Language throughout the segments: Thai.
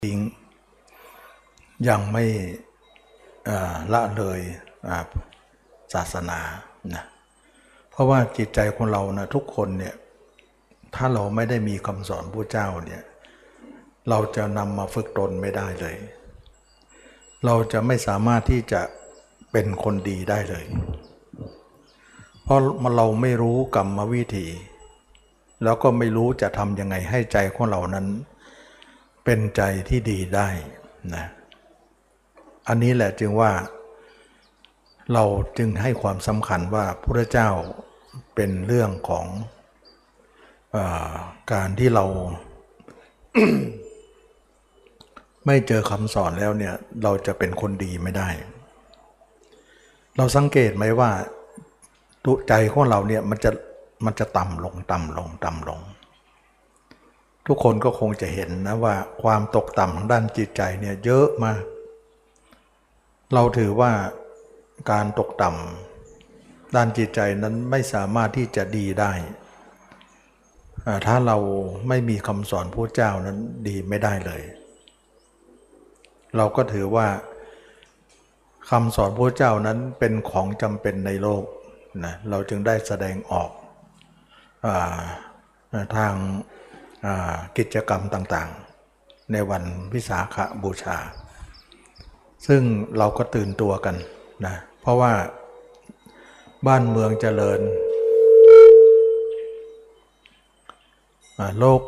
ทิ้งยังไม่ละเลยศาสนานะเพราะว่าจิตใจของเรานะทุกคนเนี่ยถ้าเราไม่ได้มีคำสอนพระเจ้าเนี่ยเราจะนำมาฝึกตนไม่ได้เลยเราจะไม่สามารถที่จะเป็นคนดีได้เลยเพราะเราไม่รู้กรรมวิธีแล้วก็ไม่รู้จะทำยังไงให้ใจของเรานั้นเป็นใจที่ดีได้นะอันนี้แหละจึงว่าเราจึงให้ความสำคัญว่าพระเจ้าเป็นเรื่องของการที่เรา ไม่เจอคำสอนแล้วเนี่ยเราจะเป็นคนดีไม่ได้เราสังเกตไหมว่าตัวใจของเราเนี่ยมันจะต่ำลงต่ำลงต่ำลงทุกคนก็คงจะเห็นนะว่าความตกต่ำทางด้านจิตใจเนี่ยเยอะมากเราถือว่าการตกต่ำด้านจิตใจนั้นไม่สามารถที่จะดีได้ถ้าเราไม่มีคำสอนพระเจ้านั้นดีไม่ได้เลยเราก็ถือว่าคำสอนพระเจ้านั้นเป็นของจำเป็นในโลกนะเราจึงได้แสดงออกทางกิจกรรมต่างๆในวันวิสาขบูชาซึ่งเราก็ตื่นตัวกันนะเพราะว่าบ้านเมืองเจริญโลก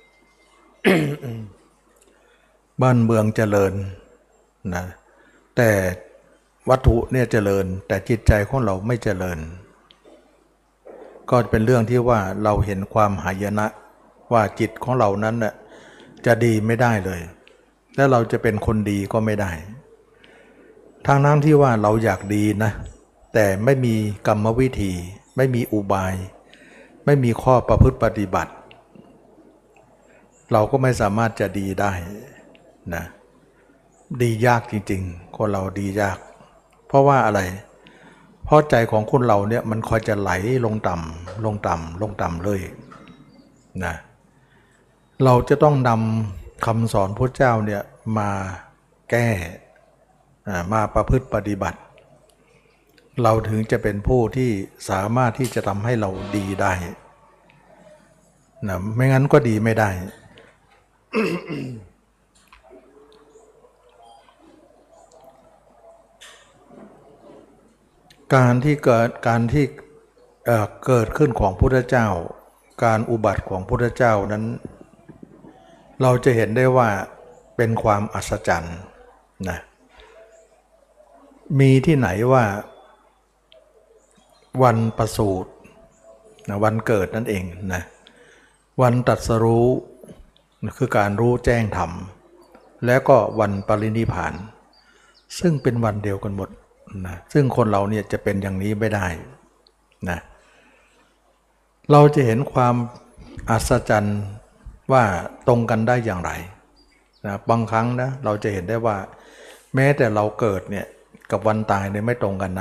บ้านเมืองเจริญนะแต่วัตถุเนี่ยเจริญแต่จิตใจของเราไม่เจริญก็เป็นเรื่องที่ว่าเราเห็นความหายนะว่าจิตของเรานั้นน่ะจะดีไม่ได้เลยและเราจะเป็นคนดีก็ไม่ได้ทางนั้นที่ว่าเราอยากดีนะแต่ไม่มีกรรมวิธีไม่มีอุบายไม่มีข้อประพฤติปฏิบัติเราก็ไม่สามารถจะดีได้นะดียากจริงๆคนเราดียากเพราะว่าอะไรเพราะใจของคนเราเนี่ยมันคอยจะไหลลงต่ำลงต่ำลงต่ำเลยนะเราจะต้องนำคำสอนพระเจ้าเนี่ยมาแก้มาประพฤติปฏิบัติเราถึงจะเป็นผู้ที่สามารถที่จะทำให้เราดีได้นะไม่งั้นก็ดีไม่ได้ การที่เกิดขึ้นของพุทธเจ้าการอุบัติของพุทธเจ้านั้นเราจะเห็นได้ว่าเป็นความอัศจรรย์นะมีที่ไหนว่าวันประสูตินะวันเกิดนั่นเองนะวันตรัสรู้คือการรู้แจ้งธรรมแล้วก็วันปรินิพพานซึ่งเป็นวันเดียวกันหมดนะซึ่งคนเราเนี่ยจะเป็นอย่างนี้ไม่ได้นะเราจะเห็นความอัศจรรย์ว่าตรงกันได้อย่างไรนะบางครั้งนะเราจะเห็นได้ว่าแม้แต่เราเกิดเนี่ยกับวันตายเนี่ยไม่ตรงกันนะ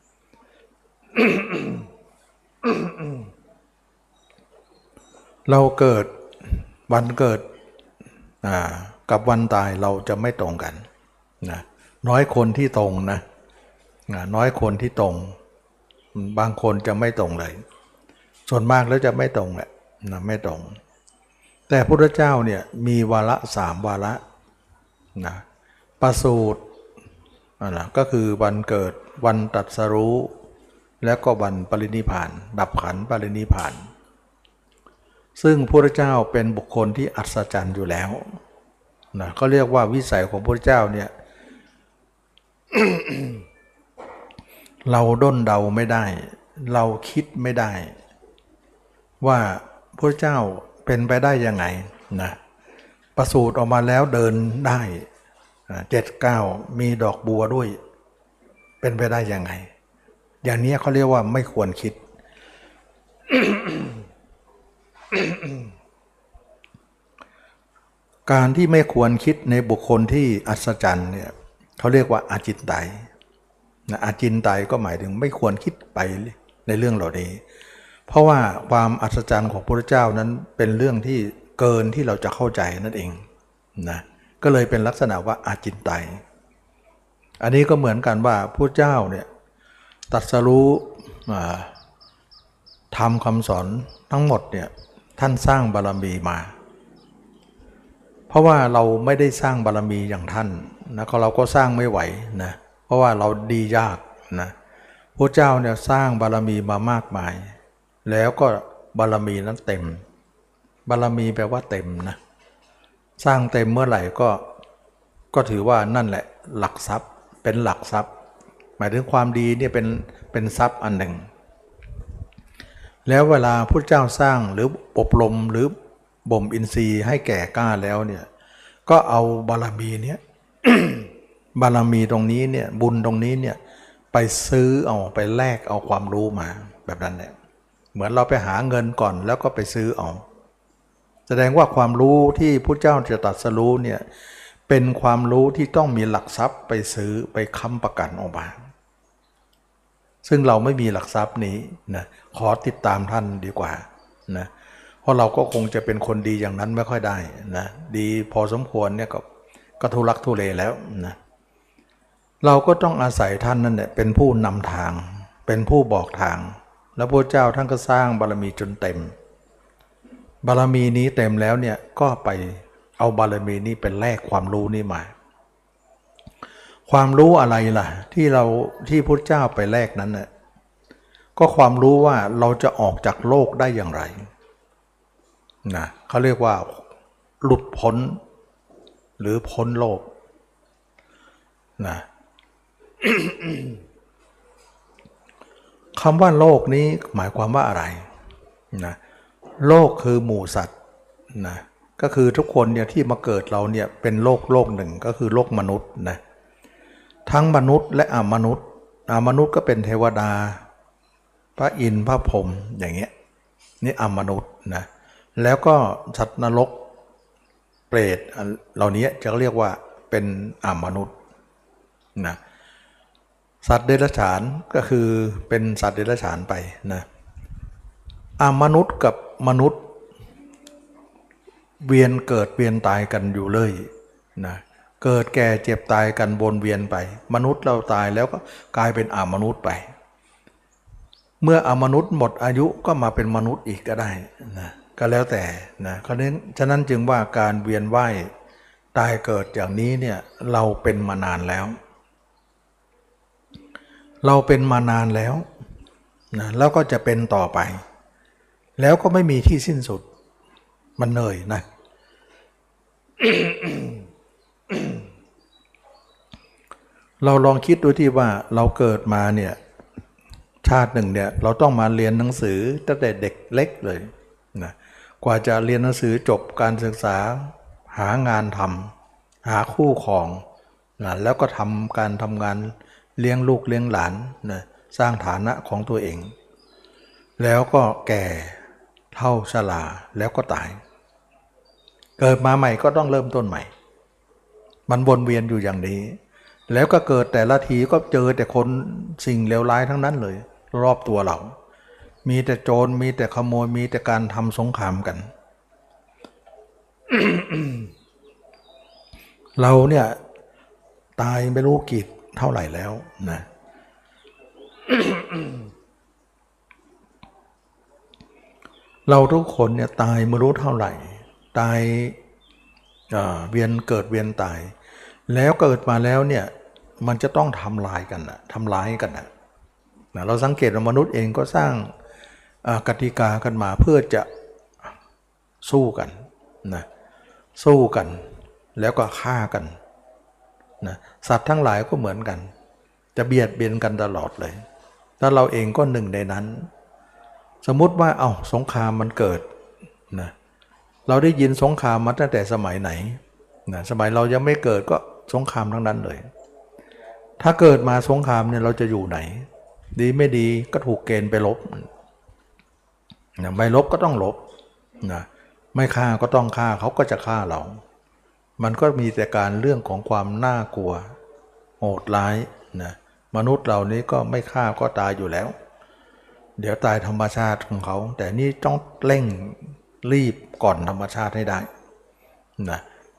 เราเกิดวันเกิดกับวันตายเราจะไม่ตรงกันนะน้อยคนที่ตรงนะน้อยคนที่ตรงบางคนจะไม่ตรงเลยส่วนมากแล้วจะไม่ตรงแหละนะไม่ตรงแต่พระพุทธเจ้าเนี่ยมีวาระ3วาระนะประสูตินะก็คือวันเกิดวันตรัสรู้แล้วก็วันปรินิพพานดับขันธ์ปรินิพพานซึ่งพระพุทธเจ้าเป็นบุคคลที่อัศจรรย์อยู่แล้วนะเขาเรียกว่าวิสัยของพระพุทธเจ้าเนี่ย เราด้นเดาไม่ได้เราคิดไม่ได้ว่าพระเจ้าเป็นไปได้ยังไงนะประสูติออกมาแล้วเดินได้7-9มีดอกบัวด้วยเป็นไปได้ยังไงอย่างนี้เขาเรียกว่าไม่ควรคิด การที่ไม่ควรคิดในบุคคลที่อัศจรรย์เนี่ยเขาเรียกว่าอาจินไตยนะอาจินไตยก็หมายถึงไม่ควรคิดไปในเรื่องเหล่านี้เพราะว่าความอัศจรรย์ของพระพุทธเจ้านั้นเป็นเรื่องที่เกินที่เราจะเข้าใจนั่นเองนะก็เลยเป็นลักษณะว่าอาจินไตยอันนี้ก็เหมือนกันว่าพระเจ้าเนี่ยตรัสรู้ทำคำสอนทั้งหมดเนี่ยท่านสร้างบารมีมาเพราะว่าเราไม่ได้สร้างบารมีอย่างท่านนะเราก็สร้างไม่ไหวนะเพราะว่าเราดียากนะพระเจ้าเนี่ยสร้างบารมีมามากมายแล้วก็บารมีนั้นเต็มบารมีแปลว่าเต็มนะสร้างเต็มเมื่อไหร่ก็ถือว่านั่นแหละหลักทรัพย์เป็นหลักทรัพย์หมายถึงความดีเนี่ยเป็นทรัพย์อันหนึ่งแล้วเวลาพุทธเจ้าสร้างหรืออบรมหรือบ่มอินทรีย์ให้แก่กล้าแล้วเนี่ยก็เอาบารมีเนี้ย บารมีตรงนี้เนี่ยบุญตรงนี้เนี่ยไปซื้อเอาไปแลกเอาความรู้มาแบบนั้นเนี่ยเหมือนเราไปหาเงินก่อนแล้วก็ไปซื้อเอาแสดงว่าความรู้ที่พุทธเจ้าจะตรัสรู้เนี่ยเป็นความรู้ที่ต้องมีหลักทรัพย์ไปซื้อไปค้ำประกันออกมาซึ่งเราไม่มีหลักทรัพย์นี้นะขอติดตามท่านดีกว่านะเพราะเราก็คงจะเป็นคนดีอย่างนั้นไม่ค่อยได้นะดีพอสมควรเนี่ยก็ทุลักทุเลแล้วนะเราก็ต้องอาศัยท่านนั่นแหละเป็นผู้นำทางเป็นผู้บอกทางแล้วพระเจ้าท่านก็สร้างบารมีจนเต็มบารมีนี้เต็มแล้วเนี่ยก็ไปเอาบารมีนี้เป็นแลกความรู้นี้มาความรู้อะไรล่ะที่พุทธเจ้าไปแลกนั้นน่ะก็ความรู้ว่าเราจะออกจากโลกได้อย่างไรนะเขาเรียกว่าหลุดพ้นหรือพ้นโลกนะ คำว่าโลกนี้หมายความว่าอะไรนะโลกคือหมู่สัตว์นะก็คือทุกคนเนี่ยที่มาเกิดเราเนี่ยเป็นโลกหนึ่งก็คือโลกมนุษย์นะทั้งมนุษย์และอมนุษย์มนุษย์ก็เป็นเทวดาพระอินทร์พระพรหมอย่างเงี้ยนี่อมนุษย์นะแล้วก็สัตว์นรกเปรตเหล่านี้จะเรียกว่าเป็นอมนุษย์นะสัตว์เดรัจฉานก็คือเป็นสัตว์เดรัจฉานไปนะมนุษย์กับมนุษย์เวียนเกิดเวียนตายกันอยู่เลยนะเกิดแก่เจ็บตายกันวนเวียนไปมนุษย์เราตายแล้วก็กลายเป็นมนุษย์ไปเมื่อมนุษย์หมดอายุก็มาเป็นมนุษย์อีกก็ได้นะก็แล้วแต่นะฉะนั้นจึงว่าการเวียนว่ายตายเกิดอย่างนี้เนี่ยเราเป็นมานานแล้วเราเป็นมานานแล้วนะแล้วก็จะเป็นต่อไปแล้วก็ไม่มีที่สิ้นสุดมันเหนื่อยนะ เราลองคิดดูที่ว่าเราเกิดมาเนี่ยชาติหนึ่งเนี่ยเราต้องมาเรียนหนังสือตั้งแต่เด็กเล็กเลยนะกว่าจะเรียนหนังสือจบการศึกษาหางานทำหาคู่ครองนะแล้วก็ทำการทำงานเลี้ยงลูกเลี้ยงหลานนะสร้างฐานะของตัวเองแล้วก็แก่เฒ่าชราแล้วก็ตายเกิดมาใหม่ก็ต้องเริ่มต้นใหม่มันวนเวียนอยู่อย่างนี้แล้วก็เกิดแต่ละทีก็เจอแต่คนสิ่งเลวร้ายทั้งนั้นเลยรอบตัวเรามีแต่โจรมีแต่ขโมยมีแต่การทำสงครามกัน เราเนี่ยตายไม่รู้กี่เท่าไหร่แล้วนะ เราทุกคนเนี่ยตายไม่รู้เท่าไหร่ตายเวียนเกิดเวียนตายแล้วเกิดมาแล้วเนี่ยมันจะต้องทำลายกันนะทำร้ายกันนะเราสังเกตว่ามนุษย์เองก็สร้างกติกากันมาเพื่อจะสู้กันนะสู้กันแล้วก็ฆ่ากันนะสัตว์ทั้งหลายก็เหมือนกันจะเบียดเบียนกันตลอดเลยถ้าเราเองก็หนึ่งในนั้นสมมุติว่าสงครามมันเกิดนะเราได้ยินสงครามมาตั้งแต่สมัยไหนนะสมัยเรายังไม่เกิดก็สงครามทั้งนั้นเลยถ้าเกิดมาสงครามเนี่ยเราจะอยู่ไหนดีไม่ดีก็ถูกเกณฑ์ไปรบนะไม่รบก็ต้องรบนะไม่ฆ่าก็ต้องฆ่าเขาก็จะฆ่าเรามันก็มีแต่การเรื่องของความน่ากลัวโหดร้ายนะมนุษย์เหล่านี้ก็ไม่ฆ่าก็ตายอยู่แล้วเดี๋ยวตายธรรมชาติของเขาแต่นี่ต้องเร่งรีบก่อนธรรมชาติให้ได้นะ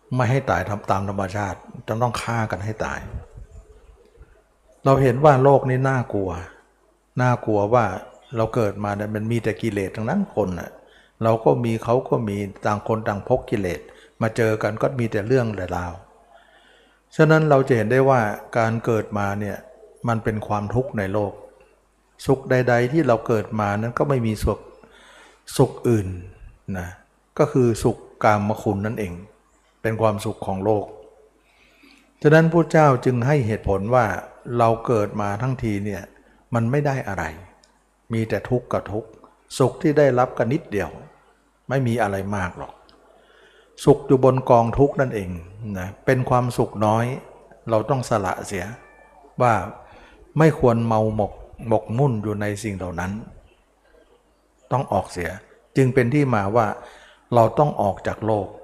ไม่ให้ตายทำตามธรรมชาติจะต้องฆ่ากันให้ตาย เราเห็นว่าโลกนี้น่ากลัวว่าเราเกิดมาเนี่ยมันมีแต่กิเลสทั้งนั้นคนน่ะเราก็มีเขาก็มีต่างคนต่างพกกิเลสมาเจอกันก็มีแต่เรื่องแต่ราวฉะนั้นเราจะเห็นได้ว่าการเกิดมาเนี่ยมันเป็นความทุกข์ในโลกสุขใดๆที่เราเกิดมานั้นก็ไม่มีสุขอื่นนะก็คือสุขกามคุณนั่นเองเป็นความสุขของโลกฉะนั้นพระเจ้าจึงให้เหตุผลว่าเราเกิดมาทั้งทีเนี่ยมันไม่ได้อะไรมีแต่ทุกข์กับทุกข์สุขที่ได้รับก็นิดเดียวไม่มีอะไรมากหรอกสุขอยู่บนกองทุกข์นั่นเองนะเป็นความสุขน้อยเราต้องสละเสียว่าไม่ควรเมาหมกมุ่นอยู่ในสิ่งเหล่านั้นต้องออกเสียจึงเป็นที่มาว่าเราต้องออกจากโลก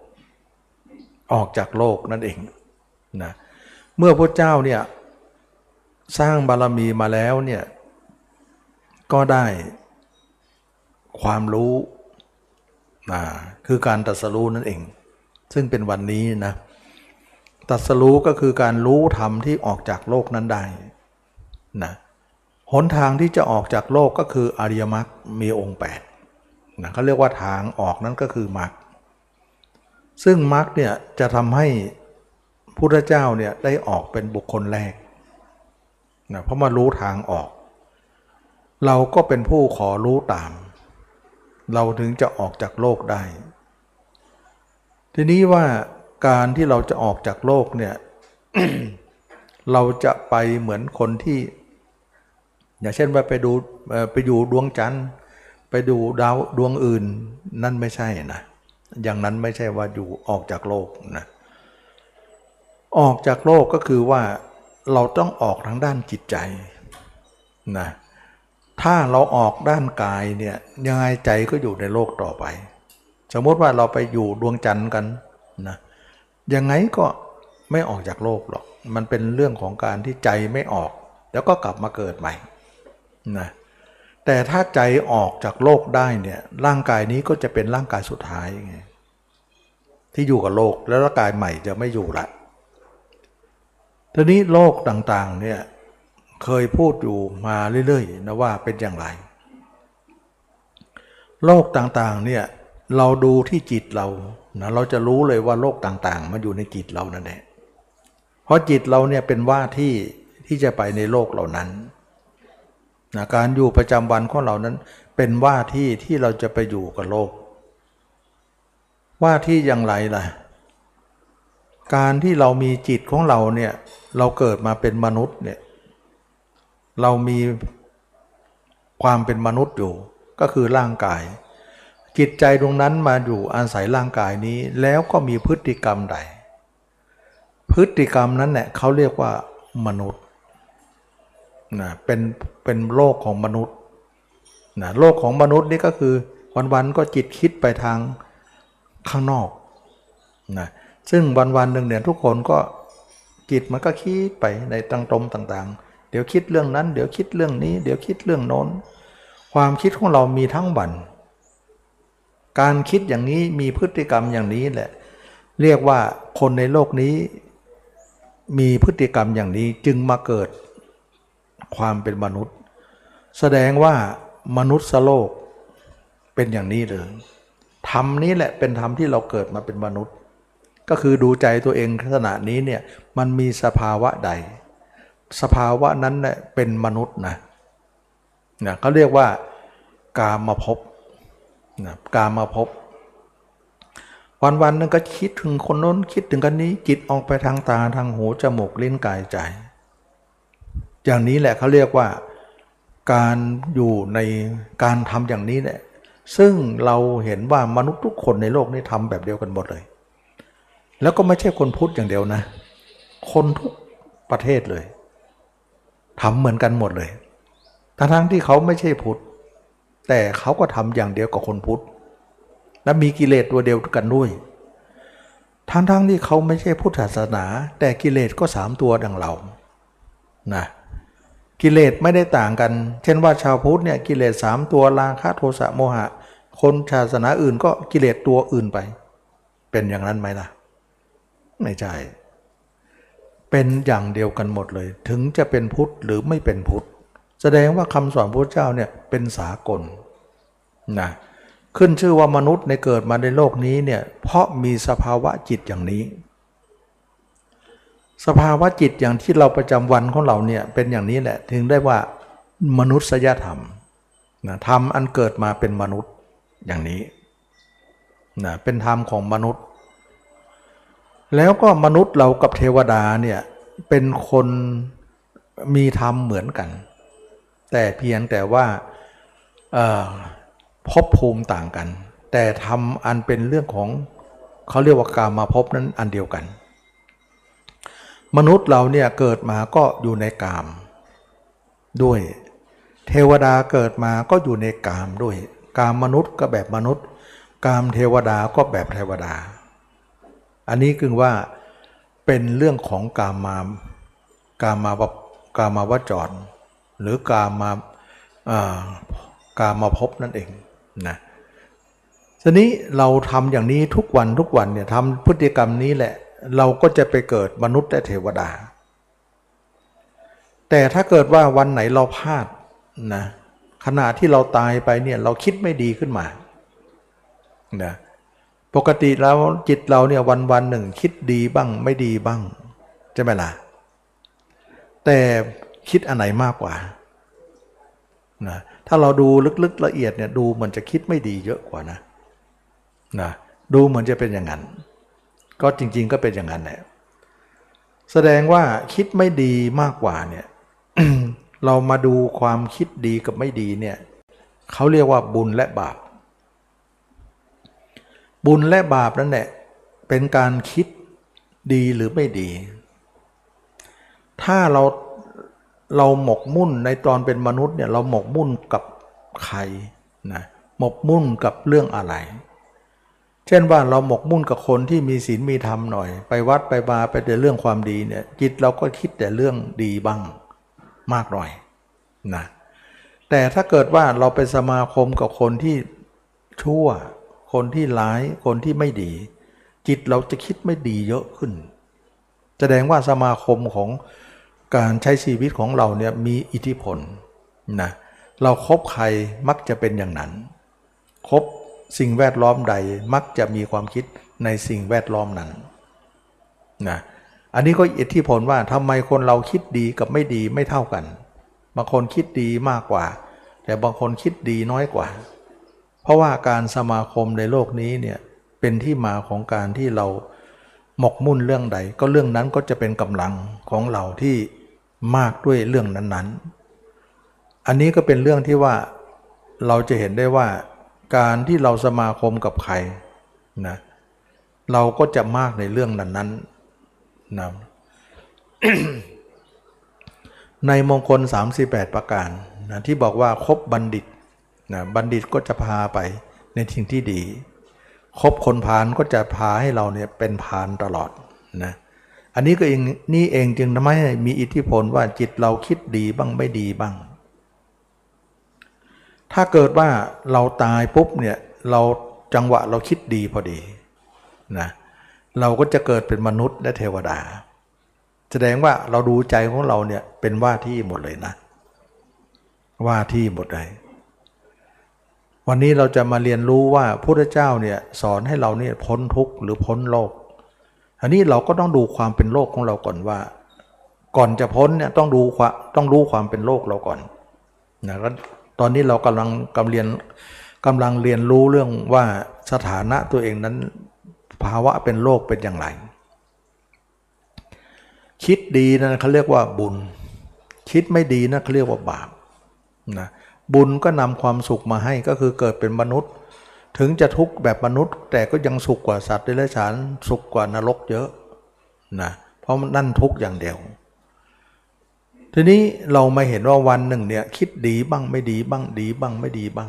นั่นเองนะเมื่อพระเจ้าเนี่ยสร้างบารมีมาแล้วเนี่ยก็ได้ความรู้คือการตรัสรู้นั่นเองซึ่งเป็นวันนี้นะตรัสรู้ก็คือการรู้ธรรมที่ออกจากโลกนั้นได้นะหนทางที่จะออกจากโลกก็คืออริยมรรคมีองค์8นะเขาเรียกว่าทางออกนั้นก็คือมรรคซึ่งมรรคเนี่ยจะทำให้พุทธเจ้าเนี่ยได้ออกเป็นบุคคลแรกนะเพราะมารู้ทางออกเราก็เป็นผู้ขอรู้ตามเราถึงจะออกจากโลกได้ทีนี้ว่าการที่เราจะออกจากโลกเนี่ย เราจะไปเหมือนคนที่อย่างเช่นว่าไปอยู่ดวงจันทร์ไปดูดาวดวงอื่นนั่นไม่ใช่นะอย่างนั้นไม่ใช่ว่าอยู่ออกจากโลกนะออกจากโลกก็คือว่าเราต้องออกทางด้านจิตใจนะถ้าเราออกด้านกายเนี่ยยังไงใจก็อยู่ในโลกต่อไปสมมติว่าเราไปอยู่ดวงจันทร์กันนะยังไงก็ไม่ออกจากโลกหรอกมันเป็นเรื่องของการที่ใจไม่ออกแล้วก็กลับมาเกิดใหม่นะแต่ถ้าใจออกจากโลกได้เนี่ยร่างกายนี้ก็จะเป็นร่างกายสุดท้ายไงที่อยู่กับโลกแล้วร่างกายใหม่จะไม่อยู่ละทีนี้โลกต่างๆเนี่ยเคยพูดอยู่มาเรื่อยๆนะว่าเป็นอย่างไรโลกต่างๆเนี่ยเราดูที่จิตเรานะเราจะรู้เลยว่าโลกต่างๆมันอยู่ในจิตเรานั่นแหละเพราะจิตเราเนี่ยเป็นว่าที่จะไปในโลกเหล่านั้นนะการอยู่ประจำวันของเรานั้นเป็นว่าที่เราจะไปอยู่กับโลกว่าที่อย่างไรล่ะการที่เรามีจิตของเราเนี่ยเราเกิดมาเป็นมนุษย์เนี่ยเรามีความเป็นมนุษย์อยู่ก็คือร่างกายจิตใจตรงนั้นมาอยู่อาศัยร่างกายนี้แล้วก็มีพฤติกรรมใดพฤติกรรมนั้นเนี่ยเขาเรียกว่ามนุษย์นะเป็นโลกของมนุษย์นะโลกของมนุษย์นี่ก็คือวันๆก็จิตคิดไปทางข้างนอกนะซึ่งวันๆหนึ่งเนี่ยทุกคนก็จิตมันก็คิดไปในตรงต่างๆเดี๋ยวคิดเรื่องนั้นเดี๋ยวคิดเรื่องนี้เดี๋ยวคิดเรื่องโน้นความคิดของเรามีทั้งวันการคิดอย่างนี้มีพฤติกรรมอย่างนี้แหละเรียกว่าคนในโลกนี้มีพฤติกรรมอย่างนี้จึงมาเกิดความเป็นมนุษย์แสดงว่ามนุษย์โลกเป็นอย่างนี้เลยธรรมนี้แหละเป็นธรรมที่เราเกิดมาเป็นมนุษย์ก็คือดูใจตัวเองขณะนี้เนี่ยมันมีสภาวะใดสภาวะนั้นแหละเป็นมนุษย์นะเขาเรียกว่ากามภพนะกามภพวันๆนึงก็คิดถึงคนโน้นคิดถึงกันนี้จิตออกไปทางตาทางหูจมูกลิ้นกายใจอย่างนี้แหละเขาเรียกว่าการอยู่ในการทำอย่างนี้แหละซึ่งเราเห็นว่ามนุษย์ทุกคนในโลกนี้ทำแบบเดียวกันหมดเลยแล้วก็ไม่ใช่คนพุทธอย่างเดียวนะคนทุกประเทศเลยทำเหมือนกันหมดเลยทั้งที่เขาไม่ใช่พุทธแต่เขาก็ทำอย่างเดียวกับคนพุทธและมีกิเลสตัวเดียวกันด้วยทั้งที่เขาไม่ใช่พุทธศาสนาแต่กิเลสก็3ตัวดังเรานะกิเลสไม่ได้ต่างกันเช่นว่าชาวพุทธเนี่ยกิเลส3ตัวราคะโทสะโมหะคนศาสนาอื่นก็กิเลสตัวอื่นไปเป็นอย่างนั้นไหมล่ะไม่ใช่เป็นอย่างเดียวกันหมดเลยถึงจะเป็นพุทธหรือไม่เป็นพุทธแสดงว่าคำสอนพระเจ้าเนี่ยเป็นสากลนะขึ้นชื่อว่ามนุษย์ในเกิดมาในโลกนี้เนี่ยเพราะมีสภาวะจิตอย่างนี้สภาวะจิตอย่างที่เราประจำวันของเราเนี่ยเป็นอย่างนี้แหละถึงได้ว่ามนุษยธรรมนะธรรมอันเกิดมาเป็นมนุษย์อย่างนี้นะเป็นธรรมของมนุษย์แล้วก็มนุษย์เรากับเทวดาเนี่ยเป็นคนมีธรรมเหมือนกันแต่เพียงแต่ว่าภพภูมิต่างกันแต่ธรรมอันเป็นเรื่องของเขาเรียกว่ากามภพนั้นอันเดียวกันมนุษย์เราเนี่ยเกิดมาก็อยู่ในกามด้วยเทวดาเกิดมาก็อยู่ในกามด้วยกามมนุษย์ก็แบบมนุษย์กามเทวดาก็แบบเทวดาอันนี้คือว่าเป็นเรื่องของกามาวจรหรือกามภพนั่นเองนะทีนี้เราทำอย่างนี้ทุกวันเนี่ยทำพฤติกรรมนี้แหละเราก็จะไปเกิดมนุษย์และเทวดาแต่ถ้าเกิดว่าวันไหนเราพลาดนะขณะที่เราตายไปเนี่ยเราคิดไม่ดีขึ้นมานะปกติแล้วจิตเราเนี่ยวันหนึ่งคิดดีบ้างไม่ดีบ้างใช่ไหมล่ะแต่คิดอันไหนมากกว่านะถ้าเราดูลึกๆละเอียดเนี่ยดูเหมือนจะคิดไม่ดีเยอะกว่านะดูเหมือนจะเป็นอย่างนั้นก็จริงๆก็เป็นอย่างนั้นแหละแสดงว่าคิดไม่ดีมากกว่าเนี่ย เรามาดูความคิดดีกับไม่ดีเนี่ยเขาเรียกว่าบุญและบาปบุญและบาปนั่นแหละเป็นการคิดดีหรือไม่ดีถ้าเราหมกมุ่นในตอนเป็นมนุษย์เนี่ยเราหมกมุ่นกับใครนะหมกมุ่นกับเรื่องอะไรเช่นว่าเราหมกมุ่นกับคนที่มีศีลมีธรรมหน่อยไปวัดไปบาร์ไปแต่เรื่องความดีเนี่ยจิตเราก็คิดแต่เรื่องดีบ้างมากหน่อยนะแต่ถ้าเกิดว่าเราไปสมาคมกับคนที่ชั่วคนที่ร้ายคนที่ไม่ดีจิตเราจะคิดไม่ดีเยอะขึ้นแสดงว่าสมาคมของการใช้ชีวิตของเราเนี่ยมีอิทธิพลนะเราคบใครมักจะเป็นอย่างนั้นคบสิ่งแวดล้อมใดมักจะมีความคิดในสิ่งแวดล้อมนั้นนะอันนี้ก็อิทธิพลว่าทำไมคนเราคิดดีกับไม่ดีไม่เท่ากันบางคนคิดดีมากกว่าแต่บางคนคิดดีน้อยกว่าเพราะว่าการสมาคมในโลกนี้เนี่ยเป็นที่มาของการที่เราหมกมุ่นเรื่องใดก็เรื่องนั้นก็จะเป็นกำลังของเราที่มากด้วยเรื่องนั้นๆอันนี้ก็เป็นเรื่องที่ว่าเราจะเห็นได้ว่าการที่เราสมาคมกับใครนะเราก็จะมากในเรื่องนั้นๆนะ ในมงคล38ประการนะที่บอกว่าคบบัณฑิตนะบัณฑิตก็จะพาไปในสิ่งที่ดีคบคนพาลก็จะพาให้เราเนี่ยเป็นพาลตลอดนะอันนี้ก็เองนี่เองจึงทำให้มีอิทธิพลว่าจิตเราคิดดีบ้างไม่ดีบ้างถ้าเกิดว่าเราตายปุ๊บเนี่ยเราจังหวะเราคิดดีพอดีนะเราก็จะเกิดเป็นมนุษย์และเทวดาแสดงว่าเราดูใจของเราเนี่ยเป็นว่าที่หมดเลยนะว่าที่หมดเลยวันนี้เราจะมาเรียนรู้ว่าพระพุทธเจ้าเนี่ยสอนให้เราเนี่ยพ้นทุกข์หรือพ้นโลกอันนี้เราก็ต้องดูความเป็นโลกของเราก่อนว่าก่อนจะพ้นเนี่ยต้องรู้ความเป็นโลกเราก่อนนะก็ตอนนี้เรากำลังเรียนรู้เรื่องว่าสถานะตัวเองนั้นภาวะเป็นโลกเป็นอย่างไรคิดดีนะเขาเรียกว่าบุญคิดไม่ดีนะเขาเรียกว่าบาปนะบุญก็นำความสุขมาให้ก็คือเกิดเป็นมนุษย์ถึงจะทุกข์แบบมนุษย์แต่ก็ยังสุขกว่าสัตว์เดรัจฉานสุขกว่านรกเยอะนะเพราะนั่นทุกข์อย่างเดียวทีนี้เรามาเห็นว่าวันหนึ่งเนี่ยคิดดีบ้างไม่ดีบ้างดีบ้างไม่ดีบ้าง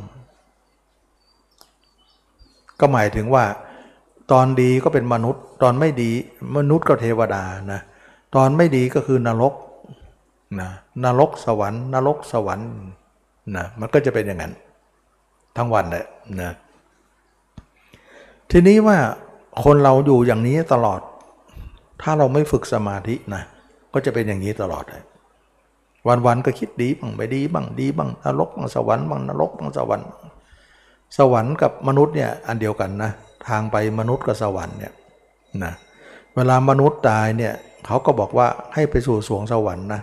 ก็หมายถึงว่าตอนดีก็เป็นมนุษย์ตอนไม่ดีมนุษย์ก็เทวดานะตอนไม่ดีก็คือนรกนะนรกสวรรค์นรกสวรรค์นะมันก็จะเป็นอย่างนั้นทั้งวันเลยนะทีนี้ว่าคนเราอยู่อย่างนี้ตลอดถ้าเราไม่ฝึกสมาธินะก็จะเป็นอย่างนี้ตลอดเลยวันๆก็คิดดีบ้างไม่ดีบ้างดีบ้างนรกบ้างสวรรค์บ้างนรกบ้างสวรรค์สวรรค์กับมนุษย์เนี่ยอันเดียวกันนะทางไปมนุษย์กับสวรรค์เนี่ยนะเวลามนุษย์ตายเนี่ยเขาก็บอกว่าให้ไปสู่สวงสวรรค์นะ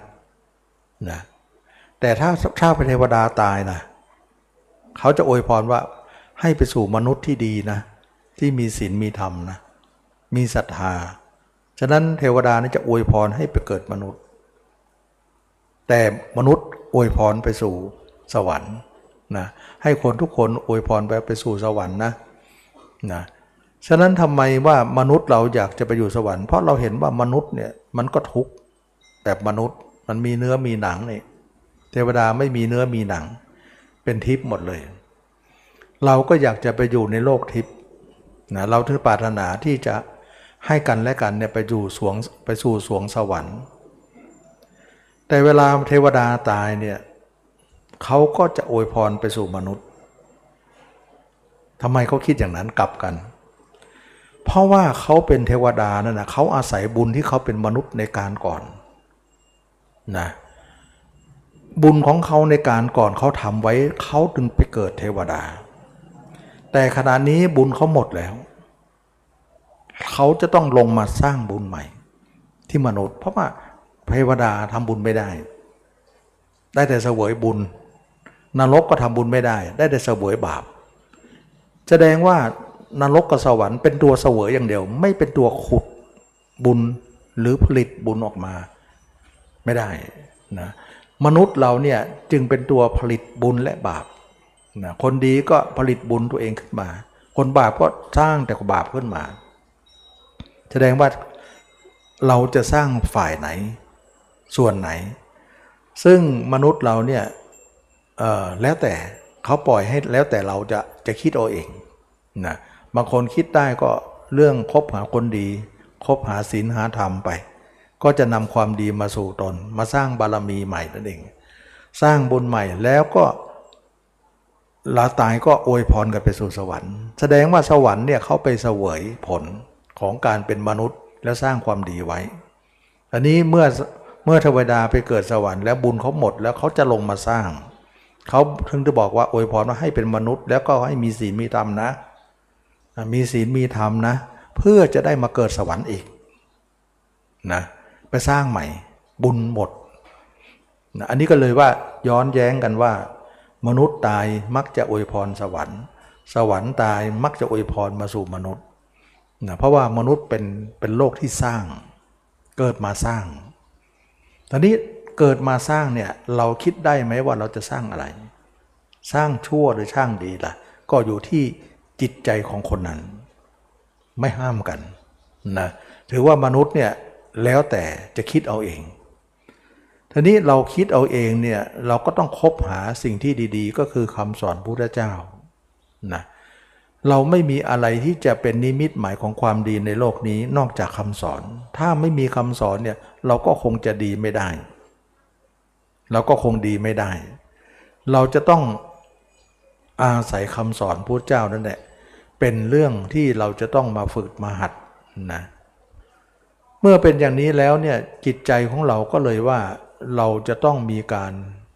แต่ถ้าเป็นเทวดาตายนะเขาจะอวยพรว่าให้ไปสู่มนุษย์ที่ดีนะที่มีศีลมีธรรมนะมีศรัทธาฉะนั้นเทวดานี่จะอวยพรให้ไปเกิดมนุษย์แต่มนุษย์อวยพรไปสู่สวรรค์นะให้คนทุกคนอวยพรไปสู่สวรรค์นะฉะนั้นทำไมว่ามนุษย์เราอยากจะไปอยู่สวรรค์เพราะเราเห็นว่ามนุษย์เนี่ยมันก็ทุกข์แบบมนุษย์มันมีเนื้อมีหนังนี่เทวดาไม่มีเนื้อมีหนังเป็นทิพย์หมดเลยเราก็อยากจะไปอยู่ในโลกทิพย์นะเราถึงปรารถนาที่จะให้กันและกันเนี่ยไปสู่สวงสวรรค์แต่เวลาเทวดาตายเนี่ยเขาก็จะอวยพรไปสู่มนุษย์ทำไมเขาคิดอย่างนั้นกลับกันเพราะว่าเขาเป็นเทวดานั่นนะเขาอาศัยบุญที่เขาเป็นมนุษย์ในการก่อนนะบุญของเขาในการก่อนเขาทำไว้เขาถึงไปเกิดเทวดาแต่ขณะนี้บุญเขาหมดแล้วเขาจะต้องลงมาสร้างบุญใหม่ที่มนุษย์เพราะว่าเทวดาทำบุญไม่ได้แต่เสวยบุญนรกก็ทำบุญไม่ได้แต่เสวยบาปแสดงว่านรกกับสวรรค์เป็นตัวเสวยอย่างเดียวไม่เป็นตัวขุดบุญหรือผลิตบุญออกมาไม่ได้นะมนุษย์เราเนี่ยจึงเป็นตัวผลิตบุญและบาปนะคนดีก็ผลิตบุญตัวเองขึ้นมาคนบาปก็สร้างแต่บาปขึ้นมาแสดงว่าเราจะสร้างฝ่ายไหนส่วนไหนซึ่งมนุษย์เราเนี่ยแล้วแต่เขาปล่อยให้แล้วแต่เราจะคิดเอาเองนะบางคนคิดได้ก็เรื่องคบหาคนดีคบหาศีลหาธรรมไปก็จะนำความดีมาสู่ตนมาสร้างบารมีใหม่นั่นเองสร้างบุญใหม่แล้วก็ลาตายก็อวยพรกันไปสู่สวรรค์แสดงว่าสวรรค์เนี่ยเขาไปเสวยผลของการเป็นมนุษย์แล้วสร้างความดีไว้อันนี้เมื่อเทวดาไปเกิดสวรรค์แล้วบุญเขาหมดแล้วเขาจะลงมาสร้างเขาถึงจะบอกว่าอวยพรว่าให้เป็นมนุษย์แล้วก็ให้มีศีลมีธรรมนะมีศีลมีธรรมนะเพื่อจะได้มาเกิดสวรรค์อีกนะไปสร้างใหม่บุญหมดนะอันนี้ก็เลยว่าย้อนแย้งกันว่ามนุษย์ตายมักจะอวยพรสวรรค์สวรรค์ตายมักจะอวยพรมาสู่มนุษย์นะเพราะว่ามนุษย์เป็นโลกที่สร้างเกิดมาสร้างตอนนี้เกิดมาสร้างเนี่ยเราคิดได้ไหมว่าเราจะสร้างอะไรสร้างชั่วหรือสร้างดีล่ะก็อยู่ที่จิตใจของคนนั้นไม่ห้ามกันนะถือว่ามนุษย์เนี่ยแล้วแต่จะคิดเอาเองทีนี้เราคิดเอาเองเนี่ยเราก็ต้องคบหาสิ่งที่ดีๆก็คือคำสอนพระพุทธเจ้านะเราไม่มีอะไรที่จะเป็นนิมิตหมายของความดีในโลกนี้นอกจากคำสอนถ้าไม่มีคำสอนเนี่ยเราก็คงจะดีไม่ได้เราก็คงดีไม่ได้เราจะต้องอาศัยคำสอนพระพุทธเจ้านั่นแหละเป็นเรื่องที่เราจะต้องมาฝึกมาหัดนะเมื่อเป็นอย่างนี้แล้วเนี่ยจิตใจของเราก็เลยว่าเราจะต้องมีการ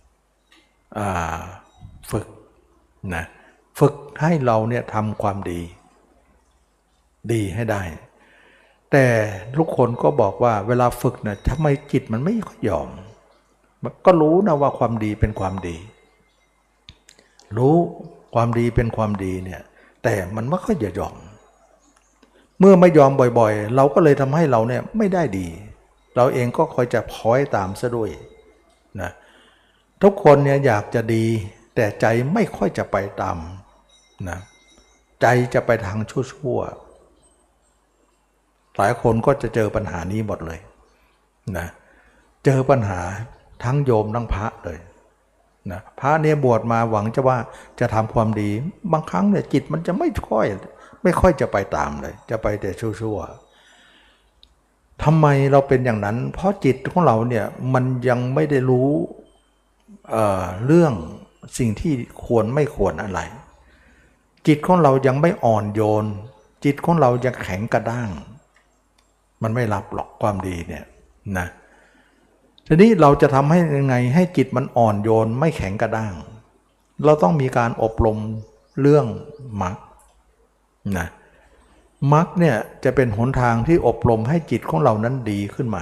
ฝึกนะฝึกให้เราเนี่ยทำความดีให้ได้แต่ทุกคนก็บอกว่าเวลาฝึกเนี่ยทำไมจิตมันไม่ยอมก็รู้นะว่าความดีเป็นความดีรู้ความดีเป็นความดีเนี่ยแต่มันไม่ค่อยจะยอมเมื่อไม่ยอมบ่อยๆเราก็เลยทำให้เราเนี่ยไม่ได้ดีเราเองก็คอยจะคล้อยตามซะด้วยนะทุกคนเนี่ยอยากจะดีแต่ใจไม่ค่อยจะไปตามนะใจจะไปทางชั่วหลายคนก็จะเจอปัญหานี้หมดเลยนะเจอปัญหาทั้งโยมทั้งพระเลยนะพระเนี่ยบวชมาหวังจะทำความดีบางครั้งเนี่ยจิตมันจะไม่ค่อยจะไปตามเลยจะไปแต่ชั่วๆทำไมเราเป็นอย่างนั้นเพราะจิตของเราเนี่ยมันยังไม่ได้รู้เรื่องสิ่งที่ควรไม่ควรอะไรจิตของเรายังไม่อ่อนโยนจิตของเรายังแข็งกระด้างมันไม่รับหรอกความดีเนี่ยนะทีนี้เราจะทำให้ยังไงให้จิตมันอ่อนโยนไม่แข็งกระด้างเราต้องมีการอบรมเรื่องมรรคนะมรรคเนี่ยจะเป็นหนทางที่อบรมให้จิตของเรานั้นดีขึ้นมา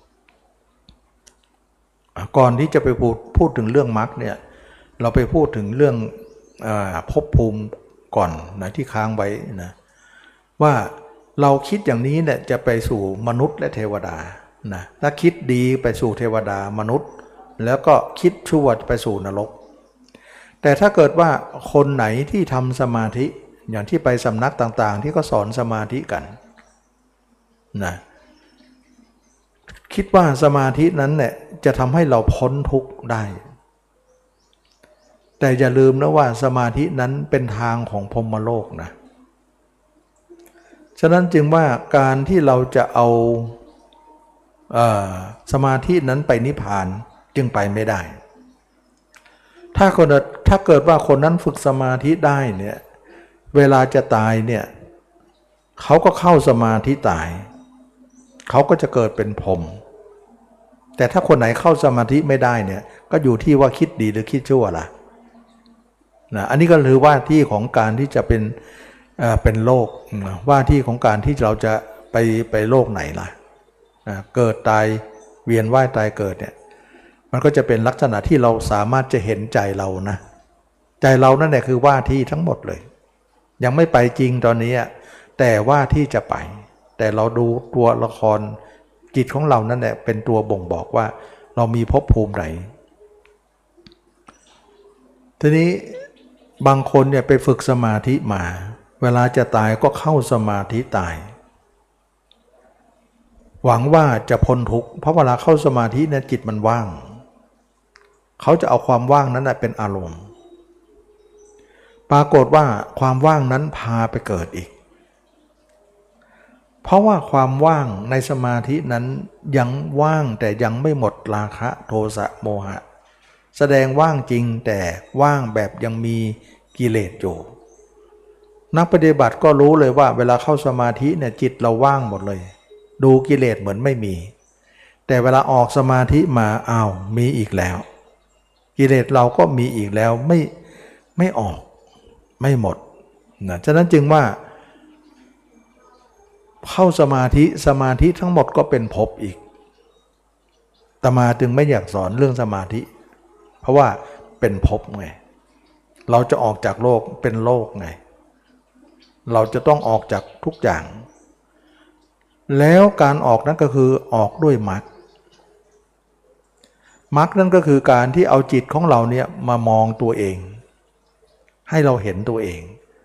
ก่อนที่จะไปพูดถึงเรื่องมรรคเนี่ยเราไปพูดถึงเรื่องภพภูมิก่อนนะที่ค้างไว้นะว่าเราคิดอย่างนี้เนี่ยจะไปสู่มนุษย์และเทวดานะถ้าคิดดีไปสู่เทวดามนุษย์แล้วก็คิดชั่วไปสู่นรกแต่ถ้าเกิดว่าคนไหนที่ทำสมาธิอย่างที่ไปสำนักต่างๆที่ก็สอนสมาธิกันนะคิดว่าสมาธินั้นเนี่ยจะทำให้เราพ้นทุกข์ได้แต่อย่าลืมนะว่าสมาธินั้นเป็นทางของพรหมโลกนะฉะนั้นจึงว่าการที่เราจะเอาสมาธินั้นไปนิพพานจึงไปไม่ได้ถ้าเกิดว่าคนนั้นฝึกสมาธิได้เนี่ยเวลาจะตายเนี่ยเขาก็เข้าสมาธิตายเขาก็จะเกิดเป็นพรหมแต่ถ้าคนไหนเข้าสมาธิไม่ได้เนี่ยก็อยู่ที่ว่าคิดดีหรือคิดชั่วล่ะนะอันนี้ก็ถือว่าที่ของการที่จะเป็นโลกว่าที่ของการที่เราจะไปโลกไหนล่ะเกิดตายเวียนว่ายตายเกิดเนี่ยมันก็จะเป็นลักษณะที่เราสามารถจะเห็นใจเรานะใจเรานั่นแหละคือว่าที่ทั้งหมดเลยยังไม่ไปจริงตอนนี้แต่ว่าที่จะไปแต่เราดูตัวละครจิตของเรานั่นแหละเป็นตัวบ่งบอกว่าเรามีภพภูมิไหนทีนี้บางคนเนี่ยไปฝึกสมาธิมาเวลาจะตายก็เข้าสมาธิตายหวังว่าจะพ้นทุกข์เพราะเวลาเข้าสมาธิเนี่ยจิตมันว่างเขาจะเอาความว่างนั้นเป็นอารมณ์ปรากฏว่าความว่างนั้นพาไปเกิดอีกเพราะว่าความว่างในสมาธินั้นยังว่างแต่ยังไม่หมดราคะโทสะโมหะแสดงว่างจริงแต่ว่างแบบยังมีกิเลสอยู่นักปฏิบัติก็รู้เลยว่าเวลาเข้าสมาธิเนี่ยจิตเราว่างหมดเลยดูกิเลสเหมือนไม่มีแต่เวลาออกสมาธิมาอ้าวมีอีกแล้วกิเลสเราก็มีอีกแล้วไม่ออกไม่หมดนะฉะนั้นจึงว่าเข้าสมาธิทั้งหมดก็เป็นภพอีกอาตมาจึงไม่อยากสอนเรื่องสมาธิเพราะว่าเป็นภพไงเราจะออกจากโลกเป็นโลกไงเราจะต้องออกจากทุกอย่างแล้วการออกนั้นก็คือออกด้วยมรรคมรรคนั่นก็คือการที่เอาจิตของเราเนี่ยมามองตัวเองให้เราเห็นตัวเอง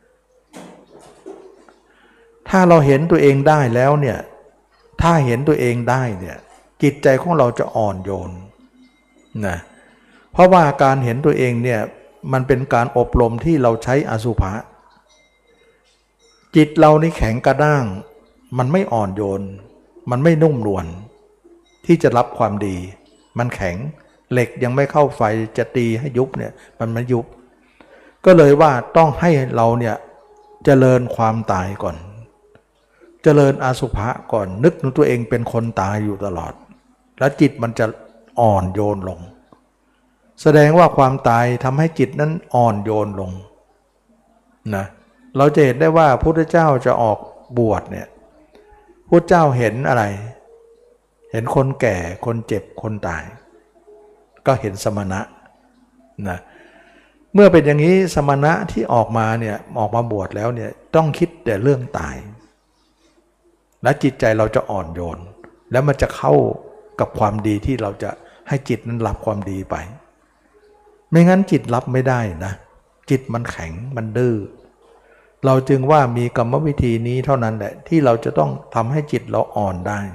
ถ้าเราเห็นตัวเองได้แล้วเนี่ยถ้าเห็นตัวเองได้เนี่ยจิตใจของเราจะอ่อนโยนนะเพราะว่าการเห็นตัวเองเนี่ยมันเป็นการอบรมที่เราใช้อสุภะจิตเรานี่แข็งกระด้างมันไม่อ่อนโยนมันไม่นุ่มนวลที่จะรับความดีมันแข็งเหล็กยังไม่เข้าไฟจะตีให้ยุบเนี่ยมันไม่ยุบก็เลยว่าต้องให้เราเนี่ยเจริญความตายก่อนเจริญอสุภะก่อนนึกถึงตัวเองเป็นคนตายอยู่ตลอดแล้วจิตมันจะอ่อนโยนลงแสดงว่าความตายทำให้จิตนั้นอ่อนโยนลงนะเราจะเห็นได้ว่าพระพุทธเจ้าจะออกบวชเนี่ยพระเจ้าเห็นอะไรเห็นคนแก่คนเจ็บคนตายก็เห็นสมณะนะเมื่อเป็นอย่างนี้สมณะที่ออกมาเนี่ยออกมาบวชแล้วเนี่ยต้องคิดแต่เรื่องตายและจิตใจเราจะอ่อนโยนแล้วมันจะเข้ากับความดีที่เราจะให้จิตนั้นรับความดีไปไม่งั้นจิตรับไม่ได้นะจิตมันแข็งมันดื้อเราจึงว่ามีกรรมวิธีนี้เท่านั้นแหละที่เราจะต้องทำให้จิตเราอ่อนได้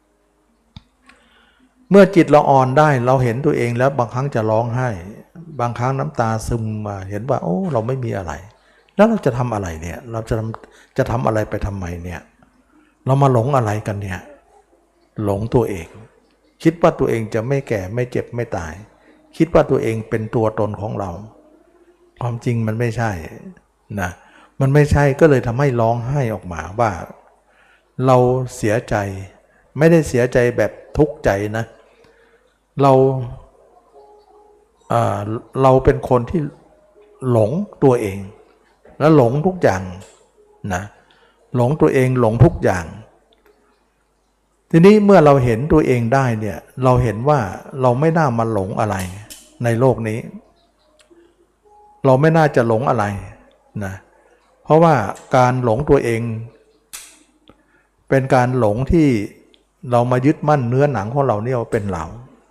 เมื่อจิตเราอ่อนได้เราเห็นตัวเองแล้วบางครั้งจะร้องไห้บางครั้งน้ำตาซึมมาเห็นว่าโอ้เราไม่มีอะไรแล้วเราจะทำอะไรเนี่ยเราจะทำอะไรไปทำไมเนี่ยเรามาหลงอะไรกันเนี่ยหลงตัวเองคิดว่าตัวเองจะไม่แก่ไม่เจ็บไม่ตายคิดว่าตัวเองเป็นตัวตนของเราความจริงมันไม่ใช่นะมันไม่ใช่ก็เลยทำให้ร้องไห้ออกมาว่าเราเสียใจไม่ได้เสียใจแบบทุกข์ใจนะเราเราเป็นคนที่หลงตัวเองและหลงทุกอย่างนะหลงตัวเองหลงทุกอย่างทีนี้เมื่อเราเห็นตัวเองได้เนี่ยเราเห็นว่าเราไม่น่ามาหลงอะไรในโลกนี้เราไม่น่าจะหลงอะไรนะเพราะว่าการหลงตัวเองเป็นการหลงที่เรามายึดมั่นเนื้อหนังของเราเนี่ยเป็นเรา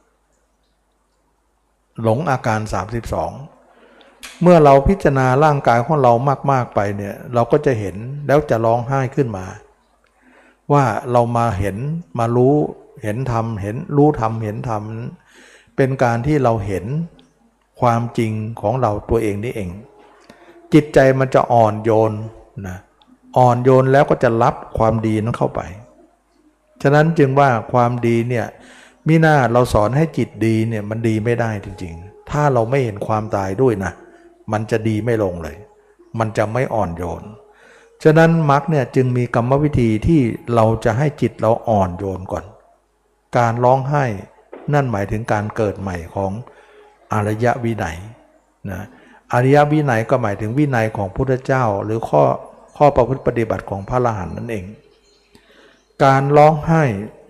หลงอาการ32เมื่อเราพิจารณาร่างกายของเรามากๆไปเนี่ยเราก็จะเห็นแล้วจะร้องไห้ขึ้นมาว่าเรามาเห็นมารู้เห็นธรรมเห็นรู้ธรรมเห็นธรรมเป็นการที่เราเห็นความจริงของเราตัวเองนี่เองจิตใจมันจะอ่อนโยนนะอ่อนโยนแล้วก็จะรับความดีนั้นเข้าไปฉะนั้นจึงว่าความดีเนี่ยมิน่าเราสอนให้จิตดีเนี่ยมันดีไม่ได้จริงๆถ้าเราไม่เห็นความตายด้วยนะมันจะดีไม่ลงเลยมันจะไม่อ่อนโยนฉะนั้นมรรคเนี่ยจึงมีกรรมวิธีที่เราจะให้จิตเราอ่อนโยนก่อนการร้องไห้นั่นหมายถึงการเกิดใหม่ของอริยวินัยนะอริยวินัยก็หมายถึงวินัยของพุทธเจ้าหรือข้อประพฤติปฏิบัติของพระอรหันต์นั่นเองการร้องไห้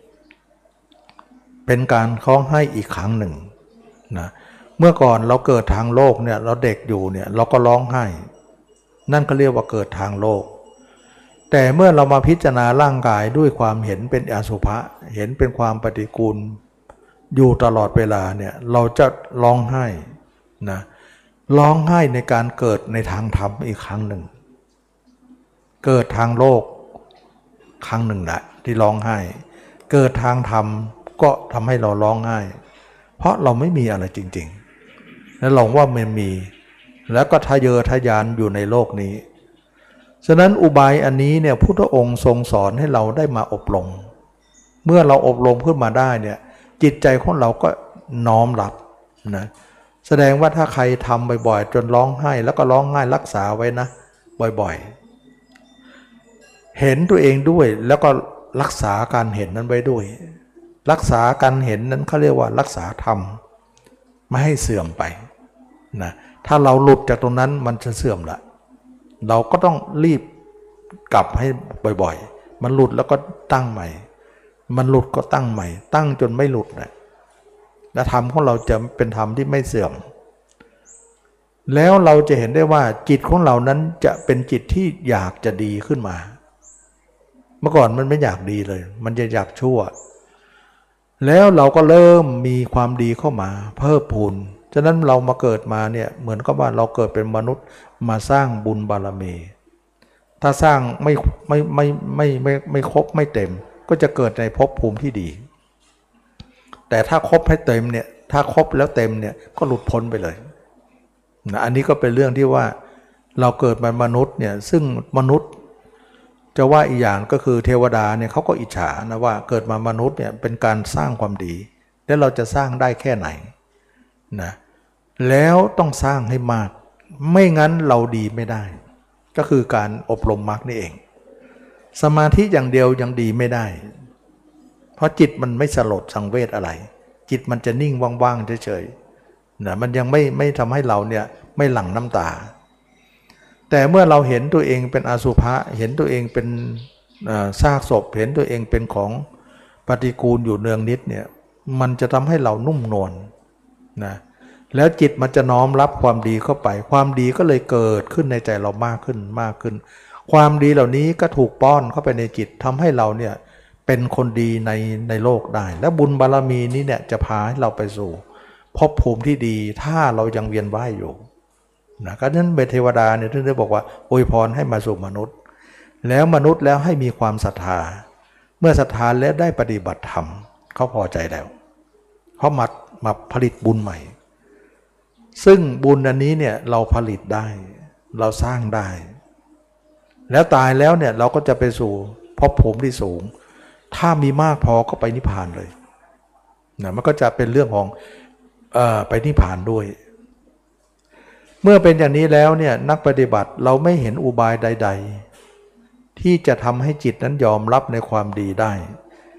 เป็นการร้องไห้อีกครั้งหนึ่งนะเมื่อก่อนเราเกิดทางโลกเนี่ยเราเด็กอยู่เนี่ยเราก็ร้องไห้นั่นก็เรียกว่าเกิดทางโลกแต่เมื่อเรามาพิจารณาร่างกายด้วยความเห็นเป็นอสุภะเห็นเป็นความปฏิกูลอยู่ตลอดเวลาเนี่ยเราจะร้องไห้นะร้องไห้ในการเกิดในทางธรรมอีกครั้งหนึ่งเกิดทางโลกครั้งหนึ่งแหละที่ร้องไห้เกิดทางธรรมก็ทำให้เราร้องไห้เพราะเราไม่มีอะไรจริงๆและหลงว่ามันมีแล้วก็ทะเยอทะยานอยู่ในโลกนี้ฉะนั้นอุบายอันนี้เนี่ยพุทธองค์ทรงสอนให้เราได้มาอบรมเมื่อเราอบรมขึ้นมาได้เนี่ยจิตใจของเราก็น้อมรับนะแสดงว่าถ้าใครทำบ่อยๆจนร้องไห้แล้วก็ร้องไห้รักษาไว้นะบ่อยๆเห็นตัวเองด้วยแล้วก็รักษาการเห็นนั้นไว้ด้วยรักษาการเห็นนั้นเขาเรียกว่ารักษาธรรมไม่ให้เสื่อมไปนะถ้าเราหลุดจากตรงนั้นมันจะเสื่อมละเราก็ต้องรีบกลับให้บ่อยๆมันหลุดแล้วก็ตั้งใหม่มันหลุดก็ตั้งใหม่ตั้งจนไม่หลุดนะและธรรมของเราจะเป็นธรรมที่ไม่เสื่อมแล้วเราจะเห็นได้ว่าจิตของเรานั้นจะเป็นจิตที่อยากจะดีขึ้นมาเมื่อก่อนมันไม่อยากดีเลยมันจะอยากชั่วแล้วเราก็เริ่มมีความดีเข้ามาเพิ่มพูนฉะนั้นเรามาเกิดมาเนี่ยเหมือนกับว่าเราเกิดเป็นมนุษย์มาสร้างบุญบารมีถ้าสร้างไม่ครบไม่เต็มก็จะเกิดในภพภูมิที่ดีแต่ถ้าครบให้เต็มเนี่ยถ้าครบแล้วเต็มเนี่ยก็หลุดพ้นไปเลยนะอันนี้ก็เป็นเรื่องที่ว่าเราเกิดเป็นมนุษย์เนี่ยซึ่งมนุษย์จะว่าอีกอย่างก็คือเทวดาเนี่ยเขาก็อิจฉานะว่าเกิดมามนุษย์เนี่ยเป็นการสร้างความดีแล้วเราจะสร้างได้แค่ไหนนะแล้วต้องสร้างให้มากไม่งั้นเราดีไม่ได้ก็คือการอบรมมรรคนี่เองสมาธิอย่างเดียวยังดีไม่ได้เพราะจิตมันไม่สลดสังเวชอะไรจิตมันจะนิ่งว่างๆเฉยๆนะมันยังไม่ทำให้เราเนี่ยไม่หลั่งน้ำตาแต่เมื่อเราเห็นตัวเองเป็นอสุภะเห็นตัวเองเป็นซากศพเห็นตัวเองเป็นของปฏิกูลอยู่เนืองนิดเนี่ยมันจะทำให้เรานุ่มนวลนะแล้วจิตมันจะน้อมรับความดีเข้าไปความดีก็เลยเกิดขึ้นในใจเรามากขึ้นมากขึ้นความดีเหล่านี้ก็ถูกป้อนเข้าไปในจิตทำให้เราเนี่ยเป็นคนดีในโลกได้และบุญบารมีนี้เนี่ยจะพาให้เราไปสู่ภพภูมิที่ดีถ้าเรายังเวียนว่ายอยู่นะก็นั้นเทวดาเนี่ยท่านได้บอกว่าอวยพรให้มาสู่มนุษย์แล้วมนุษย์แล้วให้มีความศรัทธาเมื่อศรัทธาแล้วได้ปฏิบัติธรรมเขาพอใจแล้วเขามาผลิตบุญใหม่ซึ่งบุญอันนี้เนี่ยเราผลิตได้เราสร้างได้แล้วตายแล้วเนี่ยเราก็จะไปสู่ภพภูมิที่สูงถ้ามีมากพอก็ไปนิพพานเลยนะมันก็จะเป็นเรื่องของไปนิพพานด้วยเมื่อเป็นอย่างนี้แล้วเนี่ยนักปฏิบัติเราไม่เห็นอุบายใดๆที่จะทำให้จิตนั้นยอมรับในความดีได้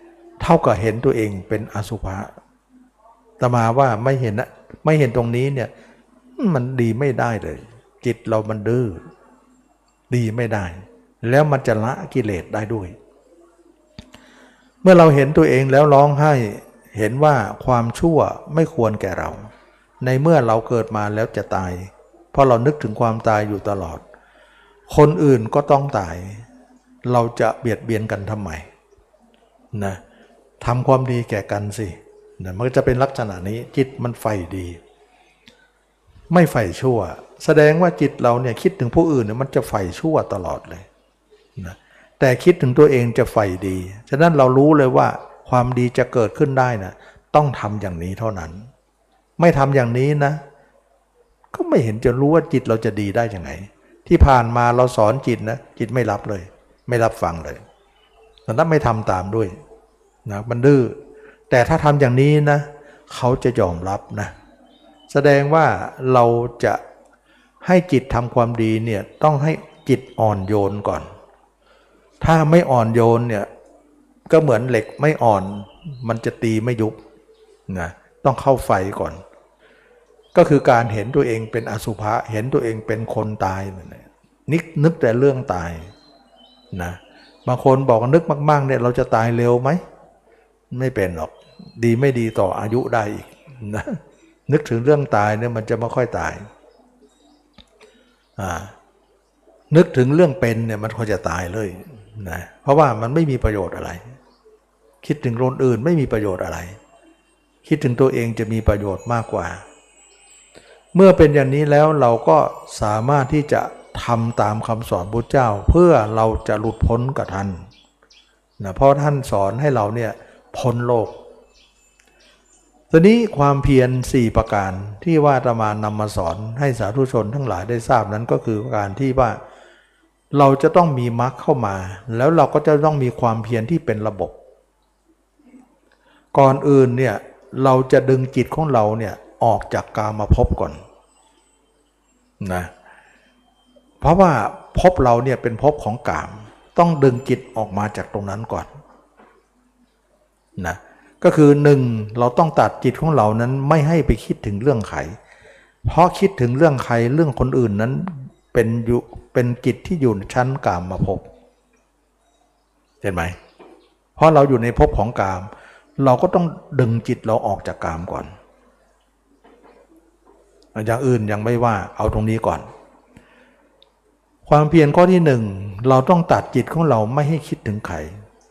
เท่ากับเห็นตัวเองเป็นอสุภะอาตมาว่าไม่เห็นนะไม่เห็นตรงนี้เนี่ยมันดีไม่ได้เลยจิตเรามันดื้อดีไม่ได้แล้วมันจะละกิเลสได้ด้วยเมื่อเราเห็นตัวเองแล้วร้องไห้เห็นว่าความชั่วไม่ควรแก่เราในเมื่อเราเกิดมาแล้วจะตายเพราะเรานึกถึงความตายอยู่ตลอดคนอื่นก็ต้องตายเราจะเบียดเบียนกันทำไมนะทำความดีแก่กันสินะมันก็จะเป็นลักษณะนี้จิตมันใฝ่ดีไม่ใฝ่ชั่วแสดงว่าจิตเราเนี่ยคิดถึงผู้อื่นเนี่ยมันจะใฝ่ชั่วตลอดเลยนะแต่คิดถึงตัวเองจะใฝ่ดีฉะนั้นเรารู้เลยว่าความดีจะเกิดขึ้นได้นะต้องทำอย่างนี้เท่านั้นไม่ทำอย่างนี้นะก็ไม่เห็นจะรู้ว่าจิตเราจะดีได้ยังไงที่ผ่านมาเราสอนจิตนะจิตไม่รับเลยไม่รับฟังเลยแต่นั้นไม่ทำตามด้วยนะมันดื้อแต่ถ้าทำอย่างนี้นะเขาจะยอมรับนะแสดงว่าเราจะให้จิตทำความดีเนี่ยต้องให้จิตอ่อนโยนก่อนถ้าไม่อ่อนโยนเนี่ยก็เหมือนเหล็กไม่อ่อนมันจะตีไม่ยุบนะต้องเข้าไฟก่อนก็คือการเห็นตัวเองเป็นอสุภะเห็นตัวเองเป็นคนตายนึกแต่เรื่องตายนะบางคนบอกนึกมากๆเนี่ยเราจะตายเร็วไหมไม่เป็นหรอกดีไม่ดีต่ออายุได้อีกนะนึกถึงเรื่องตายเนี่ยมันจะไม่ค่อยตายนึกถึงเรื่องเป็นเนี่ยมันควรจะตายเลยนะเพราะว่ามันไม่มีประโยชน์อะไรคิดถึงคนอื่นไม่มีประโยชน์อะไรคิดถึงตัวเองจะมีประโยชน์มากกว่าเมื่อเป็นอย่างนี้แล้วเราก็สามารถที่จะทำตามคำสอนพุทธเจ้าเพื่อเราจะหลุดพ้นกับท่านนะเพราะท่านสอนให้เราเนี่ยพ้นโลกทีนี้ความเพียร4ประการที่ว่าอาตมานำมาสอนให้สาธุชนทั้งหลายได้ทราบนั้นก็คือการที่ว่าเราจะต้องมีมรรคเข้ามาแล้วเราก็จะต้องมีความเพียรที่เป็นระบบก่อนอื่นเนี่ยเราจะดึงจิตของเราเนี่ยออกจากกามภพก่อนนะเพราะว่าภพเราเนี่ยเป็นภพของกามต้องดึงจิตออกมาจากตรงนั้นก่อนนะก็คือ1เราต้องตัดจิตของเรานั้นไม่ให้ไปคิดถึงเรื่องใครเพราะคิดถึงเรื่องใครเรื่องคนอื่นนั้นเป็นจิตที่อยู่ในชั้นกามภพเห็นไหมเพราะเราอยู่ในภพของกามเราก็ต้องดึงจิตเราออกจากกามก่อนอย่างอื่นยังไม่ว่าเอาตรงนี้ก่อนความเพียรข้อที่1เราต้องตัดจิตของเราไม่ให้คิดถึงใคร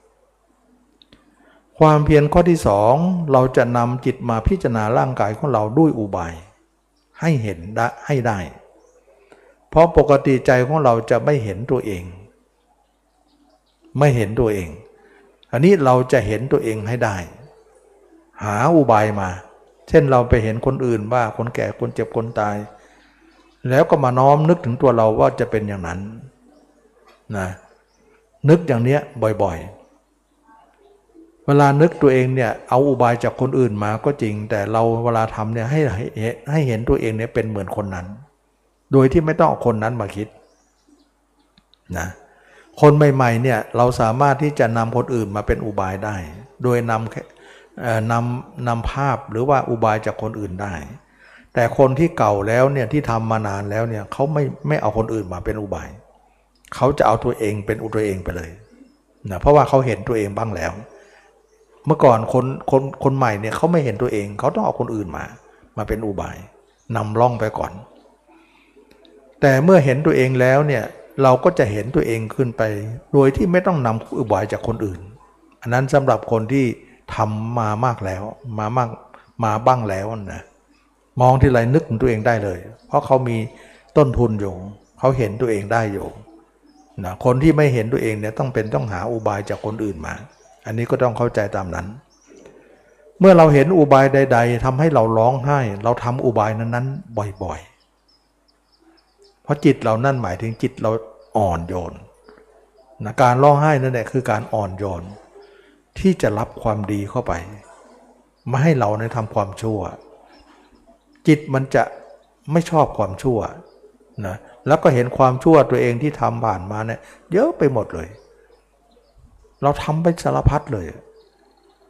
ความเพียรข้อที่2เราจะนำจิตมาพิจารณาร่างกายของเราด้วยอุบายให้เห็นให้ได้เพราะปกติใจของเราจะไม่เห็นตัวเองไม่เห็นตัวเองอันนี้เราจะเห็นตัวเองให้ได้หาอุบายมาเช่นเราไปเห็นคนอื่นว่าคนแก่คนเจ็บคนตายแล้วก็มาน้อมนึกถึงตัวเราว่าจะเป็นอย่างนั้นนะนึกอย่างเนี้ยบ่อยๆเวลานึกตัวเองเนี่ยเอาอุบายจากคนอื่นมาก็จริงแต่เราเวลาทำเนี่ยให้เห็นตัวเองเนี่ยเป็นเหมือนคนนั้นโดยที่ไม่ต้องเอาคนนั้นมาคิดนะคนใหม่ๆเนี่ยเราสามารถที่จะนำคนอื่นมาเป็นอุบายได้โดยนำภาพหรือว่าอุบายจากคนอื่นได้แต่คนที่เก่าแล้วเนี่ยที่ทำมานานแล้วเนี่ยเขาไม่เอาคนอื่นมาเป็นอุบายเขาจะเอาตัวเองเป็นตัวเองไปเลยนะเพราะว่าเขาเห็นตัวเองบ้างแล้วเมื่อก่อนคนใหม่เนี่ยเขาไม่เห็นตัวเองเขาต้องเอาคนอื่นมาเป็นอุบายนำล่องไปก่อนแต่เมื่อเห็นตัวเองแล้วเนี่ยเราก็จะเห็นตัวเองขึ้นไปโดยที่ไม่ต้องนำอุบายจากคนอื่นอันนั้นสำหรับคนที่ทำมามากแล้วมาบ้างแล้วนะมองทีไรนึกถึงตัวเองได้เลยเพราะเขามีต้นทุนอยู่เขาเห็นตัวเองได้อยู่นะคนที่ไม่เห็นตัวเองเนี่ยต้องหาอุบายจากคนอื่นมาอันนี้ก็ต้องเข้าใจตามนั้นเมื่อเราเห็นอุบายใดๆทำให้เราร้องไห้เราทำอุบายนั้นๆบ่อยๆเพราะจิตเรานั่นหมายถึงจิตเราอ่อนโยนนะการร้องไห้นั่นแหละคือการอ่อนโยนที่จะรับความดีเข้าไปไม่ให้เราเนี่ยทำความชั่วจิตมันจะไม่ชอบความชั่วนะแล้วก็เห็นความชั่วตัวเองที่ทำผ่านมาเนี่ยเยอะไปหมดเลยเราทำไปสารพัดเลยแ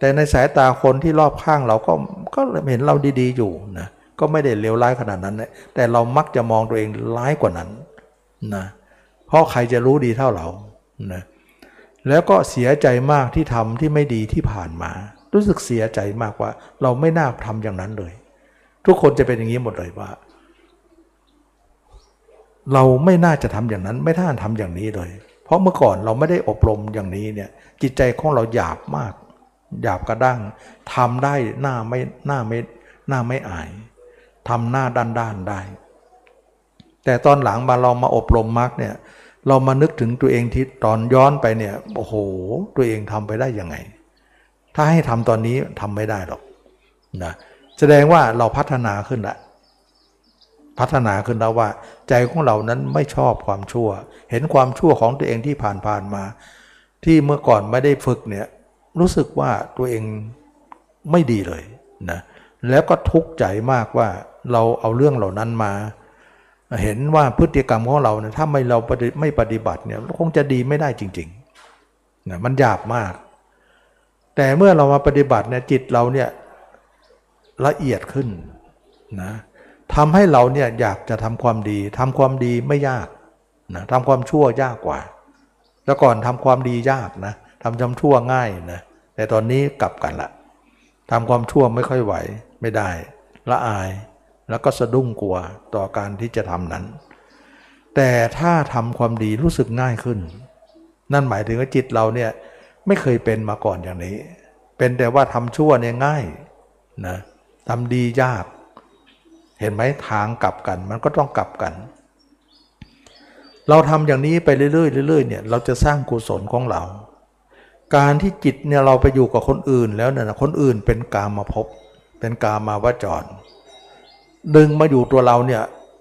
แต่ในสายตาคนที่รอบข้างเราก็เห็นเราดีๆอยู่นะก็ไม่ได้เลวร้ายขนาดนั้นนะแต่เรามักจะมองตัวเองร้ายกว่านั้นนะเพราะใครจะรู้ดีเท่าเรานะแล้วก็เสียใจมากที่ทำที่ไม่ดีที่ผ่านมารู้สึกเสียใจมากว่าเราไม่น่าทำอย่างนั้นเลยทุกคนจะเป็นอย่างนี้หมดเลยว่าเราไม่น่าจะทำอย่างนั้นไม่น่าทำอย่างนี้เลยเพราะเมื่อก่อนเราไม่ได้อบรมอย่างนี้เนี่ยจิตใจของเราหยาบมากหยาบกระด้างทำได้หน้าไม่อายทำหน้าด้านได้แต่ตอนหลังมาเรามาอบรมมรรคเนี่ยเรามานึกถึงตัวเองที่ตอนย้อนไปเนี่ยโอ้โหตัวเองทำไปได้ยังไงถ้าให้ทำตอนนี้ทำไม่ได้หรอกนะแสดงว่าเราพัฒนาขึ้นแล้วว่าใจของเรานั้นไม่ชอบความชั่วเห็นความชั่วของตัวเองที่ผ่านมาที่เมื่อก่อนไม่ได้ฝึกเนี่ยรู้สึกว่าตัวเองไม่ดีเลยนะแล้วก็ทุกข์ใจมากว่าเราเอาเรื่องเหล่านั้นมาเห็นว่าพฤติกรรมของเราเนี่ยถ้าเราไม่ปฏิบัติเนี่ยคงจะดีไม่ได้จริงๆนะมันหยาบมากแต่เมื่อเรามาปฏิบัติเนี่ยจิตเราเนี่ยละเอียดขึ้นนะทำให้เราเนี่ยอยากจะทำความดีไม่ยากนะทำความชั่วยากกว่าแล้วก่อนทำความดียากนะทำชั่วง่ายนะแต่ตอนนี้กลับกันละทำความชั่วไม่ค่อยไหวไม่ได้ละอายแล้วก็สะดุ้งกลัวต่อการที่จะทำนั้นแต่ถ้าทำความดีรู้สึกง่ายขึ้นนั่นหมายถึงว่าจิตเราเนี่ยไม่เคยเป็นมาก่อนอย่างนี้เป็นแต่ว่าทำชั่วเนี่ยง่ายนะทำดียากเห็นไหมทางกลับกันมันก็ต้องกลับกันเราทำอย่างนี้ไปเรื่อยๆเนี่ยเราจะสร้างกุศลของเราการที่จิตเนี่ยเราไปอยู่กับคนอื่นแล้วเนี่ยคนอื่นเป็นกามภพเป็นกามาวจรดึงมาอยู่ตัวเราเนี่ย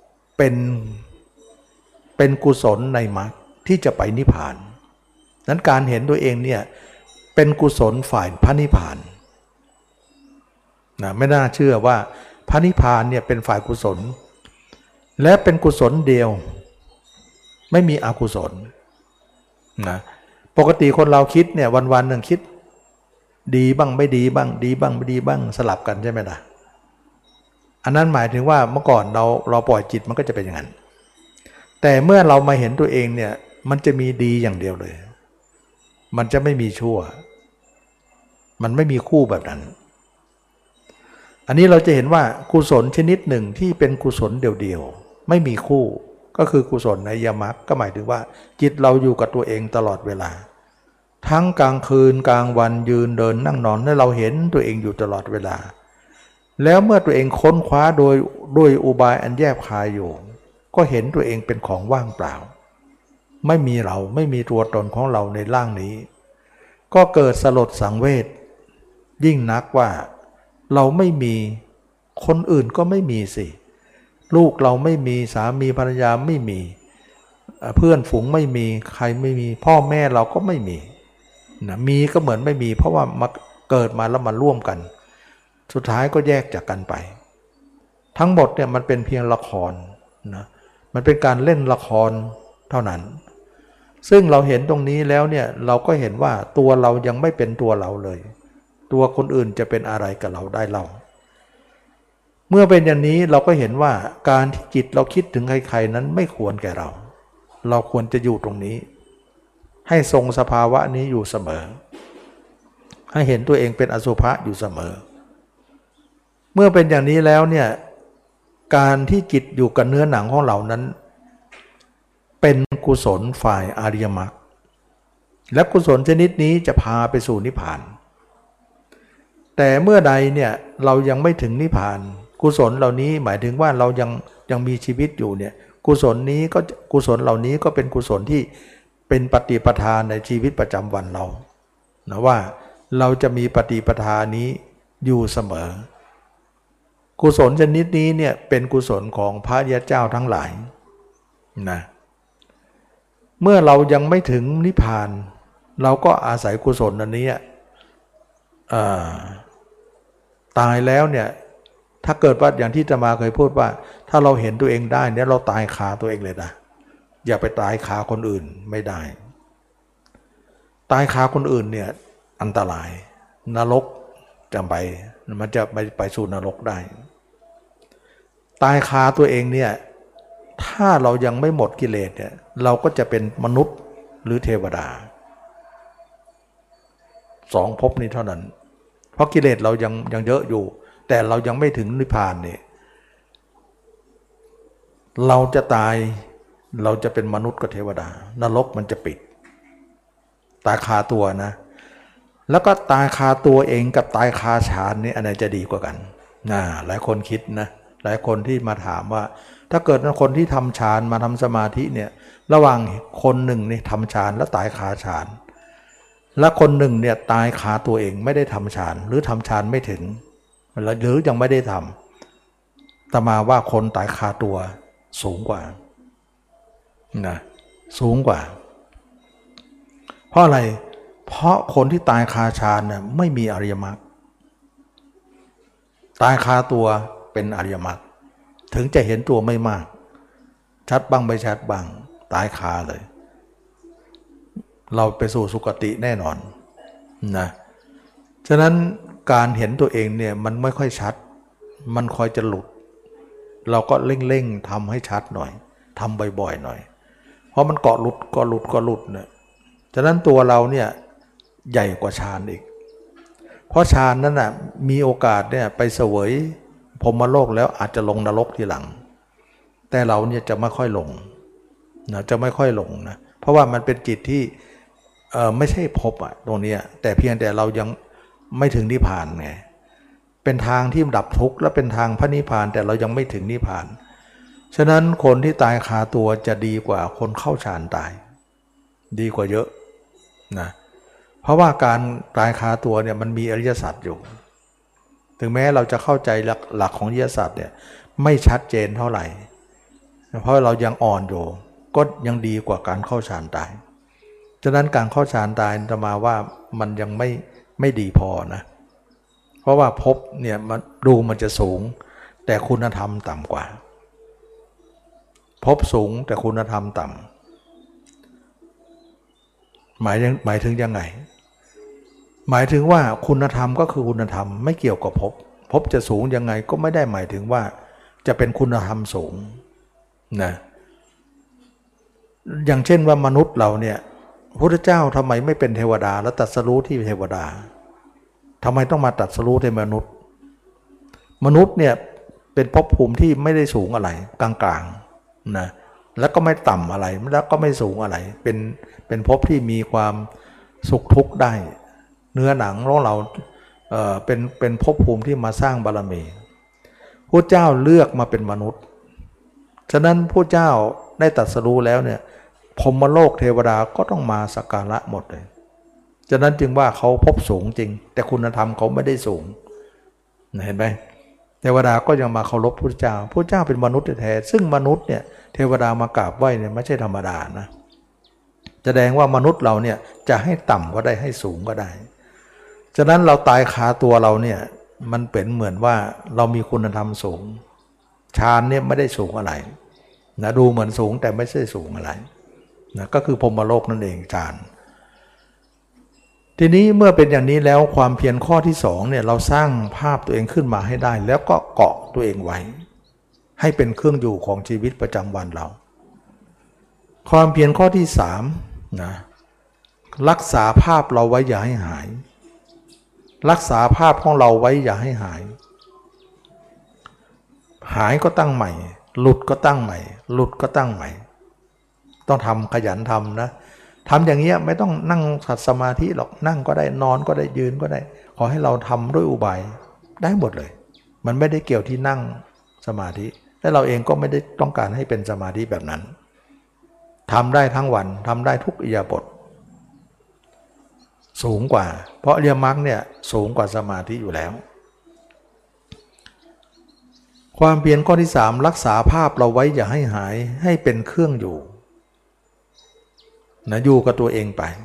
เป็นกุศลในมรรคที่จะไปนิพพานนั้นการเห็นตัวเองเนี่ยเป็นกุศลฝ่ายพระนิพพานนะไม่น่าเชื่อว่าพระนิพพานเนี่ยเป็นฝ่ายกุศลและเป็นกุศลเดียวไม่มีอกุศลนะปกติคนเราคิดเนี่ยวันๆหนึ่งคิดดีบ้างไม่ดีบ้างดีบ้างไม่ดีบ้างสลับกันใช่ไหมล่ะอันนั้นหมายถึงว่าเมื่อก่อนเราปล่อยจิตมันก็จะเป็นอย่างนั้นแต่เมื่อเรามาเห็นตัวเองเนี่ยมันจะมีดีอย่างเดียวเลยมันจะไม่มีชั่วมันไม่มีคู่แบบนั้นอันนี้เราจะเห็นว่ากุศลชนิดหนึ่งที่เป็นกุศลเดียวๆไม่มีคู่ก็คือกุศลในยมรรคก็หมายถึงว่าจิตเราอยู่กับตัวเองตลอดเวลาทั้งกลางคืนกลางวันยืนเดินนั่งนอนให้เราเห็นตัวเองอยู่ตลอดเวลาแล้วเมื่อตัวเองค้นคว้าโดยอุบายอันแยบคายอยู่ก็เห็นตัวเองเป็นของว่างเปล่าไม่มีเราไม่มีตัวตนของเราในร่างนี้ก็เกิดสลดสังเวชยิ่งนักว่าเราไม่มีคนอื่นก็ไม่มีสิลูกเราไม่มีสามีภรรยาไม่มีเพื่อนฝูงไม่มีใครไม่มีพ่อแม่เราก็ไม่มีนะมีก็เหมือนไม่มีเพราะว่ามาเกิดมาแล้วมาร่วมกันสุดท้ายก็แยกจากกันไปทั้งหมดเนี่ยมันเป็นเพียงละครนะมันเป็นการเล่นละครเท่านั้นซึ่งเราเห็นตรงนี้แล้วเนี่ยเราก็เห็นว่าตัวเรายังไม่เป็นตัวเราเลยตัวคนอื่นจะเป็นอะไรกับเราได้เล่าเมื่อเป็นอย่างนี้เราก็เห็นว่าการที่จิตเราคิดถึงใครๆนั้นไม่ควรแก่เราควรจะอยู่ตรงนี้ให้ทรงสภาวะนี้อยู่เสมอให้เห็นตัวเองเป็นอสุภะอยู่เสมอเมื่อเป็นอย่างนี้แล้วเนี่ยการที่จิตอยู่กับเนื้อหนังของเรานั้นเป็นกุศลฝ่ายอริยมรรคและกุศลชนิดนี้จะพาไปสู่นิพพานแต่เมื่อใดเนี่ยเรายังไม่ถึงนิพพานกุศลเหล่านี้หมายถึงว่าเรายังมีชีวิตอยู่เนี่ยกุศลเหล่านี้ก็เป็นกุศลที่เป็นปฏิปทาในชีวิตประจำวันเรานะว่าเราจะมีปฏิปทานี้อยู่เสมอกุศลชนิดนี้เนี่ยเป็นกุศลของพระยาเจ้าทั้งหลายนะเมื่อเรายังไม่ถึงนิพพานเราก็อาศัยกุศลอันนี้ตายแล้วเนี่ยถ้าเกิดว่าอย่างที่อาตมาเคยพูดว่าถ้าเราเห็นตัวเองได้เนี่ยเราตายขาตัวเองเลยนะอย่าไปตายขาคนอื่นไม่ได้ตายขาคนอื่นเนี่ยอันตรายนรกจะไปมันจะไปสู่นรกได้ตายคาตัวเองเนี่ยถ้าเรายังไม่หมดกิเลสเนี่ยเราก็จะเป็นมนุษย์หรือเทวดาสองภพนี้เท่านั้นเพราะกิเลสเรายังเยอะอยู่แต่เรายังไม่ถึงนิพพานเนี่ยเราจะตายเราจะเป็นมนุษย์กับเทวดานรกมันจะปิดตายคาตัวนะแล้วก็ตายคาตัวเองกับตายคาฌานนี่อันไหนจะดีกว่ากันหลายคนคิดนะหลายคนที่มาถามว่าถ้าเกิดคนที่ทำฌานมาทำสมาธิเนี่ยระหว่างคนหนึ่งนี่ทำฌานแล้วตายคาฌานและคนหนึ่งเนี่ยตายคาตัวเองไม่ได้ทำฌานหรือทำฌานไม่ถึงหรือยังไม่ได้ทำแต่มาว่าคนตายคาตัวสูงกว่านะสูงกว่าเพราะอะไรเพราะคนที่ตายคาฌานน่ะไม่มีอริยมรรคตายคาตัวเป็นอริยมรรคถึงจะเห็นตัวไม่มากชัดบ้างไม่ชัดบ้างตายคาเลยเราไปสู่สุคติแน่นอนนะฉะนั้นการเห็นตัวเองเนี่ยมันไม่ค่อยชัดมันคอยจะหลุดเราก็เร่งทำให้ชัดหน่อยทำบ่อยๆหน่อยเพราะมันเกาะหลุดก็หลุดเนี่ยฉะนั้นตัวเราเนี่ยใหญ่กว่าฌานอีกเพราะฌานนั้นน่ะมีโอกาสเนี่ยไปเสวยพรหมโลกแล้วอาจจะลงนรกทีหลังแต่เราเนี่ยจะไม่ค่อยลงนะจะไม่ค่อยลงนะเพราะว่ามันเป็นจิตที่ไม่ใช่ภพตรงนี้แต่เพียงแต่เรายังไม่ถึงนิพพานไงเป็นทางที่ดับทุกข์และเป็นทางพระนิพพานแต่เรายังไม่ถึงนิพพานฉะนั้นคนที่ตายคาตัวจะดีกว่าคนเข้าฌานตายดีกว่าเยอะนะเพราะว่าการตายคาตัวเนี่ยมันมีอริยสัจอยู่ถึงแม้เราจะเข้าใจหลักของอริยสัจเนี่ยไม่ชัดเจนเท่าไหร่เพราะเรายังอ่อนอยู่ก็ยังดีกว่าการเข้าฌานตายฉะนั้นการเข้าฌานตายจะมาว่ามันยังไม่ดีพอนะเพราะว่าภพเนี่ยมันจะสูงแต่คุณธรรมต่ำกว่าภพสูงแต่คุณธรรมต่ำหมายถึงยังไงหมายถึงว่าคุณธรรมก็คือคุณธรรมไม่เกี่ยวกับภพจะสูงยังไงก็ไม่ได้หมายถึงว่าจะเป็นคุณธรรมสูงนะอย่างเช่นว่ามนุษย์เราเนี่ยพระพุทธเจ้าทำไมไม่เป็นเทวดาแล้วตรัสรู้ที่เทวดาทำไมต้องมาตรัสรู้ในมนุษย์เนี่ยเป็นภพภูมิที่ไม่ได้สูงอะไรกลางๆนะแล้วก็ไม่ต่ำอะไรแล้วก็ไม่สูงอะไรเป็นภพที่มีความสุขทุกข์ได้เนื้อหนังของเราเป็นภพภูมิที่มาสร้างบารมีพระเจ้าเลือกมาเป็นมนุษย์ฉะนั้นพระเจ้าได้ตรัสรู้แล้วเนี่ยพรหมโลกเทวดาก็ต้องมาสักการะหมดเลยฉะนั้นจึงว่าเขาภพสูงจริงแต่คุณธรรมเขาไม่ได้สูงเห็นไหมเทวดาก็ยังมาเคารพพระเจ้าเป็นมนุษย์แท้ซึ่งมนุษย์เนี่ยเทวดามากราบไหว้เนี่ยไม่ใช่ธรรมดานะแสดงว่ามนุษย์เราเนี่ยจะให้ต่ำก็ได้ให้สูงก็ได้ฉะนั้นเราตายคาตัวเราเนี่ยมันเป็นเหมือนว่าเรามีคุณธรรมสูงฌานเนี่ยไม่ได้สูงอะไรนะดูเหมือนสูงแต่ไม่ใช่สูงอะไรนะก็คือพรหมโลกนั่นเองฌานทีนี้เมื่อเป็นอย่างนี้แล้วความเพียรข้อที่สองเนี่ยเราสร้างภาพตัวเองขึ้นมาให้ได้แล้วก็เกาะตัวเองไว้ให้เป็นเครื่องอยู่ของชีวิตประจำวันเราความเพียรข้อที่สามนะรักษาภาพเราไว้อย่าให้หายรักษาภาพของเราไว้อย่าให้หายก็ตั้งใหม่หลุดก็ตั้งใหม่หลุดก็ตั้งใหม่ต้องทำขยันทำนะทำอย่างเงี้ยไม่ต้องนั่งขัดสมาธิหรอกนั่งก็ได้นอนก็ได้ยืนก็ได้ขอให้เราทำด้วยอุบายได้หมดเลยมันไม่ได้เกี่ยวที่นั่งสมาธิและเราเองก็ไม่ได้ต้องการให้เป็นสมาธิแบบนั้นทำได้ทั้งวันทำได้ทุกอิริยาบถสูงกว่าเพราะอริยมรรคเนี่ยสูงกว่าสมาธิอยู่แล้วความเพียรข้อที่สามรักษาภาพเราไว้อย่าให้หายให้เป็นเครื่องอยู่นะอยู่กับตัวเองไป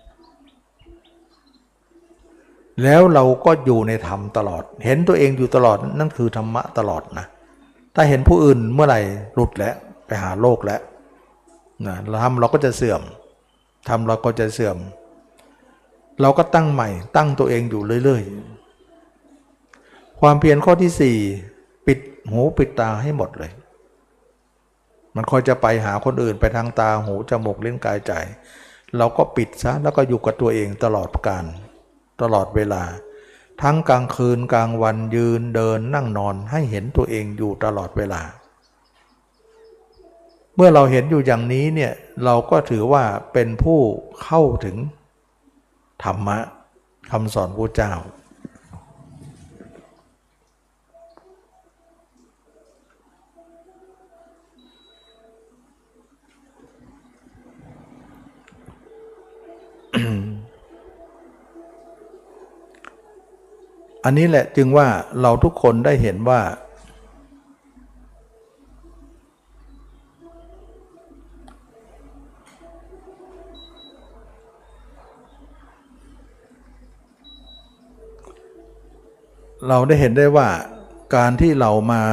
แล้วเราก็อยู่ในธรรมตลอดเห็นตัวเองอยู่ตลอดนั่นคือธรรมะตลอดนะถ้าเห็นผู้อื่นเมื่อไหร่หลุดแล้วไปหาโลกแล้วนะธรรมเราก็จะเสื่อมธรรมเราก็จะเสื่อมเราก็ตั้งใหม่ตั้งตัวเองอยู่เรื่อยๆความเพียรข้อที่ 4ปิดหูปิดตาให้หมดเลยมันคอยจะไปหาคนอื่นไปทางตาหูจมูกลิ้นกายใจเราก็ปิดซะแล้วก็อยู่กับตัวเองตลอดกาลตลอดเวลาทั้งกลางคืนกลางวันยืนเดินนั่งนอนให้เห็นตัวเองอยู่ตลอดเวลาเมื่อเราเห็นอยู่อย่างนี้เนี่ยเราก็ถือว่าเป็นผู้เข้าถึงธรรมะคำสอนพระเจ้าอันนี้แหละจึงว่าเราทุกคนได้เห็นว่าเราได้เห็นได้ว่าการที่เรา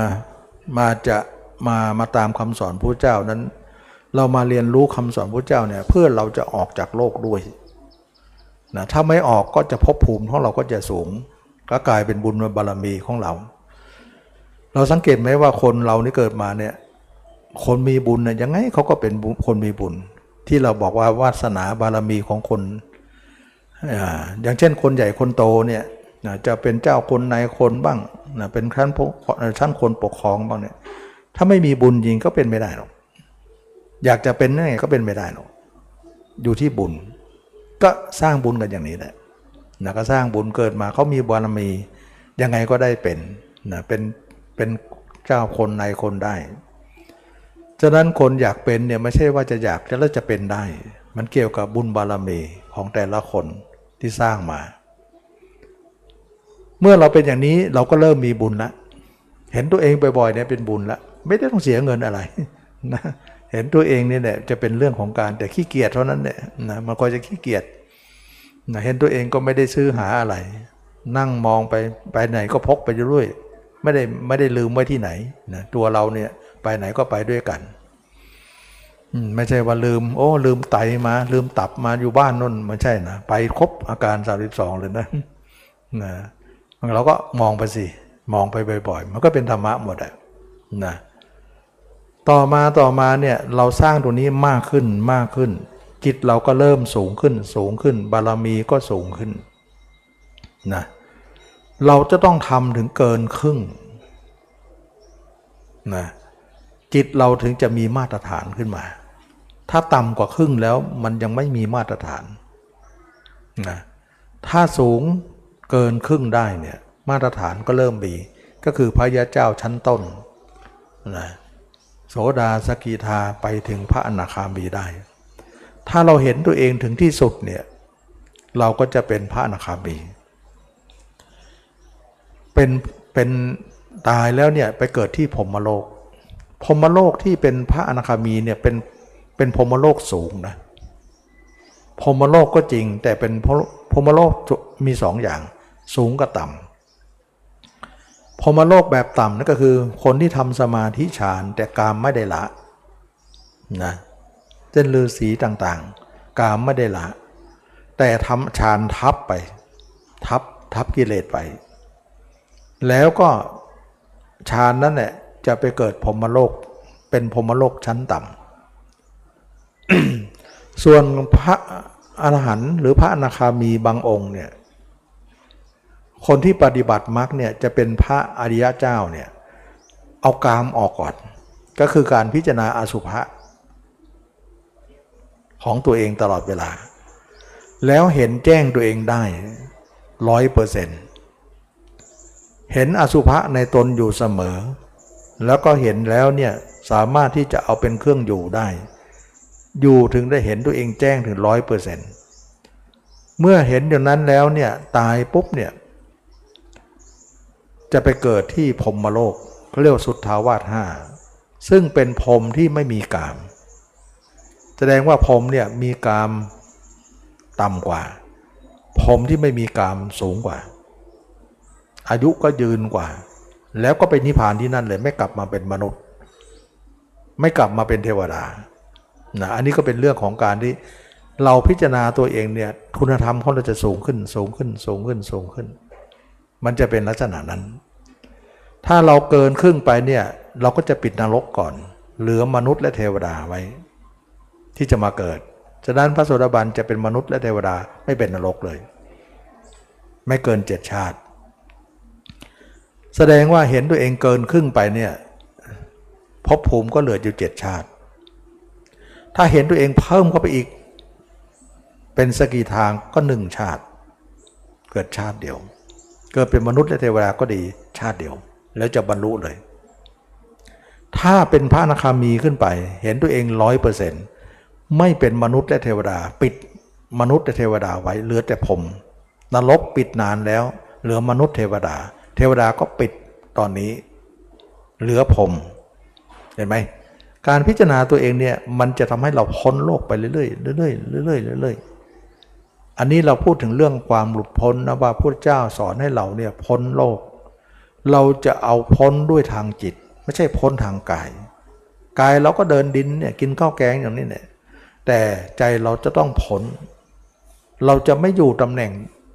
มาตามคำสอนพระเจ้านั้นเรามาเรียนรู้คำสอนพระเจ้าเนี่ยเพื่อเราจะออกจากโลกด้วยนะถ้าไม่ออกก็จะภพภูมิของเราก็จะสูงก็กลายเป็นบุญบารมีของเราสังเกตไหมว่าคนเรานี่เกิดมาเนี่ยคนมีบุญเนี่ยยังไงเขาก็เป็นคนมีบุญที่เราบอกว่าวาสนาบารมีของคนอย่างเช่นคนใหญ่คนโตเนี่ยจะเป็นเจ้าคนนายคนบ้างเป็นชั้นคนปกครองบ้างเนี่ยถ้าไม่มีบุญจริงก็เป็นไม่ได้หรอกอยากจะเป็นยังไงก็เป็นไม่ได้หรอกอยู่ที่บุญก็สร้างบุญกันอย่างนี้แหละก็สร้างบุญเกิดมาเขามีบารมียังไงก็ได้เป็นเป็นเจ้าคนนายคนได้ฉะนั้นคนอยากเป็นเนี่ยไม่ใช่ว่าจะอยากแล้วจะเป็นได้มันเกี่ยวกับบุญบารมีของแต่ละคนที่สร้างมาเมื่อเราเป็นอย่างนี้เราก็เริ่มมีบุญละเห็นตัวเองบ่อยๆเนี่ยเป็นบุญละไม่ได้ต้องเสียเงินอะไรนะเห็นตัวเองนี่แหละจะเป็นเรื่องของการแต่ขี้เกียจเท่านั้นแหละนะมันก็จะขี้เกียจนะเห็นตัวเองก็ไม่ได้ซื้อหาอะไรนั่งมองไปไหนก็พกไปเรื่อยไม่ได้ลืมไว้ที่ไหนนะตัวเราเนี่ยไปไหนก็ไปด้วยกันไม่ใช่ว่าลืมไตมาลืมตับมาอยู่บ้านนั่นไม่ใช่นะไปครบอาการ32เลยนะเราก็มองไปสิมองไปบ่อยๆมันก็เป็นธรรมะหมดอ่ะนะต่อมาเนี่ยเราสร้างตัวนี้มากขึ้นจิตเราก็เริ่มสูงขึ้นบารมีก็สูงขึ้นนะเราจะต้องทำถึงเกินครึ่งนะจิตเราถึงจะมีมาตรฐานขึ้นมาถ้าต่ำกว่าครึ่งแล้วมันยังไม่มีมาตรฐานนะถ้าสูงเกินครึ่งได้เนี่ยมาตรฐานก็เริ่มมีก็คือพระยาเจ้าชั้นต้นนะโสดาสกิทาไปถึงพระอนาคามีได้ถ้าเราเห็นตัวเองถึงที่สุดเนี่ยเราก็จะเป็นพระอนาคามีเป็นตายแล้วเนี่ยไปเกิดที่พรหมโลกที่เป็นพระอนาคามีเนี่ยเป็นพรหมโลกสูงนะพรหมโลกก็จริงแต่เป็นพรหมโลกมี2 อย่างสูงกับต่ำพรหมโลกแบบต่ำนั่นก็คือคนที่ทำสมาธิฌานแต่กามไม่ได้ละนะเช่นฤาษีต่างๆกามไม่ได้ละแต่ทำฌานทับไปทับกิเลสไปแล้วก็ฌานนั้นแหละจะไปเกิดพรหมโลกเป็นพรหมโลกชั้นต่ำ ส่วนพระอรหันต์หรือพระอนาคามีบางองค์เนี่ยคนที่ปฏิบัติมรรคเนี่ยจะเป็นพระอริยเจ้าเนี่ยเอากามออกก่อนก็คือการพิจารณาอสุภะของตัวเองตลอดเวลาแล้วเห็นแจ้งตัวเองได้ 100%เห็นอสุภะในตนอยู่เสมอแล้วก็เห็นแล้วเนี่ยสามารถที่จะเอาเป็นเครื่องอยู่ได้อยู่ถึงได้เห็นตัวเองแจ้งถึง 100% เมื่อเห็นอย่างนั้นแล้วเนี่ยตายปุ๊บเนี่ยจะไปเกิดที่พรหมโลกเขาเรียกว่าสุทธาวาส5ซึ่งเป็นพรหมที่ไม่มีกามแสดงว่าพรหมเนี่ยมีกามต่ำกว่าพรหมที่ไม่มีกามสูงกว่าอายุก็ยืนกว่าแล้วก็ไปนิพพานที่นั่นเลยไม่กลับมาเป็นมนุษย์ไม่กลับมาเป็นเทวดานะอันนี้ก็เป็นเรื่องของการที่เราพิจารณาตัวเองเนี่ยคุณธรรมของเราจะสูงขึ้นสูงขึ้นสูงขึ้นสูงขึ้นมันจะเป็นลักษณะนั้นถ้าเราเกินครึ่งไปเนี่ยเราก็จะปิดนรกก่อนเหลือมนุษย์และเทวดาไว้ที่จะมาเกิดฉะนั้นพระโสดาบันจะเป็นมนุษย์และเทวดาไม่เป็นนรกเลยไม่เกิน7 ชาติแสดงว่าเห็นตัวเองเกินครึ่งไปเนี่ยภพภูมิก็เหลืออยู่7 ชาติถ้าเห็นตัวเองเพิ่มเข้าไปอีกเป็นสกิทางก็1 ชาติเกิดชาติเดียวเกิดเป็นมนุษย์และเทวดาก็ดีชาติเดียวแล้วจะบรรลุเลยถ้าเป็นพระอนาคามีขึ้นไปเห็นตัวเอง 100% ไม่เป็นมนุษย์และเทวดาปิดมนุษย์และเทวดาไว้เหลือแต่พรหมนรกปิดนานแล้วเหลือมนุษย์เทวดาเทวดาก็ปิดตอนนี้เหลือพรหมเห็นไหมการพิจารณาตัวเองเนี่ยมันจะทำให้เราพ้นโลกไปเรื่อยๆเรื่อยๆเรื่อยๆเรื่อยๆอันนี้เราพูดถึงเรื่องความหลุดพ้นนะว่าพระเจ้าสอนให้เราเนี่ยพ้นโลกเราจะเอาพ้นด้วยทางจิตไม่ใช่พ้นทางกายกายเราก็เดินดินเนี่ยกินข้าวแกงอย่างนี้เนี่ยแต่ใจเราจะต้องพ้นเราจะไม่อยู่ตำแหน่ง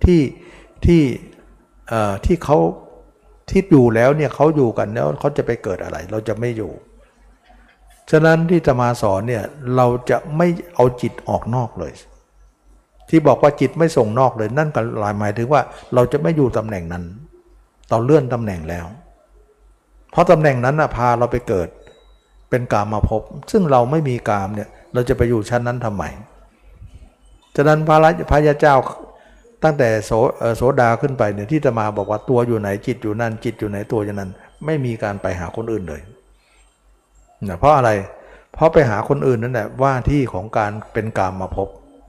ที่เขาที่อยู่แล้วเนี่ยเขาอยู่กันแล้วเขาจะไปเกิดอะไรเราจะไม่อยู่ฉะนั้นที่จะมาสอนเนี่ยเราจะไม่เอาจิตออกนอกเลยที่บอกว่าจิตไม่ส่งนอกเลยนั่นก็หมายถึงว่าเราจะไม่อยู่ตำแหน่งนั้นเราเลื่อนตำแหน่งแล้วเพราะตำแหน่งนั้นพาเราไปเกิดเป็นกามภพซึ่งเราไม่มีกามเนี่ยเราจะไปอยู่ชั้นนั้นทำไมฉะนั้นพระยาเจ้าตั้งแต่โสดาขึ้นไปเนี่ยที่จะมาบอกว่าตัวอยู่ไหนจิตอยู่นั่นจิตอยู่ไหนตัวอยู่นั้นไม่มีการไปหาคนอื่นเลยนะเพราะอะไรเพราะไปหาคนอื่นนั่นแหละว่าที่ของการเป็นกามภพ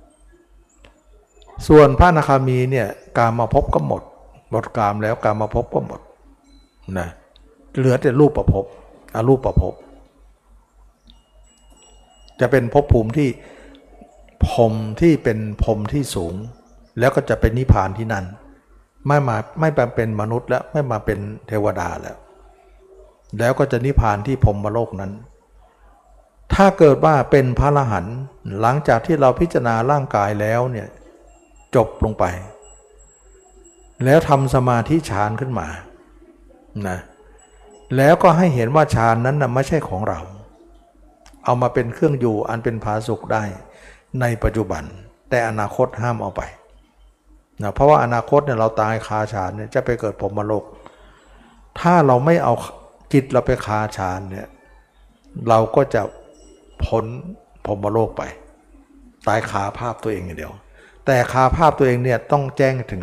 ส่วนพระอนาคามีเนี่ยกามภพก็หมดกามแล้วกามภพก็หมดนะเหลือแต่รูปภพอรูปภพจะเป็นภพภูมิที่พรหมที่เป็นพรหมที่สูงแล้วก็จะเป็นนิพพานที่นั่นไม่มาเป็นมนุษย์แล้วไม่มาเป็นเทวดาแล้วก็จะนิพพานที่พรหมโลกนั้นถ้าเกิดว่าเป็นพระอรหันต์หลังจากที่เราพิจารณาร่างกายแล้วเนี่ยจบลงไปแล้วทำสมาธิฌานขึ้นมานะแล้วก็ให้เห็นว่าฌานนั้นไม่ใช่ของเราเอามาเป็นเครื่องอยู่อันเป็นผาสุกได้ในปัจจุบันแต่อนาคตห้ามเอาไปนะเพราะว่าอนาคตเนี่ยเราตายคาฌานเนี่ยจะไปเกิดพรหมโลกถ้าเราไม่เอาจิตเราไปคาฌานเนี่ยเราก็จะพ้นพรหมโลกไปตายคาภาพตัวเองอย่างเดียวแต่คาภาพตัวเองเนี่ยต้องแจ้งถึง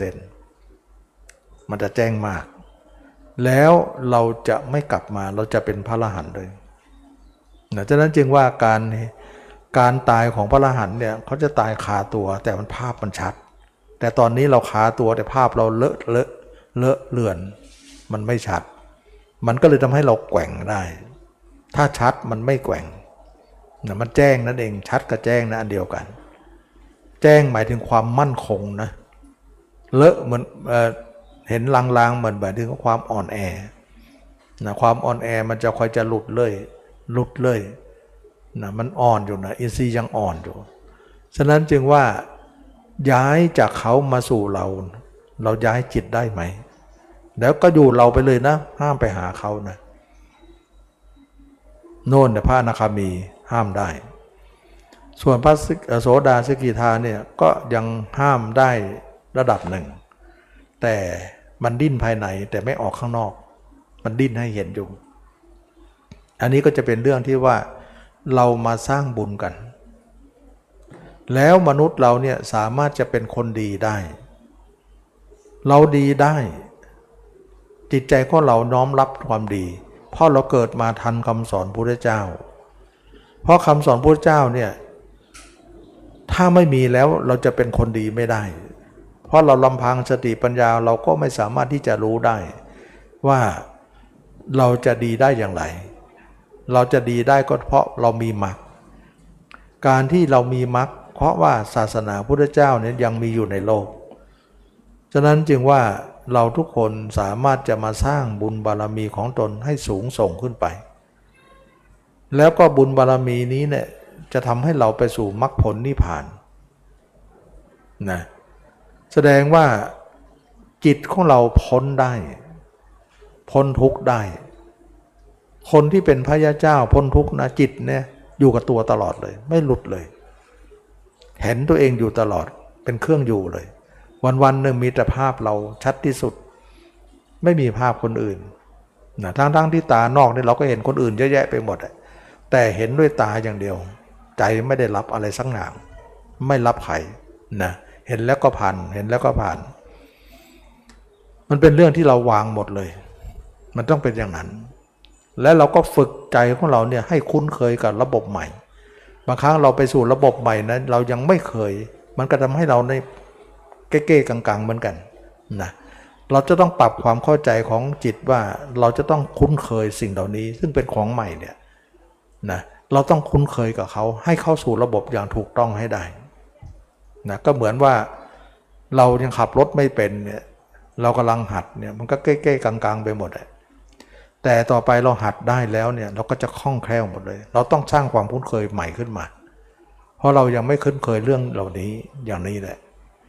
100% มันจะแจ้งมากแล้วเราจะไม่กลับมาเราจะเป็นพระอรหันต์เลยนะฉะนั้นจึงว่าการตายของพระอรหันต์เนี่ยเขาจะตายคาตัวแต่มันภาพมันชัดแต่ตอนนี้เราคาตัวแต่ภาพเราเลอะเลือนมันไม่ชัดมันก็เลยทำให้เราแกว่งได้ถ้าชัดมันไม่แกว่งนะมันแจ้งนั่นเองชัดกับแจ้งนะอันเดียวกันแจ้งหมายถึงความมั่นคงนะเลอะเหมือนเห็นลางๆเหมือนหมายถึงความอ่อนแอนะความอ่อนแอมันจะคอยจะหลุดเลยนะมันอ่อนอยู่นะอินทรีย์ยังอ่อนอยู่ฉะนั้นจึงว่าย้ายจากเขามาสู่เราย้ายจิตได้ไหมแล้วก็อยู่เราไปเลยนะห้ามไปหาเขานะโน่นแต่พระอนาคามีห้ามได้ส่วนพระโสดาสกิทาเนี่ยก็ยังห้ามได้ระดับหนึ่งแต่มันดิ้นภายในแต่ไม่ออกข้างนอกมันดิ้นให้เห็นอยู่อันนี้ก็จะเป็นเรื่องที่ว่าเรามาสร้างบุญกันแล้วมนุษย์เราเนี่ยสามารถจะเป็นคนดีได้เราดีได้จิตใจของเราน้อมรับความดีเพราะเราเกิดมาทันคำสอนพระพุทธเจ้าเพราะคำสอนพระพุทธเจ้าเนี่ยถ้าไม่มีแล้วเราจะเป็นคนดีไม่ได้เพราะเราลำพังสติปัญญาเราก็ไม่สามารถที่จะรู้ได้ว่าเราจะดีได้อย่างไรเราจะดีได้ก็เพราะเรามีมรรคการที่เรามีมรรคเพราะว่าศาสนาพุทธเจ้าเนี่ยยังมีอยู่ในโลกฉะนั้นจึงว่าเราทุกคนสามารถจะมาสร้างบุญบารมีของตนให้สูงส่งขึ้นไปแล้วก็บุญบารมีนี้เนี่ยจะทำให้เราไปสู่มรรคผลนิพพานนะแสดงว่าจิตของเราพ้นได้พ้นทุกข์ได้คนที่เป็นพระยาเจ้าพ้นทุกข์นะจิตเนี่ยอยู่กับตัวตลอดเลยไม่หลุดเลยเห็นตัวเองอยู่ตลอดเป็นเครื่องอยู่เลยวันๆหนึ่งมีแต่ภาพเราชัดที่สุดไม่มีภาพคนอื่นนะทั้งที่ตานอกนี่เราก็เห็นคนอื่นเยอะแยะไปหมดแต่เห็นด้วยตาอย่างเดียวใจไม่ได้รับอะไรสักอย่างไม่รับใครนะเห็นแล้วก็ผ่านเห็นแล้วก็ผ่านมันเป็นเรื่องที่เราวางหมดเลยมันต้องเป็นอย่างนั้นและเราก็ฝึกใจของเราเนี่ยให้คุ้นเคยกับระบบใหม่บางครั้งเราไปสู่ระบบใหม่นะเรายังไม่เคยมันก็ทำให้เราในเก้ๆกังๆเหมือนกันนะเราจะต้องปรับความเข้าใจของจิตว่าเราจะต้องคุ้นเคยสิ่งเหล่านี้ซึ่งเป็นของใหม่เนี่ยนะเราต้องคุ้นเคยกับเขาให้เข้าสู่ระบบอย่างถูกต้องให้ได้นะก็เหมือนว่าเรายังขับรถไม่เป็นเนี่ยเรากำลังหัดเนี่ยมันก็เก้ๆกังๆไปหมดแต่ต่อไปเราหัดได้แล้วเนี่ยเราก็จะคล่องแคล่วหมดเลยเราต้องสร้างความคุ้นเคยใหม่ขึ้นมาเพราะเรายังไม่คุ้นเคยเรื่องเหล่านี้อย่างนี้แหละ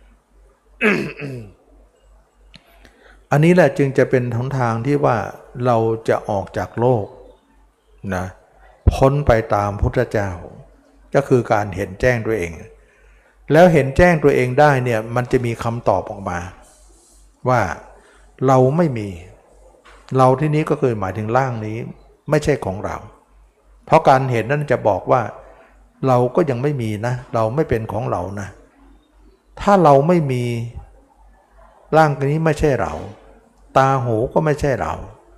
อันนี้แหละจึงจะเป็นหนทางที่ว่าเราจะออกจากโลกนะพ้นไปตามพุทธเจ้าก็คือการเห็นแจ้งตัวเองแล้วเห็นแจ้งตัวเองได้เนี่ยมันจะมีคำตอบออกมาว่าเราไม่มีเราที่นี้ก็คือหมายถึงร่างนี้ไม่ใช่ของเราเพราะการเห็นนั้นจะบอกว่าเราก็ยังไม่มีนะเราไม่เป็นของเรานะถ้าเราไม่มีร่างนี้ไม่ใช่เราตาหูก็ไม่ใช่เรา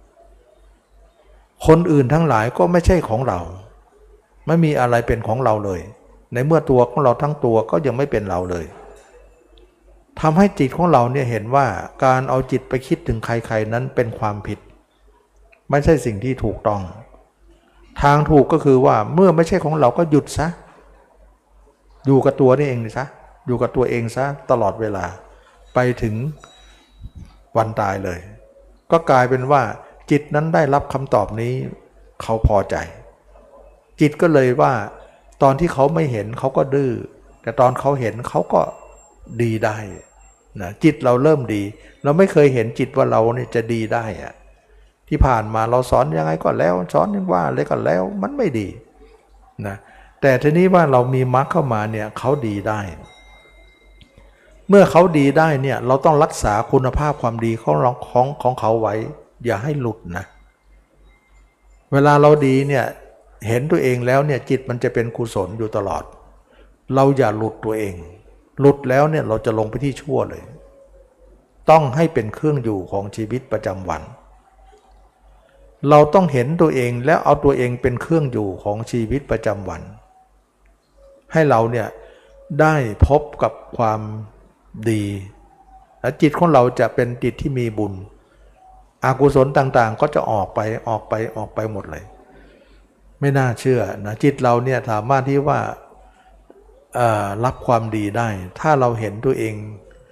คนอื่นทั้งหลายก็ไม่ใช่ของเราไม่มีอะไรเป็นของเราเลยในเมื่อตัวของเราทั้งตัวก็ยังไม่เป็นเราเลยทำให้จิตของเราเนี่ยเห็นว่าการเอาจิตไปคิดถึงใครๆนั้นเป็นความผิดไม่ใช่สิ่งที่ถูกต้องทางถูกก็คือว่าเมื่อไม่ใช่ของเราก็หยุดซะอยู่กับตัวนี่เองซะอยู่กับตัวเองซะตลอดเวลาไปถึงวันตายเลยก็กลายเป็นว่าจิตนั้นได้รับคำตอบนี้เขาพอใจจิตก็เลยว่าตอนที่เขาไม่เห็นเขาก็ดื้อแต่ตอนเขาเห็นเขาก็ดีได้นะจิตเราเริ่มดีเราไม่เคยเห็นจิตว่าเราเนี่ยจะดีได้อะที่ผ่านมาเราสอนยังไงก็แล้วสอนยังว่าอะไรก็แล้วมันไม่ดีนะแต่ทีนี้ว่าเรามีมรรคเข้ามาเนี่ยเขาดีได้เมื่อเขาดีได้เนี่ยเราต้องรักษาคุณภาพความดีของเขาไว้อย่าให้หลุดนะเวลาเราดีเนี่ยเห็นตัวเองแล้วเนี่ยจิตมันจะเป็นกุศลอยู่ตลอดเราอย่าหลุดตัวเองหลุดแล้วเนี่ยเราจะลงไปที่ชั่วเลยต้องให้เป็นเครื่องอยู่ของชีวิตประจำวันเราต้องเห็นตัวเองแล้วเอาตัวเองเป็นเครื่องอยู่ของชีวิตประจำวันให้เราเนี่ยได้พบกับความดีและจิตของเราจะเป็นจิตที่มีบุญอกุศลต่างๆก็จะออกไปหมดเลยไม่น่าเชื่อนะจิตเราเนี่ยสามารถที่ว่ารับความดีได้ถ้าเราเห็นตัวเอง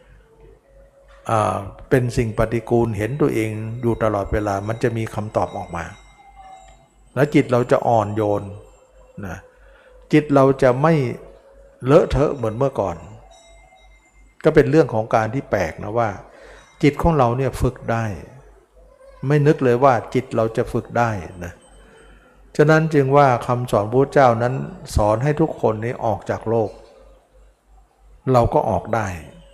เป็นสิ่งปฏิกูลเห็นตัวเองอยู่ตลอดเวลามันจะมีคำตอบออกมาแล้วจิตเราจะอ่อนโยนนะจิตเราจะไม่เลอะเทอะเหมือนเมื่อก่อนก็เป็นเรื่องของการที่แปลกนะว่าจิตของเราเนี่ยฝึกได้ไม่นึกเลยว่าจิตเราจะฝึกได้นะฉะนั้นจึงว่าคำสอนพระเจ้านั้นสอนให้ทุกคนนี้ออกจากโลกเราก็ออกได้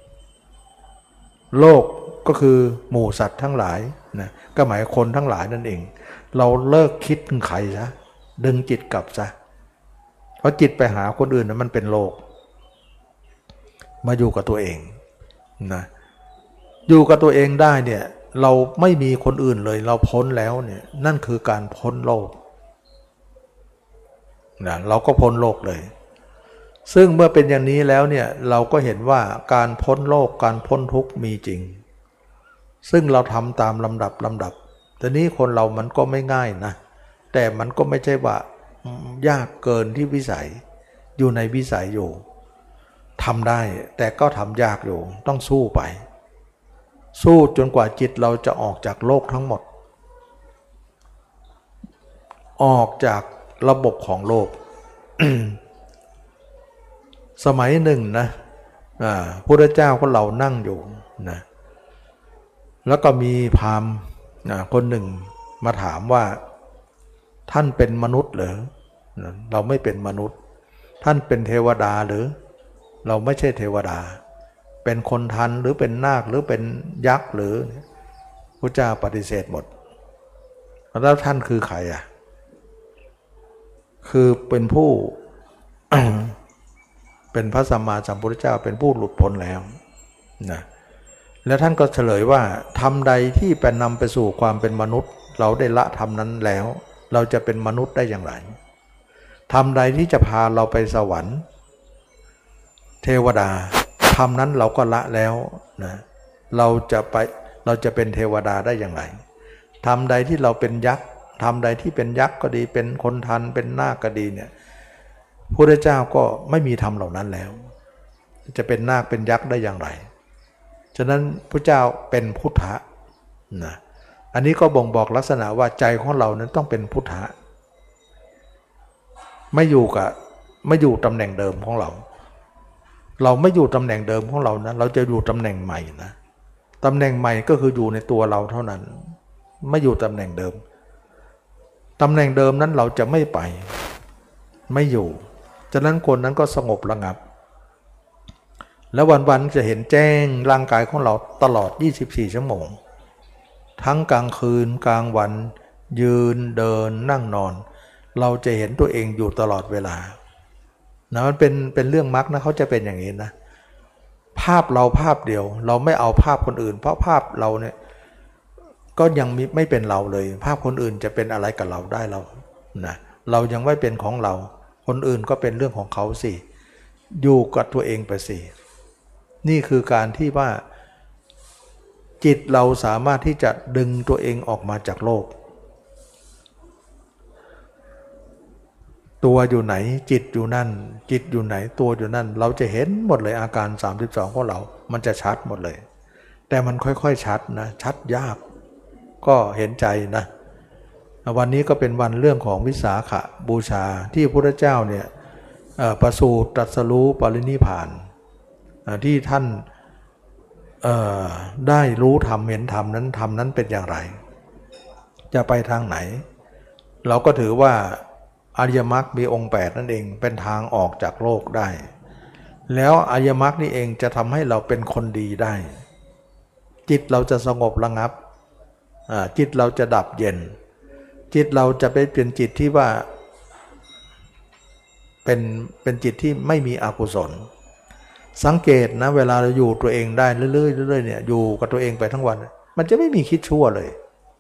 โลกก็คือหมู่สัตว์ทั้งหลายนะก็หมายคนทั้งหลายนั่นเองเราเลิกคิดถึงใครซะดึงจิตกลับซะเพราะจิตไปหาคนอื่นนั้นมันเป็นโลกมาอยู่กับตัวเองนะอยู่กับตัวเองได้เนี่ยเราไม่มีคนอื่นเลยเราพ้นแล้วเนี่ยนั่นคือการพ้นโลกนะเราก็พ้นโลกเลยซึ่งเมื่อเป็นอย่างนี้แล้วเนี่ยเราก็เห็นว่าการพ้นโลกการพ้นทุกข์มีจริงซึ่งเราทำตามลำดับแต่นี้คนเรามันก็ไม่ง่ายนะแต่มันก็ไม่ใช่ว่ายากเกินที่วิสัยอยู่ในวิสัยอยู่ทำได้แต่ก็ทำยากอยู่ต้องสู้ไปสู้จนกว่าจิตเราจะออกจากโลกทั้งหมดออกจากระบบของโลก สมัยหนึ่งนะพุทธเจ้าก็เรานั่งอยู่นะแล้วก็มีพราหมณ์คนหนึ่งมาถามว่าท่านเป็นมนุษย์เหรอเราไม่เป็นมนุษย์ท่านเป็นเทวดาหรือเราไม่ใช่เทวดาเป็นคนทันหรือเป็นนาคหรือเป็นยักษ์หรือพระเจ้าปฏิเสธหมดแล้วท่านคือใครคือเป็นผู้ เป็นพระสัมมาสัมพุทธเจ้าเป็นผู้หลุดพ้นแล้วนะแล้วท่านก็เฉลยว่าธรรมใดที่เป็นนำไปสู่ความเป็นมนุษย์เราได้ละธรรมนั้นแล้วเราจะเป็นมนุษย์ได้อย่างไรธรรมใดที่จะพาเราไปสวรรค์เทวดาธรรมนั้นเราก็ละแล้วนะเราจะเป็นเทวดาได้อย่างไรธรรมใดที่เราเป็นยักษ์ธรรมใดที่เป็นยักษ์ก็ดีเป็นคนทันเป็นนาคก็ดีเนี่ยพระพุทธเจ้าก็ไม่มีธรรมเหล่านั้นแล้วจะเป็นนาคเป็นยักษ์ได้อย่างไรฉะนั้นพระเจ้าเป็นพุทธะนะอันนี้ก็บ่งบอกลักษณะว่าใจของเรานั้นต้องเป็นพุทธะไม่อยู่ตำแหน่งเดิมของเราไม่อยู่ตำแหน่งเดิมของเรานะเราจะอยู่ตำแหน่งใหม่นะตำแหน่งใหม่ก็คืออยู่ในตัวเราเท่านั้นไม่อยู่ตำแหน่งเดิมตำแหน่งเดิมนั้นเราจะไม่ไปไม่อยู่ฉะนั้นคนนั้นก็สงบระงับแล้ววันๆจะเห็นแจ้งร่างกายของเราตลอด24ชั่วโมงทั้งกลางคืนกลางวันยืนเดินนั่งนอนเราจะเห็นตัวเองอยู่ตลอดเวลานะมันเป็นเรื่องมรรคนะเขาจะเป็นอย่างนี้นะภาพเราภาพเดียวเราไม่เอาภาพคนอื่นเพราะภาพเราเนี่ยก็ยังไม่เป็นเราเลยภาพคนอื่นจะเป็นอะไรกับเราได้นะเรายังไม่เป็นของเราคนอื่นก็เป็นเรื่องของเขาสิอยู่กับตัวเองไปสินี่คือการที่ว่าจิตเราสามารถที่จะดึงตัวเองออกมาจากโลกตัวอยู่ไหนจิตอยู่นั่นจิตอยู่ไหนตัวอยู่นั่นเราจะเห็นหมดเลยอาการ32ของเรามันจะชัดหมดเลยแต่มันค่อยๆชัดนะชัดยากก็เห็นใจนะวันนี้ก็เป็นวันเรื่องของวิสาขบูชาที่พระพุทธเจ้าเนี่ยประสูติตรัสรู้ปรินิพพานที่ท่านได้รู้ธรรมเห็นธรรมนั้นเป็นอย่างไรจะไปทางไหนเราก็ถือว่าอริยมรรคมีองค์8นั่นเองเป็นทางออกจากโลกได้แล้วอริยมรรคนี่เองจะทำให้เราเป็นคนดีได้จิตเราจะสงบระงับจิตเราจะดับเย็นจิตเราจะไปเป็นจิตที่ว่าเป็นจิตที่ไม่มีอกุศลสังเกตนะเวลาเราอยู่ตัวเองได้เรื่อยๆเรื่อยๆเนี่ยอยู่กับตัวเองไปทั้งวันมันจะไม่มีคิดชั่วเลย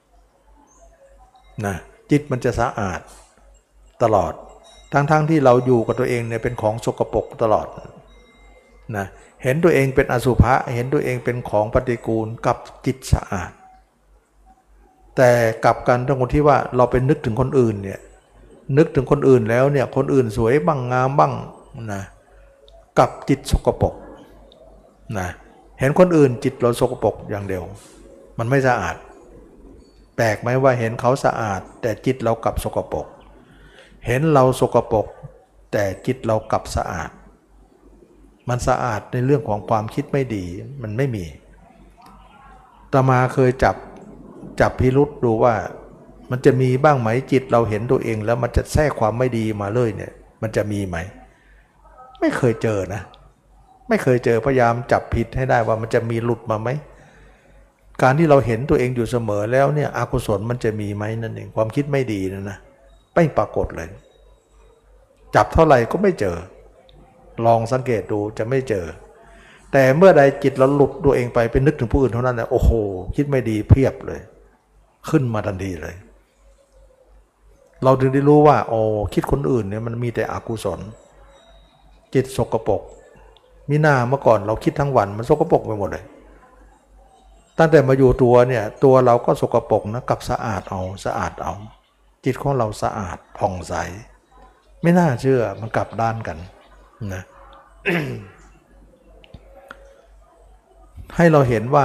นะจิตมันจะสะอาดตลอดทั้งที่เราอยู่กับตัวเองเนี่ยเป็นของสกปรกตลอดนะเห็นตัวเองเป็นอสุภะเห็นตัวเองเป็นของปฏิกูลกับจิตสะอาดแต่กลับกันตรงที่ว่าเราเป็นนึกถึงคนอื่นเนี่ยนึกถึงคนอื่นแล้วเนี่ยคนอื่นสวยบ้างงามบ้างนะกับจิตสกปรกนะเห็นคนอื่นจิตเราสกปรกอย่างเดียวมันไม่สะอาดแปลกไหมว่าเห็นเขาสะอาดแต่จิตเรากลับสกปรกเห็นเราสกปรกแต่จิตเรากลับสะอาดมันสะอาดในเรื่องของความคิดไม่ดีมันไม่มีอาตมาเคยจับพิรุษดูว่ามันจะมีบ้างไหมจิตเราเห็นตัวเองแล้วมันจะแทรกความไม่ดีมาเลยเนี่ยมันจะมีไหมไม่เคยเจอนะไม่เคยเจอพยายามจับผิดให้ได้ว่ามันจะมีหลุดมาไหมการที่เราเห็นตัวเองอยู่เสมอแล้วเนี่ยอกุศลมันจะมีไหมนั่นเองความคิดไม่ดีนะไม่ปรากฏเลยจับเท่าไหร่ก็ไม่เจอลองสังเกตดูจะไม่เจอแต่เมื่อใดจิตเราหลุดตัวเองไปเป็นนึกถึงผู้อื่นเท่านั้นแหละโอ้โหคิดไม่ดีเพียบเลยขึ้นมาทันทีเลยเราถึงได้รู้ว่าโอ้คิดคนอื่นเนี่ยมันมีแต่อกุศลจิตสกปรกมิน่าเมื่อก่อนเราคิดทั้งวันมันสกปรกไปหมดเลยตั้งแต่มาอยู่ตัวเนี่ยตัวเราก็สกปรกนะกับสะอาดเอาจิตของเราสะอาดผ่องใสไม่น่าเชื่อมันกลับด้านกันนะ ให้เราเห็นว่า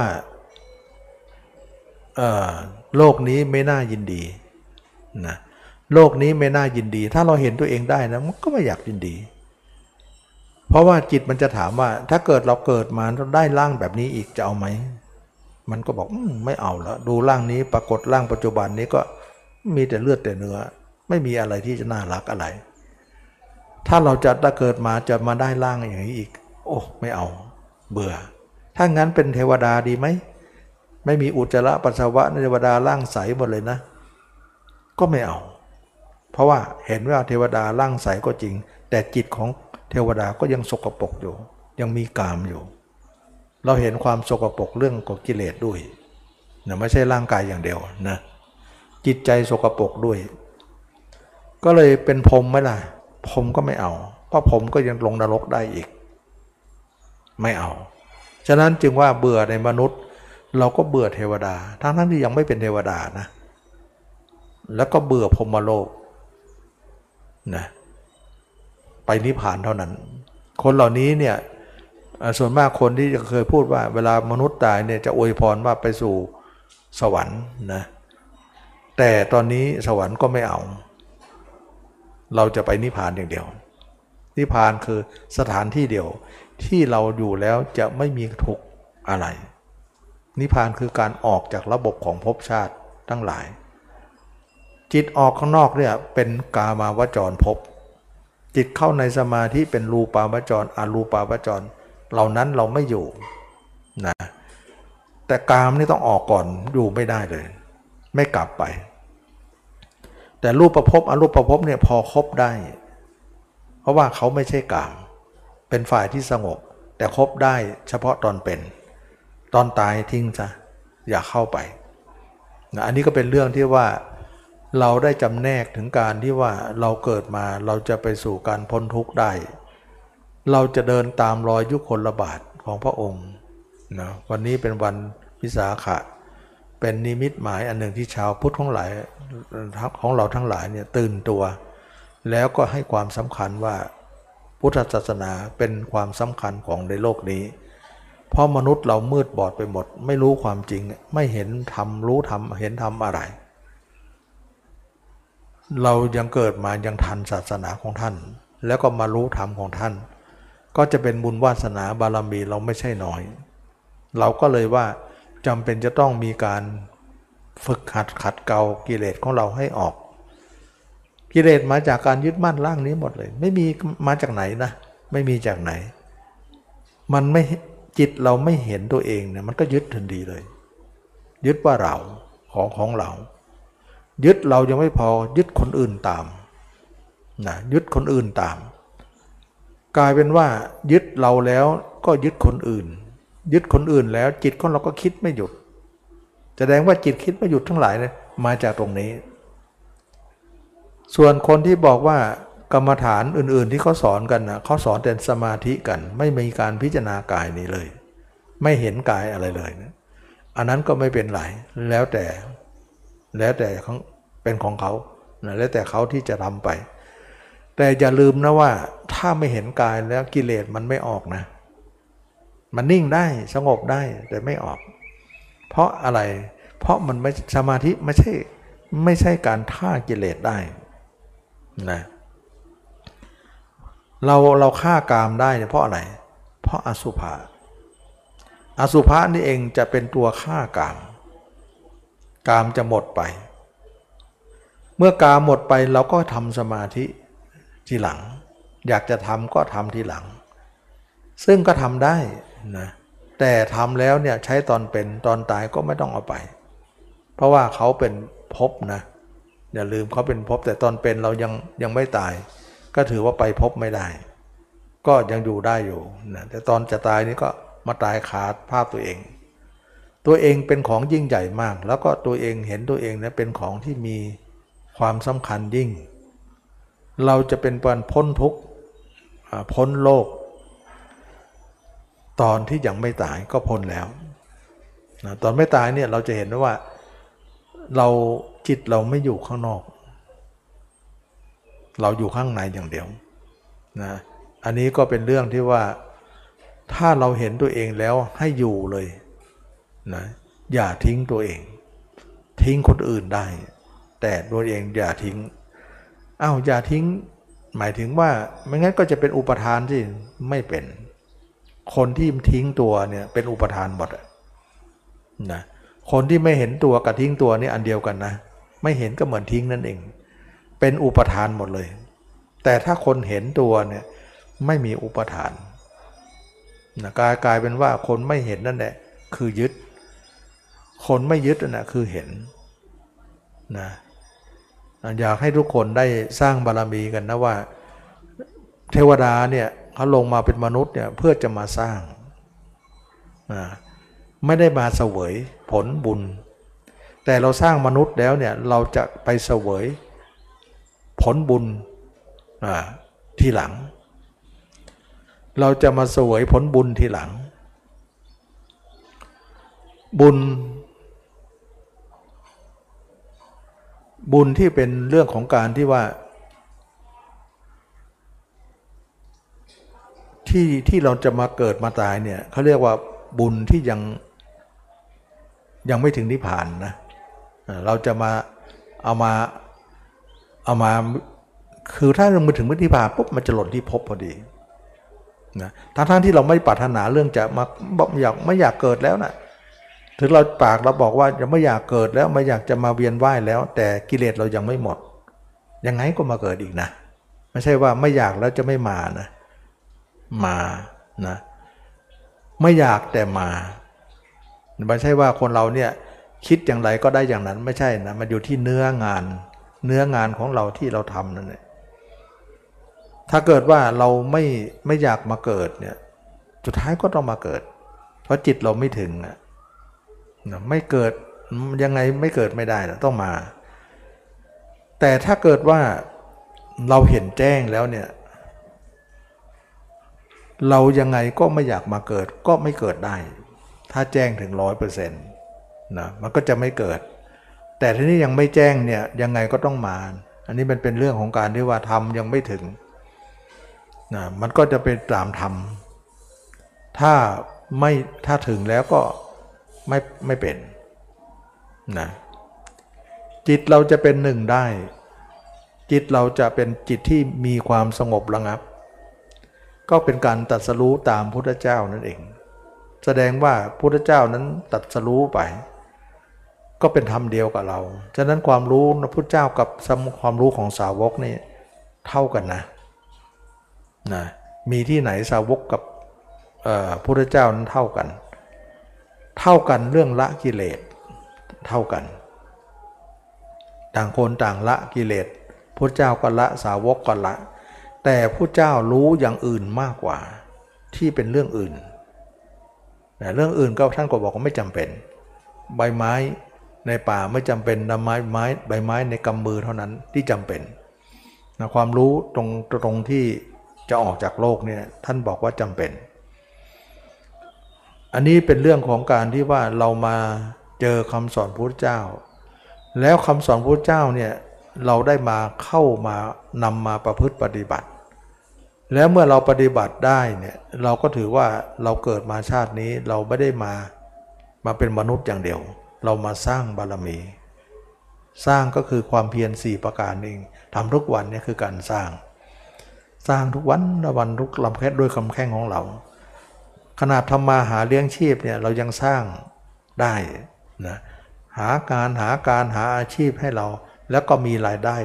โลกนี้ไม่น่ายินดีนะโลกนี้ไม่น่ายินดีถ้าเราเห็นตัวเองได้นะมันก็ไม่อยากยินดีเพราะว่าจิตมันจะถามว่าถ้าเกิดเราเกิดมาเราได้ร่างแบบนี้อีกจะเอาไหมมันก็บอกไม่เอาแล้วดูร่างนี้ปรากฏร่างปัจจุบันนี้ก็มีแต่เลือดแต่เนื้อไม่มีอะไรที่จะน่ารักอะไรถ้าเราจะเกิดมาจะมาได้ร่างอย่างนี้อีกโอ้ไม่เอาเบื่อถ้างั้นเป็นเทวดาดีไหมไม่มีอุจจาระปัสสาวะเทวดาร่างใสหมดเลยนะก็ไม่เอาเพราะว่าเห็นว่าเทวดาร่างใสก็จริงแต่จิตของเทวดาก็ยังสกปรกอยู่ยังมีกามอยู่เราเห็นความสกปรกเรื่องของกิเลสด้วยนะไม่ใช่ร่างกายอย่างเดียวนะจิตใจสกปรกด้วยก็เลยเป็นพรหมไหมล่ะพรหมก็ไม่เอาเพราะพรหมก็ยังลงนรกได้อีกไม่เอาฉะนั้นจึงว่าเบื่อในมนุษย์เราก็เบื่อเทวดาทั้งที่ยังไม่เป็นเทวดานะแล้วก็เบื่อพรหมโลกนะไปนิพพานเท่านั้นคนเหล่านี้เนี่ยส่วนมากคนที่จะเคยพูดว่าเวลามนุษย์ตายเนี่ยจะอวยพรว่าไปสู่สวรรค์นะแต่ตอนนี้สวรรค์ก็ไม่เอาเราจะไปนิพพานอย่างเดียวนิพพานคือสถานที่เดียวที่เราอยู่แล้วจะไม่มีทุกข์อะไรนิพพานคือการออกจากระบบของภพชาติทั้งหลายจิตออกข้างนอกเนี่ยเป็นกามาวจรภพจิตเข้าในสมาธิเป็นรูปาวจรอรูปาวจรเหล่านั้นเราไม่อยู่นะแต่กามนี่ต้องออกก่อนอยู่ไม่ได้เลยไม่กลับไปแต่รูปภพอรูปภพเนี่ยพอคบได้เพราะว่าเขาไม่ใช่กามเป็นฝ่ายที่สงบแต่คบได้เฉพาะตอนเป็นตอนตายทิ้งซะอย่าเข้าไปนะอันนี้ก็เป็นเรื่องที่ว่าเราได้จำแนกถึงการที่ว่าเราเกิดมาเราจะไปสู่การพ้นทุกข์ได้เราจะเดินตามรอยยุคลบาทของพระองค์นะวันนี้เป็นวันวิสาขะเป็นนิมิตหมายอันหนึ่งที่ชาวพุทธของเราทั้งหลายเนี่ยตื่นตัวแล้วก็ให้ความสำคัญว่าพุทธศาสนาเป็นความสำคัญของในโลกนี้เพราะมนุษย์เรามืดบอดไปหมดไม่รู้ความจริงไม่เห็นธรรมรู้ธรรมเห็นธรรมอะไรเรายังเกิดมายังทันศาสนาของท่านแล้วก็มารู้ธรรมของท่านก็จะเป็นบุญวาสนาบารมีเราไม่ใช่น้อยเราก็เลยว่าจำเป็นจะต้องมีการฝึกหัดขัดเกลากิเลสของเราให้ออกกิเลสมาจากการยึดมั่นร่างนี้หมดเลยไม่มีมาจากไหนนะไม่มีจากไหนมันไม่จิตเราไม่เห็นตัวเองเนี่ยมันก็ยึดทันทีเลยยึดว่าเราของเรายึดเรายังไม่พอยึดคนอื่นตามนะยึดคนอื่นตามกลายเป็นว่ายึดเราแล้วก็ยึดคนอื่นยึดคนอื่นแล้วจิตของเราก็คิดไม่หยุดแสดงว่าจิตคิดไม่หยุดทั้งหลายเนี่ยมาจากตรงนี้ส่วนคนที่บอกว่ากรรมฐานอื่นๆที่เขาสอนกันนะเขาสอนแต่สมาธิกันไม่มีการพิจารณากายนี้เลยไม่เห็นกายอะไรเลยนะอันนั้นก็ไม่เป็นไรแล้วแต่เป็นของเขานะแล้วแต่เขาที่จะทำไปแต่อย่าลืมนะว่าถ้าไม่เห็นกายแล้วกิเลสมันไม่ออกนะมันนิ่งได้สงบได้แต่ไม่ออกเพราะอะไรเพราะมันไม่สมาธิไม่ใช่การฆ่ากิเลสได้นะเราฆ่ากามได้เพราะอะไรเพราะอสุภะนี่เองจะเป็นตัวฆ่ากามจะหมดไปเมื่อกามหมดไปเราก็ทำสมาธิทีหลังอยากจะทำก็ทำทีหลังซึ่งก็ทำได้นะแต่ทำแล้วเนี่ยใช้ตอนเป็นตอนตายก็ไม่ต้องเอาไปเพราะว่าเขาเป็นภพนะอย่าลืมเขาเป็นภพแต่ตอนเป็นเรายังไม่ตายก็ถือว่าไปภพไม่ได้ก็ยังอยู่ได้อยู่นะแต่ตอนจะตายนี่ก็มาตายขาดภาพตัวเองเป็นของยิ่งใหญ่มากแล้วก็ตัวเองเห็นตัวเองเนี่ยเป็นของที่มีความสำคัญยิ่งเราจะเป็นการพ้นทุกข์พ้นโลกตอนที่ยังไม่ตายก็พ้นแล้วนะตอนไม่ตายเนี่ยเราจะเห็นว่าเราจิตเราไม่อยู่ข้างนอกเราอยู่ข้างในอย่างเดียวนะอันนี้ก็เป็นเรื่องที่ว่าถ้าเราเห็นตัวเองแล้วให้อยู่เลยนะอย่าทิ้งตัวเองทิ้งคนอื่นได้แต่ตัวเองอย่าทิ้งอย่าทิ้งหมายถึงว่าไม่งั้นก็จะเป็นอุปทานที่ไม่เป็นคนที่ทิ้งตัวเนี่ยเป็นอุปทานหมดนะคนที่ไม่เห็นตัวกับทิ้งตัวนี่อันเดียวกันนะไม่เห็นก็เหมือนทิ้งนั่นเองเป็นอุปทานหมดเลยแต่ถ้าคนเห็นตัวเนี่ยไม่มีอุปทานนะกลายเป็นว่าคนไม่เห็นนั่นแหละคือยึดคนไม่ยึดนั่นแหละคือเห็นนะอยากให้ทุกคนได้สร้างบารมีกันนะว่าเทวดาเนี่ยเขาลงมาเป็นมนุษย์เนี่ยเพื่อจะมาสร้างไม่ได้มาเสวยผลบุญแต่เราสร้างมนุษย์แล้วเนี่ยเราจะไปเสวยผลบุญทีหลังเราจะมาเสวยผลบุญทีหลังบุญที่เป็นเรื่องของการที่ว่าที่เราจะมาเกิดมาตายเนี่ยเขาเรียกว่าบุญที่ยังไม่ถึงนิพพานนะเราจะมาเอามาคือถ้าเรามาถึงนิพพานปุ๊บมันจะหล่นที่ภพพอดีนะทั้งที่เราไม่ปรารถนาเรื่องจะมาไม่อยากเกิดแล้วนะถึงเราปากเราบอกว่าจะไม่อยากเกิดแล้วไม่อยากจะมาเวียนว่ายแล้วแต่กิเลสเรายังไม่หมดยังไงก็มาเกิดอีกนะไม่ใช่ว่าไม่อยากแล้วจะไม่มานะมานะไม่อยากแต่มาไม่ใช่ว่าคนเราเนี่ยคิดอย่างไรก็ได้อย่างนั้นไม่ใช่นะมันอยู่ที่เนื้องานของเราที่เราทำนั่นแหละถ้าเกิดว่าเราไม่อยากมาเกิดเนี่ยสุดท้ายก็ต้องมาเกิดเพราะจิตเราไม่ถึงนะไม่เกิดยังไงไม่เกิดไม่ได้นะต้องมาแต่ถ้าเกิดว่าเราเห็นแจ้งแล้วเนี่ยเรายังไงก็ไม่อยากมาเกิดก็ไม่เกิดได้ถ้าแจ้งถึง 100% นะมันก็จะไม่เกิดแต่ทีนี้ยังไม่แจ้งเนี่ยยังไงก็ต้องมาอันนี้มันเป็นเรื่องของการที่ว่าธรรมยังไม่ถึงนะมันก็จะเป็นตามธรรมถ้าถึงแล้วก็ไม่เป็นนะจิตเราจะเป็นหนึ่งได้จิตเราจะเป็นจิตที่มีความสงบระงับก็เป็นการตรัสรู้ตามพุทธเจ้านั่นเองแสดงว่าพุทธเจ้านั้นตรัสรู้ไปก็เป็นธรรมเดียวกับเราฉะนั้นความรู้พระพุทธเจ้ากับความรู้ของสาวกนี่เท่ากันนะมีที่ไหนสาวกกับพุทธเจ้านั้นเท่ากันเรื่องละกิเลสเท่ากันต่างคนต่างละกิเลสพุทธเจ้าก็ละสาวกก็ละแต่พุทธเจ้ารู้อย่างอื่นมากกว่าที่เป็นเรื่องอื่นเรื่องอื่นก็ท่านก็บอกว่าไม่จำเป็นใบไม้ในป่าไม่จำเป็นใบไม้ในกำมือเท่านั้นที่จำเป็นความรู้ตรงที่จะออกจากโลกเนี่ยท่านบอกว่าจำเป็นอันนี้เป็นเรื่องของการที่ว่าเรามาเจอคำสอนพุทธเจ้าแล้วคำสอนพุทธเจ้าเนี่ยเราได้มาเข้ามานำมาประพฤติปฏิบัติแล้วเมื่อเราปฏิบัติได้เนี่ยเราก็ถือว่าเราเกิดมาชาตินี้เราไม่ได้มาเป็นมนุษย์อย่างเดียวเรามาสร้างบารมีสร้างก็คือความเพียร4ประการเองทำทุกวันเนี่ยคือการสร้างทุกวันละวันทุกลำแค่ด้วยคำแข้งของเราขนาดทำมาหาเลี้ยงชีพเนี่ยเรายังสร้างได้นะหาอาชีพให้เราแล้วก็มีรายได้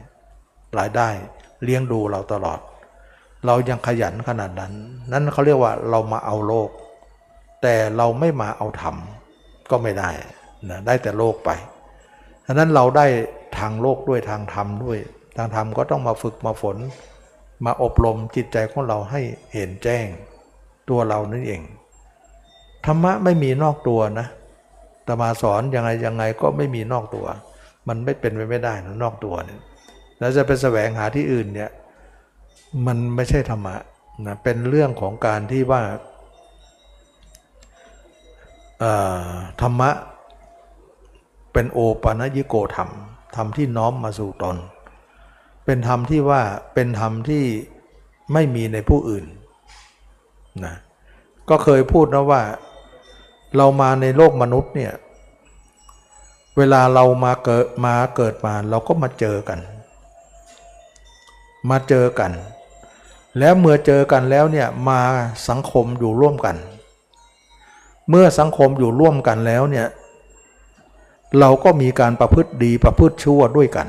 เลี้ยงดูเราตลอดเรายังขยันขนาดนั้นนั่นเขาเรียกว่าเรามาเอาโลกแต่เราไม่มาเอาธรรมก็ไม่ได้นะได้แต่โลกไปฉะนั้นเราได้ทางโลกด้วยทางธรรมด้วยทางธรรมก็ต้องมาฝึกมาฝนมาอบรมจิตใจของเราให้เห็นแจ้งตัวเรานั่นเองธรรมะไม่มีนอกตัวนะอาตมาสอนยังไงก็ไม่มีนอกตัวมันไม่เป็นไปไม่ได้นะนอกตัวเนี่ยแล้วจะไปแสวงหาที่อื่นเนี่ยมันไม่ใช่ธรรมะนะเป็นเรื่องของการที่ว่าธรรมะเป็นโอปนยิโกธรรมที่น้อมมาสู่ตนเป็นธรรมที่ว่าเป็นธรรมที่ไม่มีในผู้อื่นนะก็เคยพูดนะว่าเรามาในโลกมนุษย์เนี่ยเวลาเรามาเกิดมาเราก็มาเจอกันมาเจอกันแล้วเมื่อเจอกันแล้วเนี่ยมาสังคมอยู่ร่วมกันเมื่อสังคมอยู่ร่วมกันแล้วเนี่ยเราก็มีการประพฤติดีประพฤติชั่วด้วยกัน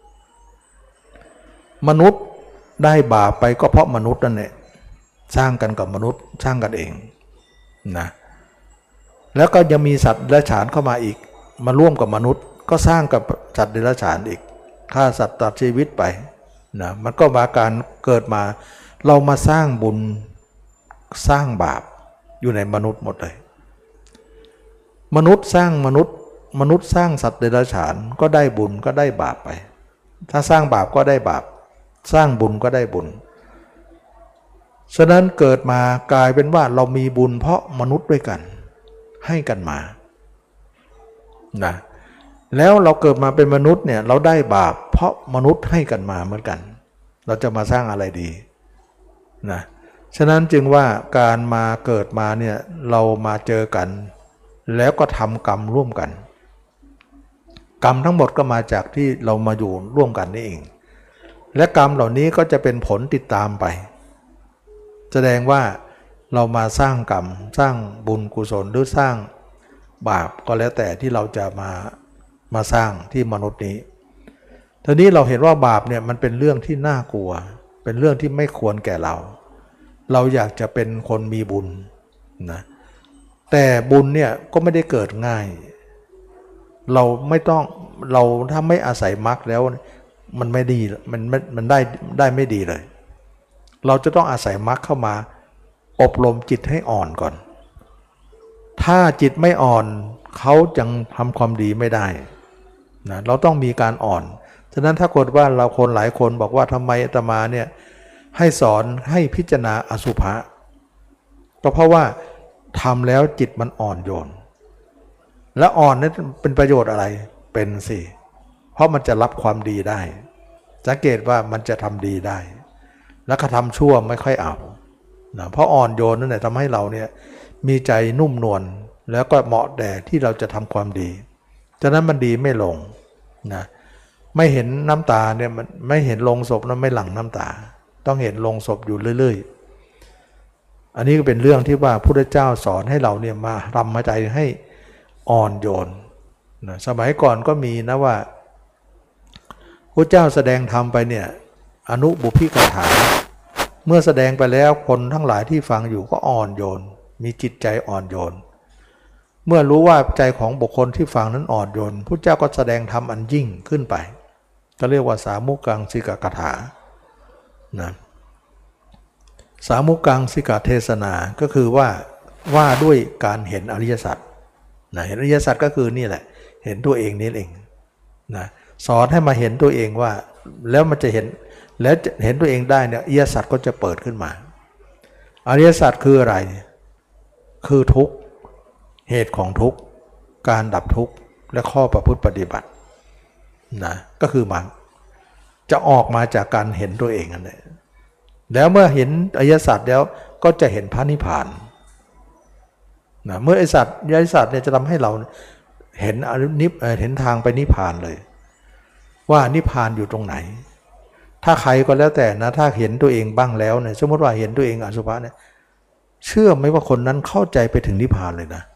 มนุษย์ได้บาปไปก็เพราะมนุษย์นั่นแหละสร้างกันกับมนุษย์สร้างกันเองนะแล้วก็ยังมีสัตว์เดรัจฉานเข้ามาอีกมาร่วมกับมนุษย์ก็สร้างกับสัตว์เดรัจฉานอีกฆ่าสัตว์ตัดชีวิตไปนะมันก็มาการเกิดมาเรามาสร้างบุญสร้างบาปอยู่ในมนุษย์หมดเลยมนุษย์สร้างมนุษย์สร้างสัตว์เดรัจฉานก็ได้บุญก็ได้บาปไปถ้าสร้างบาปก็ได้บาปสร้างบุญก็ได้บุญฉะนั้นเกิดมากลายเป็นว่าเรามีบุญเพราะมนุษย์ด้วยกันให้กันมานะแล้วเราเกิดมาเป็นมนุษย์เนี่ยเราได้บาปเพราะมนุษย์ให้กันมาเหมือนกันเราจะมาสร้างอะไรดีนะฉะนั้นจึงว่าการมาเกิดมาเนี่ยเรามาเจอกันแล้วก็ทำกรรมร่วมกันกรรมทั้งหมดก็มาจากที่เรามาอยู่ร่วมกันนี่เองและกรรมเหล่านี้ก็จะเป็นผลติดตามไปแสดงว่าเรามาสร้างกรรมสร้างบุญกุศลหรือสร้างบาปก็แล้วแต่ที่เราจะมาสร้างที่มนุษย์นี้ทีนี้เราเห็นว่าบาปเนี่ยมันเป็นเรื่องที่น่ากลัวเป็นเรื่องที่ไม่ควรแก่เราอยากจะเป็นคนมีบุญนะแต่บุญเนี่ยก็ไม่ได้เกิดง่ายเราไม่ต้องเราถ้าไม่อาศัยมรรคแล้วมันไม่ดีมันได้ไม่ดีเลยเราจะต้องอาศัยมรรคเข้ามาอบรมจิตให้อ่อนก่อนถ้าจิตไม่อ่อนเขาจังทำความดีไม่ได้นะเราต้องมีการอ่อนฉะนั้นถ้าคนว่าเราคนหลายคนบอกว่าทำไมอาตมาเนี่ยให้สอนให้พิจารณาอสุภะก็เพราะว่าทำแล้วจิตมันอ่อนโยนและอ่อนนั้นเป็นประโยชน์อะไรเป็นสิเพราะมันจะรับความดีได้สังเกตว่ามันจะทำดีได้แล้วก็ทำชั่วไม่ค่อยเอานะเพราะอ่อนโยนนั่นแหละทำให้เราเนี่ยมีใจนุ่มนวลแล้วก็เหมาะแด่ที่เราจะทำความดีฉะนั้นมันดีไม่ลงนะไม่เห็นน้ำตาเนี่ยมันไม่เห็นลงศพแล้วไม่หลั่งน้ำตาต้องเห็นลงศพอยู่เรื่อยๆอันนี้ก็เป็นเรื่องที่ว่าพระพุทธเจ้าสอนให้เราเนี่ยมาทำใจให้อ่อนโยนนะสมัยก่อนก็มีนะว่าพระเจ้าแสดงธรรมไปเนี่ยอนุบุพพิกถาเมื่อแสดงไปแล้วคนทั้งหลายที่ฟังอยู่ก็อ่อนโยนมีจิตใจอ่อนโยนเมื่อรู้ว่าใจของบุคคลที่ฟังนั้นอ่อนโยนพระเจ้าก็แสดงธรรมอันยิ่งขึ้นไปก็เรียกว่าสามุกังสิกกถานะสามุกังสิกเทศนาก็คือว่าด้วยการเห็นอริยสัจนะเห็นอริยสัจก็คือนี่แหละเห็นตัวเองนี่เองนะสอนให้มาเห็นตัวเองว่าแล้วมันจะเห็นแล้วเห็นตัวเองได้เนี่ยอริยสัจก็จะเปิดขึ้นมาอริยสัจคืออะไรคือทุกข์เหตุของทุกข์การดับทุกข์และข้อประพฤติปฏิบัตินะก็คือมันจะออกมาจากการเห็นตัวเองนั่นแหละแล้วเมื่อเห็นอริยสัจแล้วก็จะเห็นพระนิพพานนะเมื่ออริยสัจเนี่ยจะทำให้เราเห็นเห็นทางไปนิพพานเลยว่านิพพานอยู่ตรงไหนถ้าใครก็แล้วแต่นะถ้าเห็นตัวเองบ้างแล้วเนี่ยสมมติว่าเห็นตัวเองอสุภะเนี่ยเชื่อไหมว่าคนนั้นเข้าใจไปถึงนิพพานเลยนะ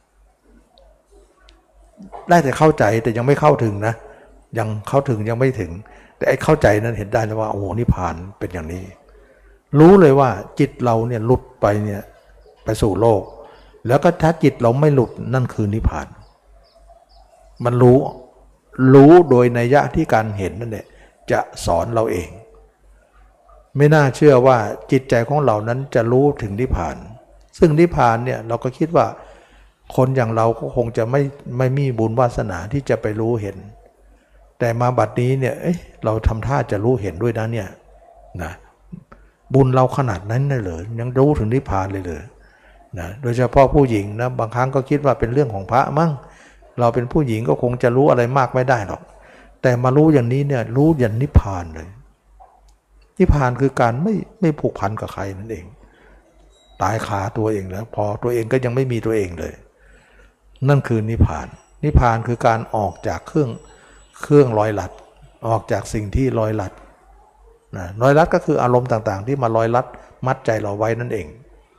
ได้แต่เข้าใจแต่ยังไม่เข้าถึงนะยังเข้าถึงยังไม่ถึงแต่ไอ้เข้าใจนั้นเห็นได้แล้วว่าโอ้โหนิพพานเป็นอย่างนี้รู้เลยว่าจิตเราเนี่ยหลุดไปเนี่ยไปสู่โลกแล้วก็ถ้าจิตเราไม่หลุดนั่นคือนิพพานมันรู้โดยนัยยะที่การเห็นนั่นแหละจะสอนเราเองไม่น่าเชื่อว่าจิตใจของเรานั้นจะรู้ถึงนิพพานซึ่งนิพพานเนี่ยเราก็คิดว่าคนอย่างเราก็คงจะไม่มีบุญวาสนาที่จะไปรู้เห็นแต่มาบัดนี้เนี่ยเราทำท่าจะรู้เห็นด้วยนะเนี่ยนะบุญเราขนาดนั้นเลยเหรอยังรู้ถึงนิพพานเลยเหรอนะโดยเฉพาะผู้หญิงนะบางครั้งก็คิดว่าเป็นเรื่องของพระมั้งเราเป็นผู้หญิงก็คงจะรู้อะไรมากไม่ได้หรอกแต่มารู้อย่างนี้เนี่ยรู้ยันนิพพานเลยนิพพานคือการไม่ผูกพันกับใครนั่นเองตายขาตัวเองแล้วพอตัวเองก็ยังไม่มีตัวเองเลยนั่นคือนิพพานนิพพานคือการออกจากเครื่องลอยหลัดออกจากสิ่งที่ลอยหลัดนะร้อยรัดก็คืออารมณ์ต่างๆที่มาร้อยรัดมัดใจเราไว้นั่นเอง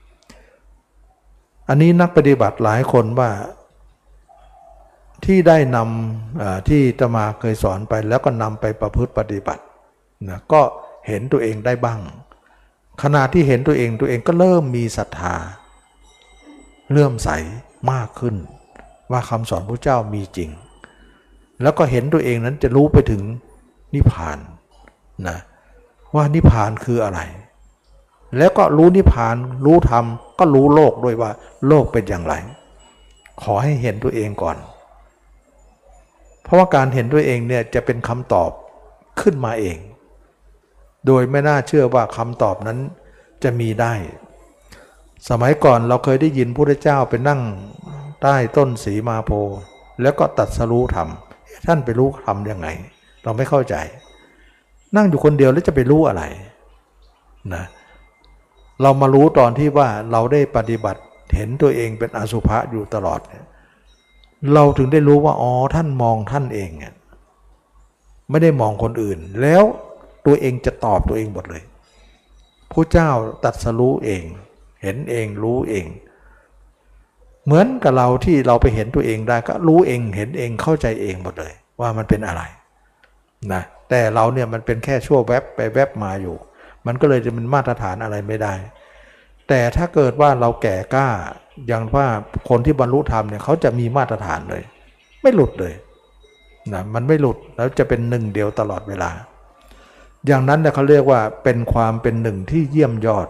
อันนี้นักปฏิบัติหลายคนว่าที่ได้นำที่อาตมาเคยสอนไปแล้วก็นำไปประพฤติปฏิบัตินะก็เห็นตัวเองได้บ้างขณะที่เห็นตัวเองก็เริ่มมีศรัทธาเลื่อมใสมากขึ้นว่าคำสอนพระเจ้ามีจริงแล้วก็เห็นตัวเองนั้นจะรู้ไปถึงนิพพานนะว่านิพพานคืออะไรแล้วก็รู้นิพพานรู้ธรรมก็รู้โลกด้วยว่าโลกเป็นอย่างไรขอให้เห็นตัวเองก่อนเพราะว่าการเห็นตัวเองเนี่ยจะเป็นคำตอบขึ้นมาเองโดยไม่น่าเชื่อว่าคำตอบนั้นจะมีได้สมัยก่อนเราเคยได้ยินพระพุทธเจ้าไปนั่งใต้ต้นสีมาโพธิ์แล้วก็ตรัสรู้ธรรมท่านไปรู้ธรรมยังไงเราไม่เข้าใจนั่งอยู่คนเดียวแล้วจะไปรู้อะไรนะเรามารู้ตอนที่ว่าเราได้ปฏิบัติเห็นตัวเองเป็นอสุภะอยู่ตลอดเราถึงได้รู้ว่าอ๋อท่านมองท่านเองไม่ได้มองคนอื่นแล้วตัวเองจะตอบตัวเองหมดเลยพระเจ้าตรัสรู้เองเห็นเองรู้เองเหมือนกับเราที่เราไปเห็นตัวเองได้ก็รู้เองเห็นเองเข้าใจเองหมดเลยว่ามันเป็นอะไรนะแต่เราเนี่ยมันเป็นแค่ชั่วแวบไปแวบมาอยู่มันก็เลยจะเป็นมาตรฐานอะไรไม่ได้แต่ถ้าเกิดว่าเราแก่กล้าอย่างว่าคนที่บรรลุธรรมเนี่ยเขาจะมีมาตรฐานเลยไม่หลุดเลยนะมันไม่หลุดแล้วจะเป็นหนึ่งเดียวตลอดเวลาอย่างนั้นเนี่ยเขาเรียกว่าเป็นความเป็นหนึ่งที่เยี่ยมยอด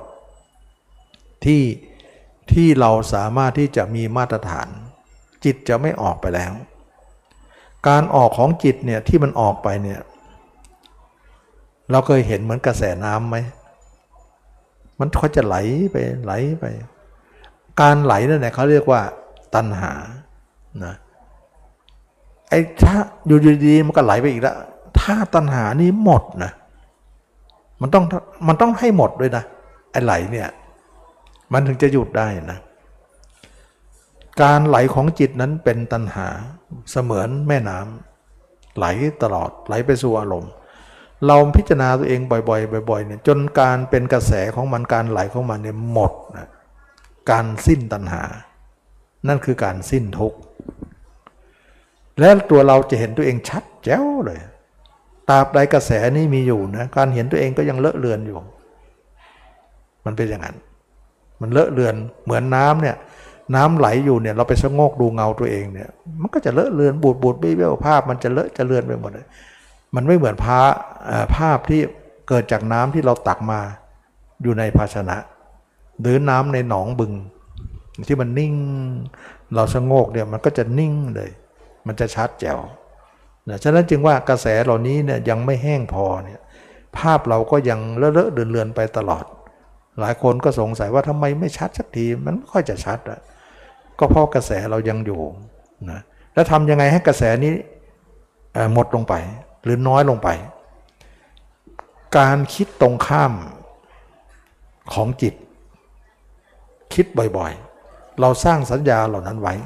ที่เราสามารถที่จะมีมาตรฐานจิตจะไม่ออกไปแล้วการออกของจิตเนี่ยที่มันออกไปเนี่ยเราเคยเห็นเหมือนกระแสน้ำไหมมันก็จะไหลไปการไหลนั่นแหละเขาเรียกว่าตัณหานะไอ้ถ้าอยู่ดีๆมันก็ไหลไปอีกแล้วถ้าตัณหานี้หมดนะมันต้องให้หมดด้วยนะไอ้ไหลเนี่ยมันถึงจะหยุดได้นะการไหลของจิตนั้นเป็นตัณหาเสมือนแม่น้ำไหลตลอดไหลไปสู่อารมณ์เราพิจารณาตัวเองบ่อยๆเนี่ยจนการเป็นกระแสของมันการไหลของมันเนี่ยหมดนะการสิ้นตัณหานั่นคือการสิ้นทุกข์และตัวเราจะเห็นตัวเองชัดแจ๋วเลยตราบใดกระแสนี้มีอยู่นะการเห็นตัวเองก็ยังเลอะเลือนอยู่มันเป็นอย่างนั้นมันเลอะเลือนเหมือนน้ำเนี่ยน้ำไหลอยู่เนี่ยเราไปชะโงกดูเงาตัวเองเนี่ยมันก็จะเลอะเลือนบูดเบี้ยวภาพมันจะเลอะจะเลือนไปหมดเลยมันไม่เหมือนภาพที่เกิดจากน้ำที่เราตักมาอยู่ในภาชนะหรือน้ำในหนองบึงที่มันนิ่งเราชะโงกเนี่ยมันก็จะนิ่งเลยมันจะชัดแจ๋วนะฉะนั้นจึงว่ากระแสเหล่านี้เนี่ยยังไม่แห้งพอเนี่ยภาพเราก็ยังเลอะเลือนไปตลอดหลายคนก็สงสัยว่าทำไมไม่ชัดสักทีมันไม่ค่อยจะชัดอะก็เพราะกระแสเรายังอยู่นะแล้วทำยังไงให้กระแสนี้หมดลงไปหรือน้อยลงไปการคิดตรงข้ามของจิตคิดบ่อยๆเราสร้างสัญญาเหล่านั้นไว้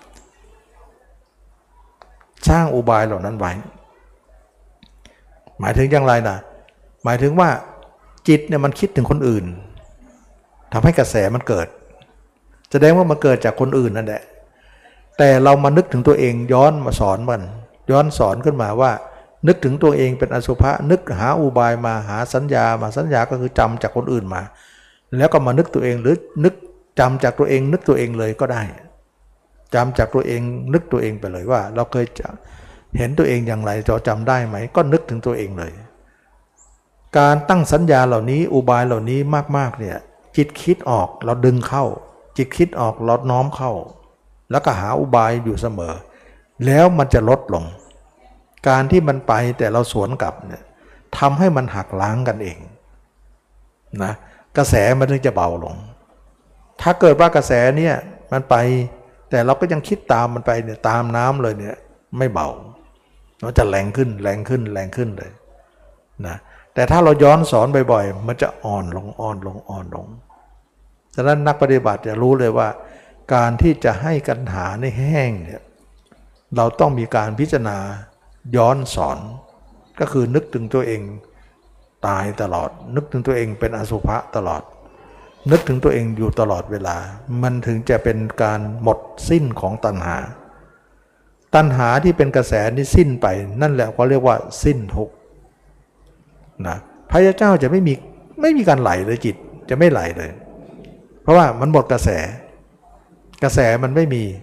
สร้างอุบายเหล่านั้นไว้หมายถึงอย่างไรนะหมายถึงว่าจิตเนี่ยมันคิดถึงคนอื่นทำให้กระแสมันเกิดแสดงว่ามันเกิดจากคนอื่นนั่นแหละแต่เรามานึกถึงตัวเองย้อนมาสอนมันย้อนสอนขึ้นมาว่านึกถึงตัวเองเป็นอสุภะนึกหาอุบายมาหาสัญญามาสัญญาก็คือจำจากคนอื่นมาแล้วก็มานึกตัวเองหรือนึกจำจากตัวเองนึกตัวเองเลยก็ได้จำจากตัวเองนึกตัวเองไปเลยว่าเราเคยเห็นตัวเองอย่างไรจะจำได้ไหมก็นึกถึงตัวเองเลยการตั้งสัญญาเหล่านี้อุบายเหล่านี้มากๆเนี่ยจิตคิดออกเราดึงเข้าจิตคิดออกเราน้อมเข้าแล้วก็หาอุบายอยู่เสมอแล้วมันจะลดลงการที่มันไปแต่เราสวนกลับเนี่ยทำให้มันหักล้างกันเองนะกระแสมันถึงจะเบาลงถ้าเกิดว่ากระแสเนี่ยมันไปแต่เราก็ยังคิดตามมันไปเนี่ยตามน้ำเลยเนี่ยไม่เบามันจะแรงขึ้นเลยนะแต่ถ้าเราย้อนสอนบ่อยๆมันจะอ่อนลงฉะนั้นนักปฏิบัติจะรู้เลยว่าการที่จะให้กันหาในแห้งเนี่ยเราต้องมีการพิจารณาย้อนสอนก็คือนึกถึงตัวเองตายตลอดนึกถึงตัวเองเป็นอสุภะตลอดนึกถึงตัวเองอยู่ตลอดเวลามันถึงจะเป็นการหมดสิ้นของตัณหาที่เป็นกระแสนี้สิ้นไปนั่นแหละเขาเรียกว่าสิ้นทุกข์นะพระเจ้าจะไม่มีการไหลเลยจิตจะไม่ไหลเลยเพราะว่ามันหมดกระแสมันไม่มี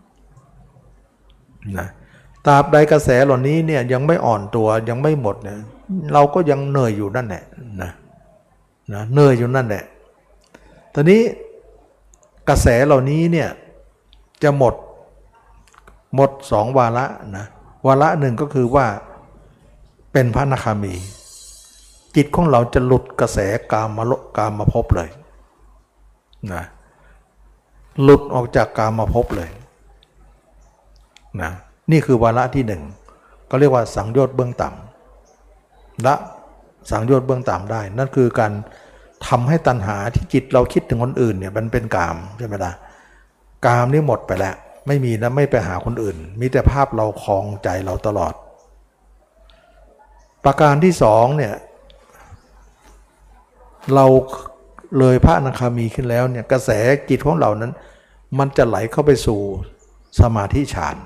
นะตราบใดกระแสเหล่านี้เนี่ยยังไม่อ่อนตัวยังไม่หมดเนี่ยเราก็ยังเหนื่อยอยู่นั่นแหละนะเหนื่อยอยู่นั่นแหละตอนนี้กระแสเหล่านี้เนี่ยจะหมดสองวาระนะวาระหนึ่งก็คือว่าเป็นพระอนาคามีจิตของเราจะหลุดกระแสกามภพเลยนะหลุดออกจากกามภพเลยนะนี่คือวาระที่หนึ่งก็เรียกว่าสังโยชน์เบื้องต่ำละสังโยชน์เบื้องต่ำได้นั่นคือการทำให้ตัณหาที่จิตเราคิดถึงคนอื่นเนี่ยมันเป็นกามใช่ไหมล่ะกามนี่หมดไปแล้วไม่มีนะไม่ไปหาคนอื่นมีแต่ภาพเราคลองใจเราตลอดประการที่สองเนี่ยเราเลยพระอนาคามีขึ้นแล้วเนี่ยกระแสจิตของเรานั้นมันจะไหลเข้าไปสู่สมาธิฌาน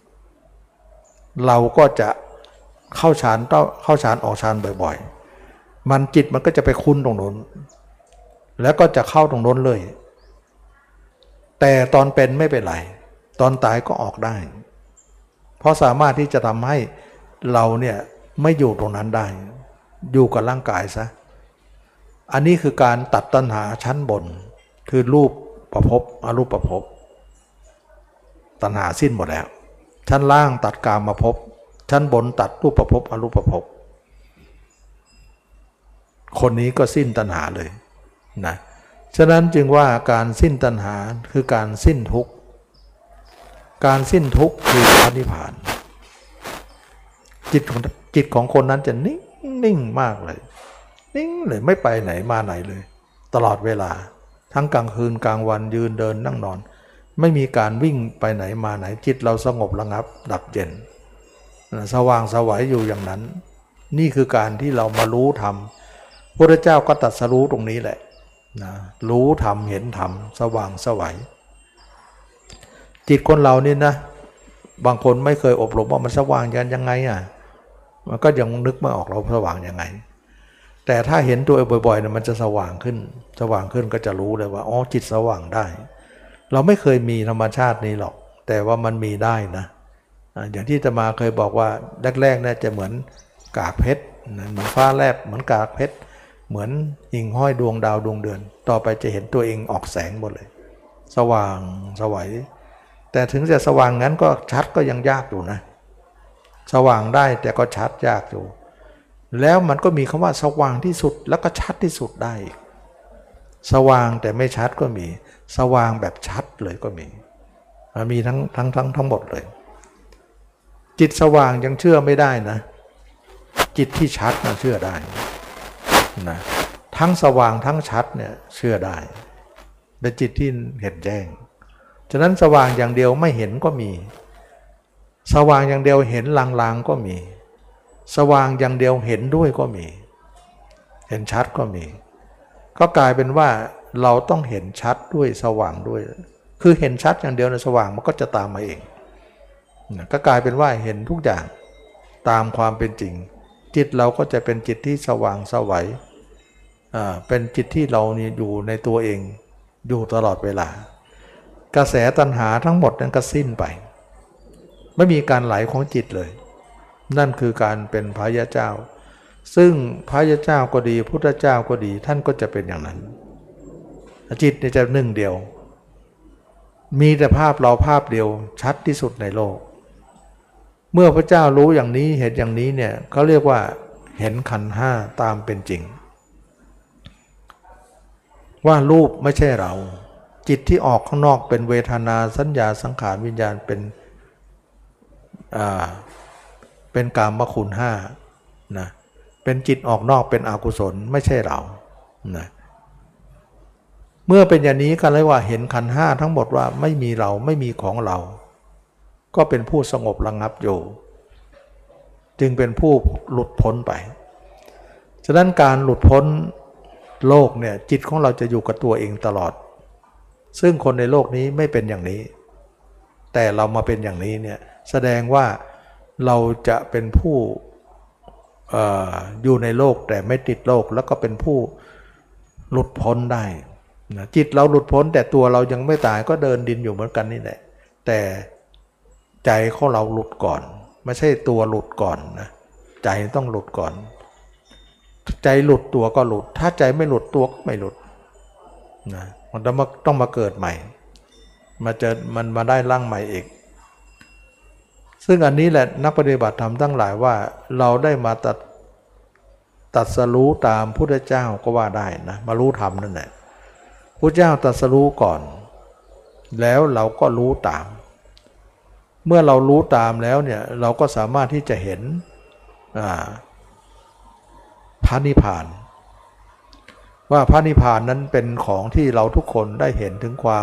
เราก็จะเข้าฌานออกฌานบ่อยๆมันจิตมันก็จะไปคุ้นตรงโน้นแล้วก็จะเข้าตรงโน้นเลยแต่ตอนเป็นไม่เป็นไรตอนตายก็ออกได้เพราะสามารถที่จะทำให้เราเนี่ยไม่อยู่ตรงนั้นได้อยู่กับร่างกายซะอันนี้คือการตัดตัณหาชั้นบนคือรูปประภพอรูปประภพตัณหาสิ้นหมดแล้วชั้นล่างตัดกามภพชั้นบนตัดรูปประภพอรูปประภพคนนี้ก็สิ้นตัณหาเลยนะฉะนั้นจึงว่าการสิ้นตัณหาคือการสิ้นทุกข์การสิ้นทุกข์คือพระนิพพานจิตของคนนั้นจะนิ่งมากเลยนิ่งเลยไม่ไปไหนมาไหนเลยตลอดเวลาทั้งกลางคืนกลางวันยืนเดินนั่งนอนไม่มีการวิ่งไปไหนมาไหนจิตเราสงบระงับดับเย็นสว่างไสวอยู่อย่างนั้นนี่คือการที่เรามารู้ธรรมพระพุทธเจ้าก็ตรัสรู้ตรงนี้แหละนะรู้ธรรมเห็นธรรมสว่างไสวจิตคนเรานี่นะบางคนไม่เคยอบรมว่ามันสว่างยังไงอ่ะมันก็ยังนึกไม่ออกเราสว่างยังไงแต่ถ้าเห็นตัวบ่อยๆเนี่ยมันจะสว่างขึ้นก็จะรู้เลยว่าอ๋อจิตสว่างได้เราไม่เคยมีธรรมชาตินี้หรอกแต่ว่ามันมีได้นะอย่างที่อาตมาเคยบอกว่าแรกๆเนี่ยจะเหมือนกากเพชรเหมือนฟ้าแลบเหมือนกากเพชรเหมือนหิ่งห้อยดวงดาวดวงเดือนต่อไปจะเห็นตัวเองออกแสงหมดเลยสว่างไสวแต่ถึงจะสว่างงั้นก็ชัดก็ยังยากอยู่นะสว่างได้แต่ก็ชัดยากอยู่แล้วมันก็มีคำว่าสว่างที่สุดแล้วก็ชัดที่สุดได้อีกสว่างแต่ไม่ชัดก็มีสว่างแบบชัดเลยก็มีทั้งหมดเลยจิตสว่างยังเชื่อไม่ได้นะจิตที่ชัดนะเชื่อได้นะทั้งสว่างทั้งชัดเนี่ยเชื่อได้เป็นจิตที่เห็นแจ้งฉะนั้นสว่างอย่างเดียวไม่เห็นก็มีสว่างอย่างเดียวเห็นลางๆก็มีสว่างอย่างเดียวเห็นด้วยก็มีเห็นชัดก็มีก็กลายเป็นว่าเราต้องเห็นชัดด้วยสว่างด้วยคือเห็นชัดอย่างเดียวในสว่างมันก็จะตามมาเองก็กลายเป็นว่าเห็นทุกอย่างตามความเป็นจริงจิตเราก็จะเป็นจิตที่สว่างไสวเป็นจิตที่เรานี่อยู่ในตัวเองอยู่ตลอดเวลากระแสตัณหาทั้งหมดนั้นก็สิ้นไปไม่มีการไหลของจิตเลยนั่นคือการเป็นพระยาเจ้าซึ่งพระยาเจ้าก็ดีพุทธเจ้าก็ดีท่านก็จะเป็นอย่างนั้นจิตเนี่ยจะหนึ่งเดียวมีแต่ภาพเราภาพเดียวชัดที่สุดในโลกเมื่อพระเจ้ารู้อย่างนี้เห็นอย่างนี้เนี่ยเขาเรียกว่าเห็นขันธ์ห้าตามเป็นจริงว่ารูปไม่ใช่เราจิตที่ออกข้างนอกเป็นเวทนาสัญญาสังขารวิญญาณเป็นกามคุณห้านะเป็นจิตออกนอกเป็นอกุศลไม่ใช่เรานะเมื่อเป็นอย่างนี้ก็เลยว่าเห็นขันธ์ห้าทั้งหมดว่าไม่มีเราไม่มีของเราก็เป็นผู้สงบระงับอยู่จึงเป็นผู้หลุดพ้นไปฉะนั้นการหลุดพ้นโลกเนี่ยจิตของเราจะอยู่กับตัวเองตลอดซึ่งคนในโลกนี้ไม่เป็นอย่างนี้แต่เรามาเป็นอย่างนี้เนี่ยแสดงว่าเราจะเป็นผู้อยู่ในโลกแต่ไม่ติดโลกแล้วก็เป็นผู้หลุดพ้นได้นะจิตเราหลุดพ้นแต่ตัวเรายังไม่ตายก็เดินดินอยู่เหมือนกันนี่แหละแต่ใจของเราหลุดก่อนไม่ใช่ตัวหลุดก่อนนะใจต้องหลุดก่อนใจหลุดตัวก็หลุดถ้าใจไม่หลุดตัวก็ไม่หลุดนะมันต้องมาเกิดใหม่มาเจอมันมาได้ร่างใหม่อีกซึ่งอันนี้แหละนักปฏิบัติธรรมทั้งหลายว่าเราได้มาตรัสรู้ตามพุทธเจ้าก็ว่าได้นะมารู้ธรรมนั่นแหละพุทธเจ้าตรัสรู้ก่อนแล้วเราก็รู้ตามเมื่อเรารู้ตามแล้วเนี่ยเราก็สามารถที่จะเห็นพระนิพพานว่าพระนิพพานนั้นเป็นของที่เราทุกคนได้เห็นถึงความ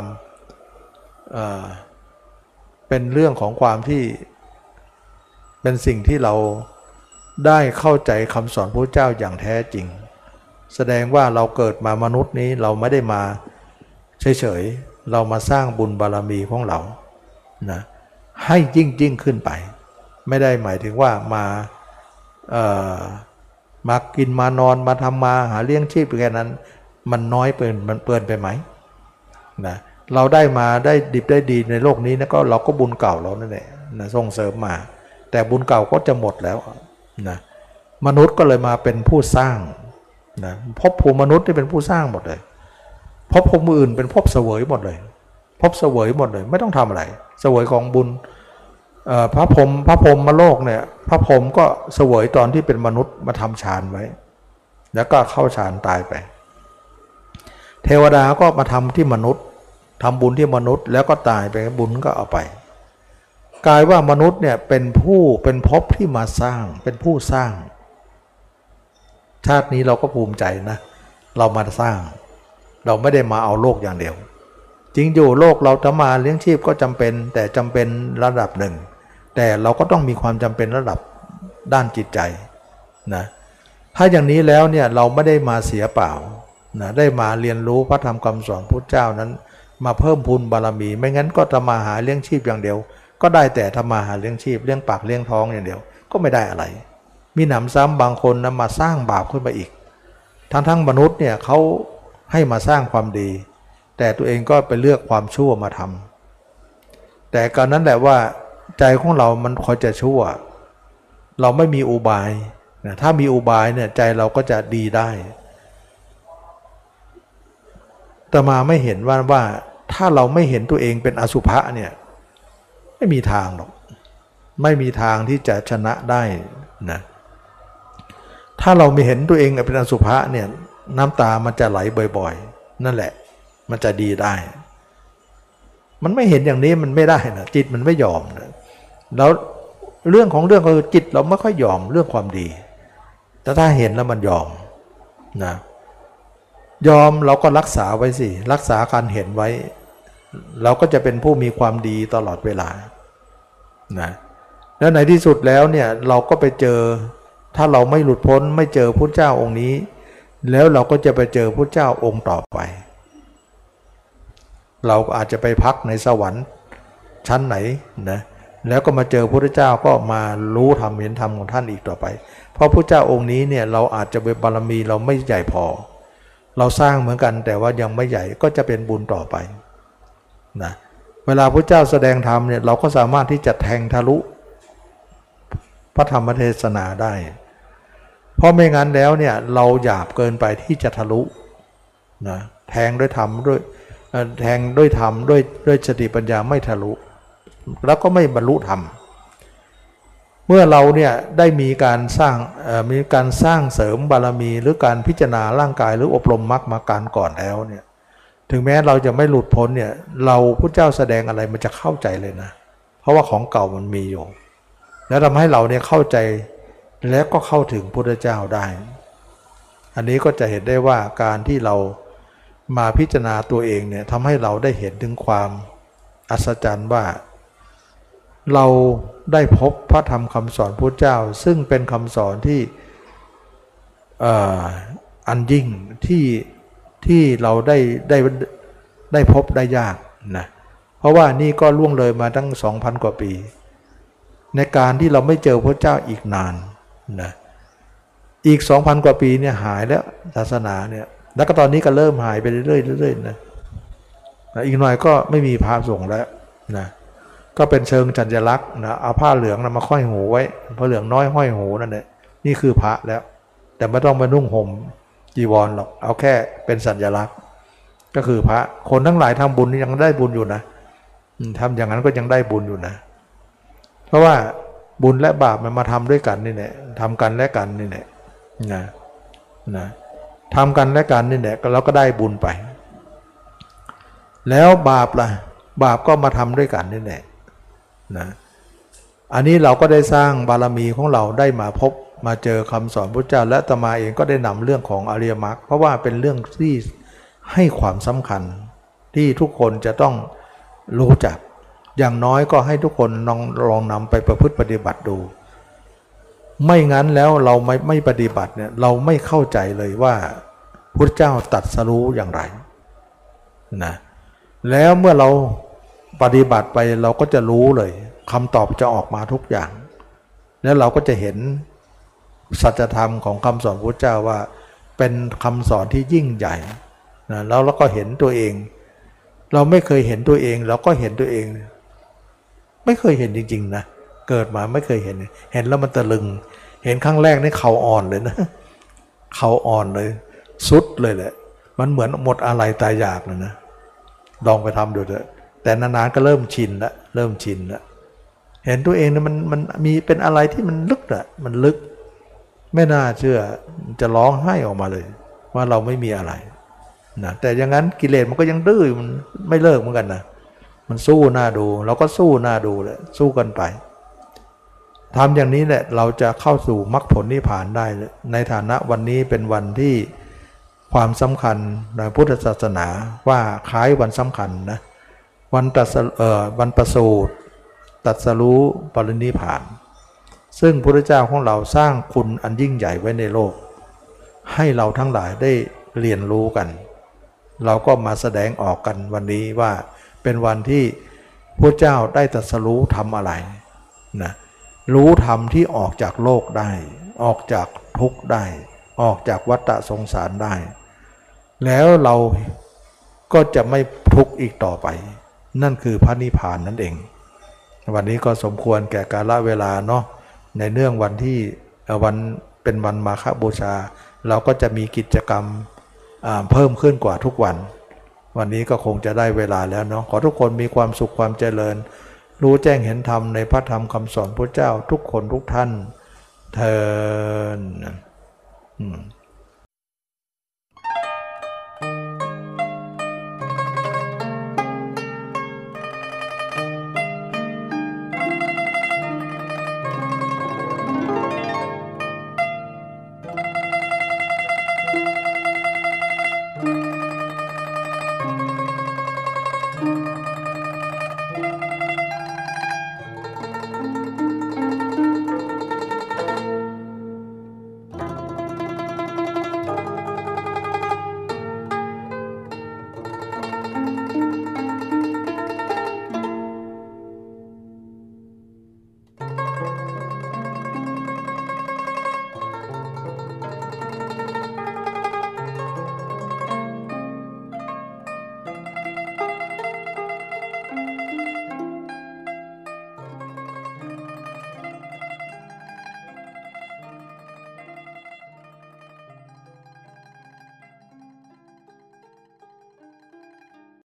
เป็นเรื่องของความที่เป็นสิ่งที่เราได้เข้าใจคำสอนพระเจ้าอย่างแท้จริงแสดงว่าเราเกิดมามนุษย์นี้เราไม่ได้มาเฉยๆเรามาสร้างบุญบารมีของเรานะให้ยิ่งขึ้นไปไม่ได้หมายถึงว่ามากินมานอนมาทำมาหาเลี้ยงชีพแค่นั้นมันน้อยเกินมันเกินไปไหมนะเราได้มาได้ดิบได้ดีในโลกนี้นะก็เราก็บุญเก่าเรานั่นแหละนะส่งเสริมมาแต่บุญเก่าก็จะหมดแล้วนะมนุษย์ก็เลยมาเป็นผู้สร้างนะภพภูมิมนุษย์ที่เป็นผู้สร้างหมดเลยภพภูมิอื่นเป็นภพเสวยหมดเลยภพเสวยหมดเลยไม่ต้องทำอะไรเสวยของบุญพระพรหมมาโลกเนี่ยพระพรหมก็เสวยตอนที่เป็นมนุษย์มาทำฌานไว้แล้วก็เข้าฌานตายไปเทวดาก็มาทำที่มนุษย์ทำบุญที่มนุษย์แล้วก็ตายไปบุญก็เอาไปกลายว่ามนุษย์เนี่ยเป็นภพที่มาสร้างเป็นผู้สร้างชาตินี้เราก็ภูมิใจนะเรามาสร้างเราไม่ได้มาเอาโลกอย่างเดียวจริงอยู่โลกเราจะมาเลี้ยงชีพก็จำเป็นแต่จำเป็นระดับหนึ่งแต่เราก็ต้องมีความจำเป็นระดับด้านจิตใจนะถ้าอย่างนี้แล้วเนี่ยเราไม่ได้มาเสียเปล่านะได้มาเรียนรู้พระธรรมคำสอนพุทธเจ้านั้นมาเพิ่มพูนบารมีไม่งั้นก็ทำมาหาเลี้ยงชีพอย่างเดียวก็ได้แต่ทำมาหาเลี้ยงชีพเลี้ยงปากเลี้ยงท้องอย่างเดียวก็ไม่ได้อะไรมีหนำซ้ำบางคนนะมาสร้างบาปขึ้นมาอีกทั้งมนุษย์เนี่ยเขาให้มาสร้างความดีแต่ตัวเองก็ไปเลือกความชั่วมาทำแต่การนั้นแหละว่าใจของเรามันคอยจะชั่วเราไม่มีอุบายนะถ้ามีอุบายเนี่ยใจเราก็จะดีได้แต่มาไม่เห็นว่าถ้าเราไม่เห็นตัวเองเป็นอสุภะเนี่ยไม่มีทางหรอกไม่มีทางที่จะชนะได้นะถ้าเราไม่เห็นตัวเองเป็นอสุภะเนี่ยน้ำตามันจะไหลบ่อยๆนั่นแหละมันจะดีได้มันไม่เห็นอย่างนี้มันไม่ได้นะจิตมันไม่ยอมนะแล้วเรื่องของเรื่องคือจิตเราไม่ค่อยยอมเรื่องความดีแต่ถ้าเห็นแล้วมันยอมนะยอมเราก็รักษาไว้สิรักษาการเห็นไว้เราก็จะเป็นผู้มีความดีตลอดเวลานะแล้วในที่สุดแล้วเนี่ยเราก็ไปเจอถ้าเราไม่หลุดพ้นไม่เจอพุทธเจ้าองค์นี้แล้วเราก็จะไปเจอพุทธเจ้าองค์ต่อไปเราอาจจะไปพักในสวรรค์ชั้นไหนนะแล้วก็มาเจอพระพุทธเจ้าก็มารู้ธรรมเห็นธรรมของท่านอีกต่อไปเพราะพระเจ้าองค์นี้เนี่ยเราอาจจะเป็นบารมีเราไม่ใหญ่พอเราสร้างเหมือนกันแต่ว่ายังไม่ใหญ่ก็จะเป็นบุญต่อไปนะเวลาพระเจ้าแสดงธรรมเนี่ยเราก็สามารถที่จะแทงทะลุพระธรรมเทศนาได้เพราะไม่งั้นแล้วเนี่ยเราหยาบเกินไปที่จะทะลุนะแทงด้วยธรรมด้วยสติปัญญาไม่ทะลุแล้วก็ไม่บรรลุธรรมเมื่อเราเนี่ยได้มีการสร้างเสริมบารมีหรือการพิจารณาร่างกายหรืออบรมมรรคมาการก่อนแล้วเนี่ยถึงแม้เราจะไม่หลุดพ้นเนี่ยเราพุทธเจ้าแสดงอะไรมันจะเข้าใจเลยนะเพราะว่าของเก่ามันมีอยู่แล้วทำให้เราเนี่ยเข้าใจแล้วก็เข้าถึงพุทธเจ้าได้อันนี้ก็จะเห็นได้ว่าการที่เรามาพิจารณาตัวเองเนี่ยทำให้เราได้เห็นถึงความอัศจรรย์ว่าเราได้พบพระธรรมคำสอนพุทธเจ้าซึ่งเป็นคำสอนที่เอ่ออันยิ่งที่เราได้พบได้ยากนะเพราะว่านี่ก็ล่วงเลยมาตั้ง 2,000 กว่าปี ในการที่เราไม่เจอพระเจ้าอีกนานนะอีก 2,000 กว่าปีเนี่ยหายแล้วศาสนาเนี่ยแล้วก็ตอนนี้ก็เริ่มหายไปเรื่อยๆเรื่อยๆนะอีกหน่อยก็ไม่มีพระสงฆ์แล้วนะก็เป็นเชิงสัญลักษณ์นะเอาผ้าเหลืองนะมาห้อยหูไว้ผ้าเหลืองน้อยห้อยหูนั่นแหละนี่คือพระแล้วแต่ไม่ต้องมานุ่งห่มจีวรหรอกเอาแค่เป็นสัญลักษณ์ก็คือพระคนทั้งหลายทำบุญยังได้บุญอยู่นะทำอย่างนั้นก็ยังได้บุญอยู่นะเพราะว่าบุญและบาปมันมาทำด้วยกันนี่แหละทำกันและกันนี่แหละนะทำกันและกันนี่แหละเราก็ได้บุญไปแล้วบาปล่ะบาปก็มาทำด้วยกันนี่แหละนะอันนี้เราก็ได้สร้างบารมีของเราได้มาพบมาเจอคำสอนพระเจ้าและอาตมาเองก็ได้นำเรื่องของอริยมรรคเพราะว่าเป็นเรื่องที่ให้ความสำคัญที่ทุกคนจะต้องรู้จักอย่างน้อยก็ให้ทุกคนลองนำไปประพฤติปฏิบัติดูไม่งั้นแล้วเราไม่ปฏิบัติเนี่ยเราไม่เข้าใจเลยว่าพระเจ้าตรัสรู้อย่างไรนะแล้วเมื่อเราปฏิบัติไปเราก็จะรู้เลยคำตอบจะออกมาทุกอย่างแล้วเราก็จะเห็นสัจธรรมของคำสอนพระเจ้าว่าเป็นคำสอนที่ยิ่งใหญ่นะแล้วเราก็เห็นตัวเองเราไม่เคยเห็นตัวเองเราก็เห็นตัวเองไม่เคยเห็นจริงๆนะเกิดมาไม่เคยเห็นแล้วมันตะลึงเห็นครั้งแรกนี่เข่าอ่อนเลยนะเข่าอ่อนเลยสุดเลยแหละมันเหมือนหมดอะไรตายอยากเลยนะลองไปทำดูเถอะแต่นานๆก็เริ่มชินละเริ่มชินละเห็นตัวเองเนี่ยมันมีเป็นอะไรที่มันลึกอะมันลึกไม่น่าเชื่อจะร้องไห้ออกมาเลยว่าเราไม่มีอะไรนะแต่อย่างนั้นกิเลสมันก็ยังดื้อมันไม่เลิกเหมือนกันนะมันสู้หน้าดูเราก็สู้หน้าดูเลยสู้กันไปทำอย่างนี้แหละเราจะเข้าสู่มรรคผลนิพพานได้ในฐานะวันนี้เป็นวันที่ความสำคัญในพุทธศาสนาว่าคล้ายวันสำคัญนะวันประสูติตรัสรู้ปรินิพพานซึ่งพระพุทธเจ้าของเราสร้างคุณอันยิ่งใหญ่ไว้ในโลกให้เราทั้งหลายได้เรียนรู้กันเราก็มาแสดงออกกันวันนี้ว่าเป็นวันที่พระเจ้าได้ตรัสรู้ทำอะไรนะรู้ธรรมที่ออกจากโลกได้ออกจากทุกข์ได้ออกจากวัฏสงสารได้แล้วเราก็จะไม่ทุกข์อีกต่อไปนั่นคือพระนิพพานนั่นเองวันนี้ก็สมควรแก่กาลเวลาเนาะในเนื่องวันที่วันเป็นวันมาฆบูชาเราก็จะมีกิจกรรมเพิ่มขึ้นกว่าทุกวันวันนี้ก็คงจะได้เวลาแล้วเนาะขอทุกคนมีความสุขความเจริญรู้แจ้งเห็นธรรมในพระธรรมคำสอนพระเจ้าทุกคนทุกท่านเทอญ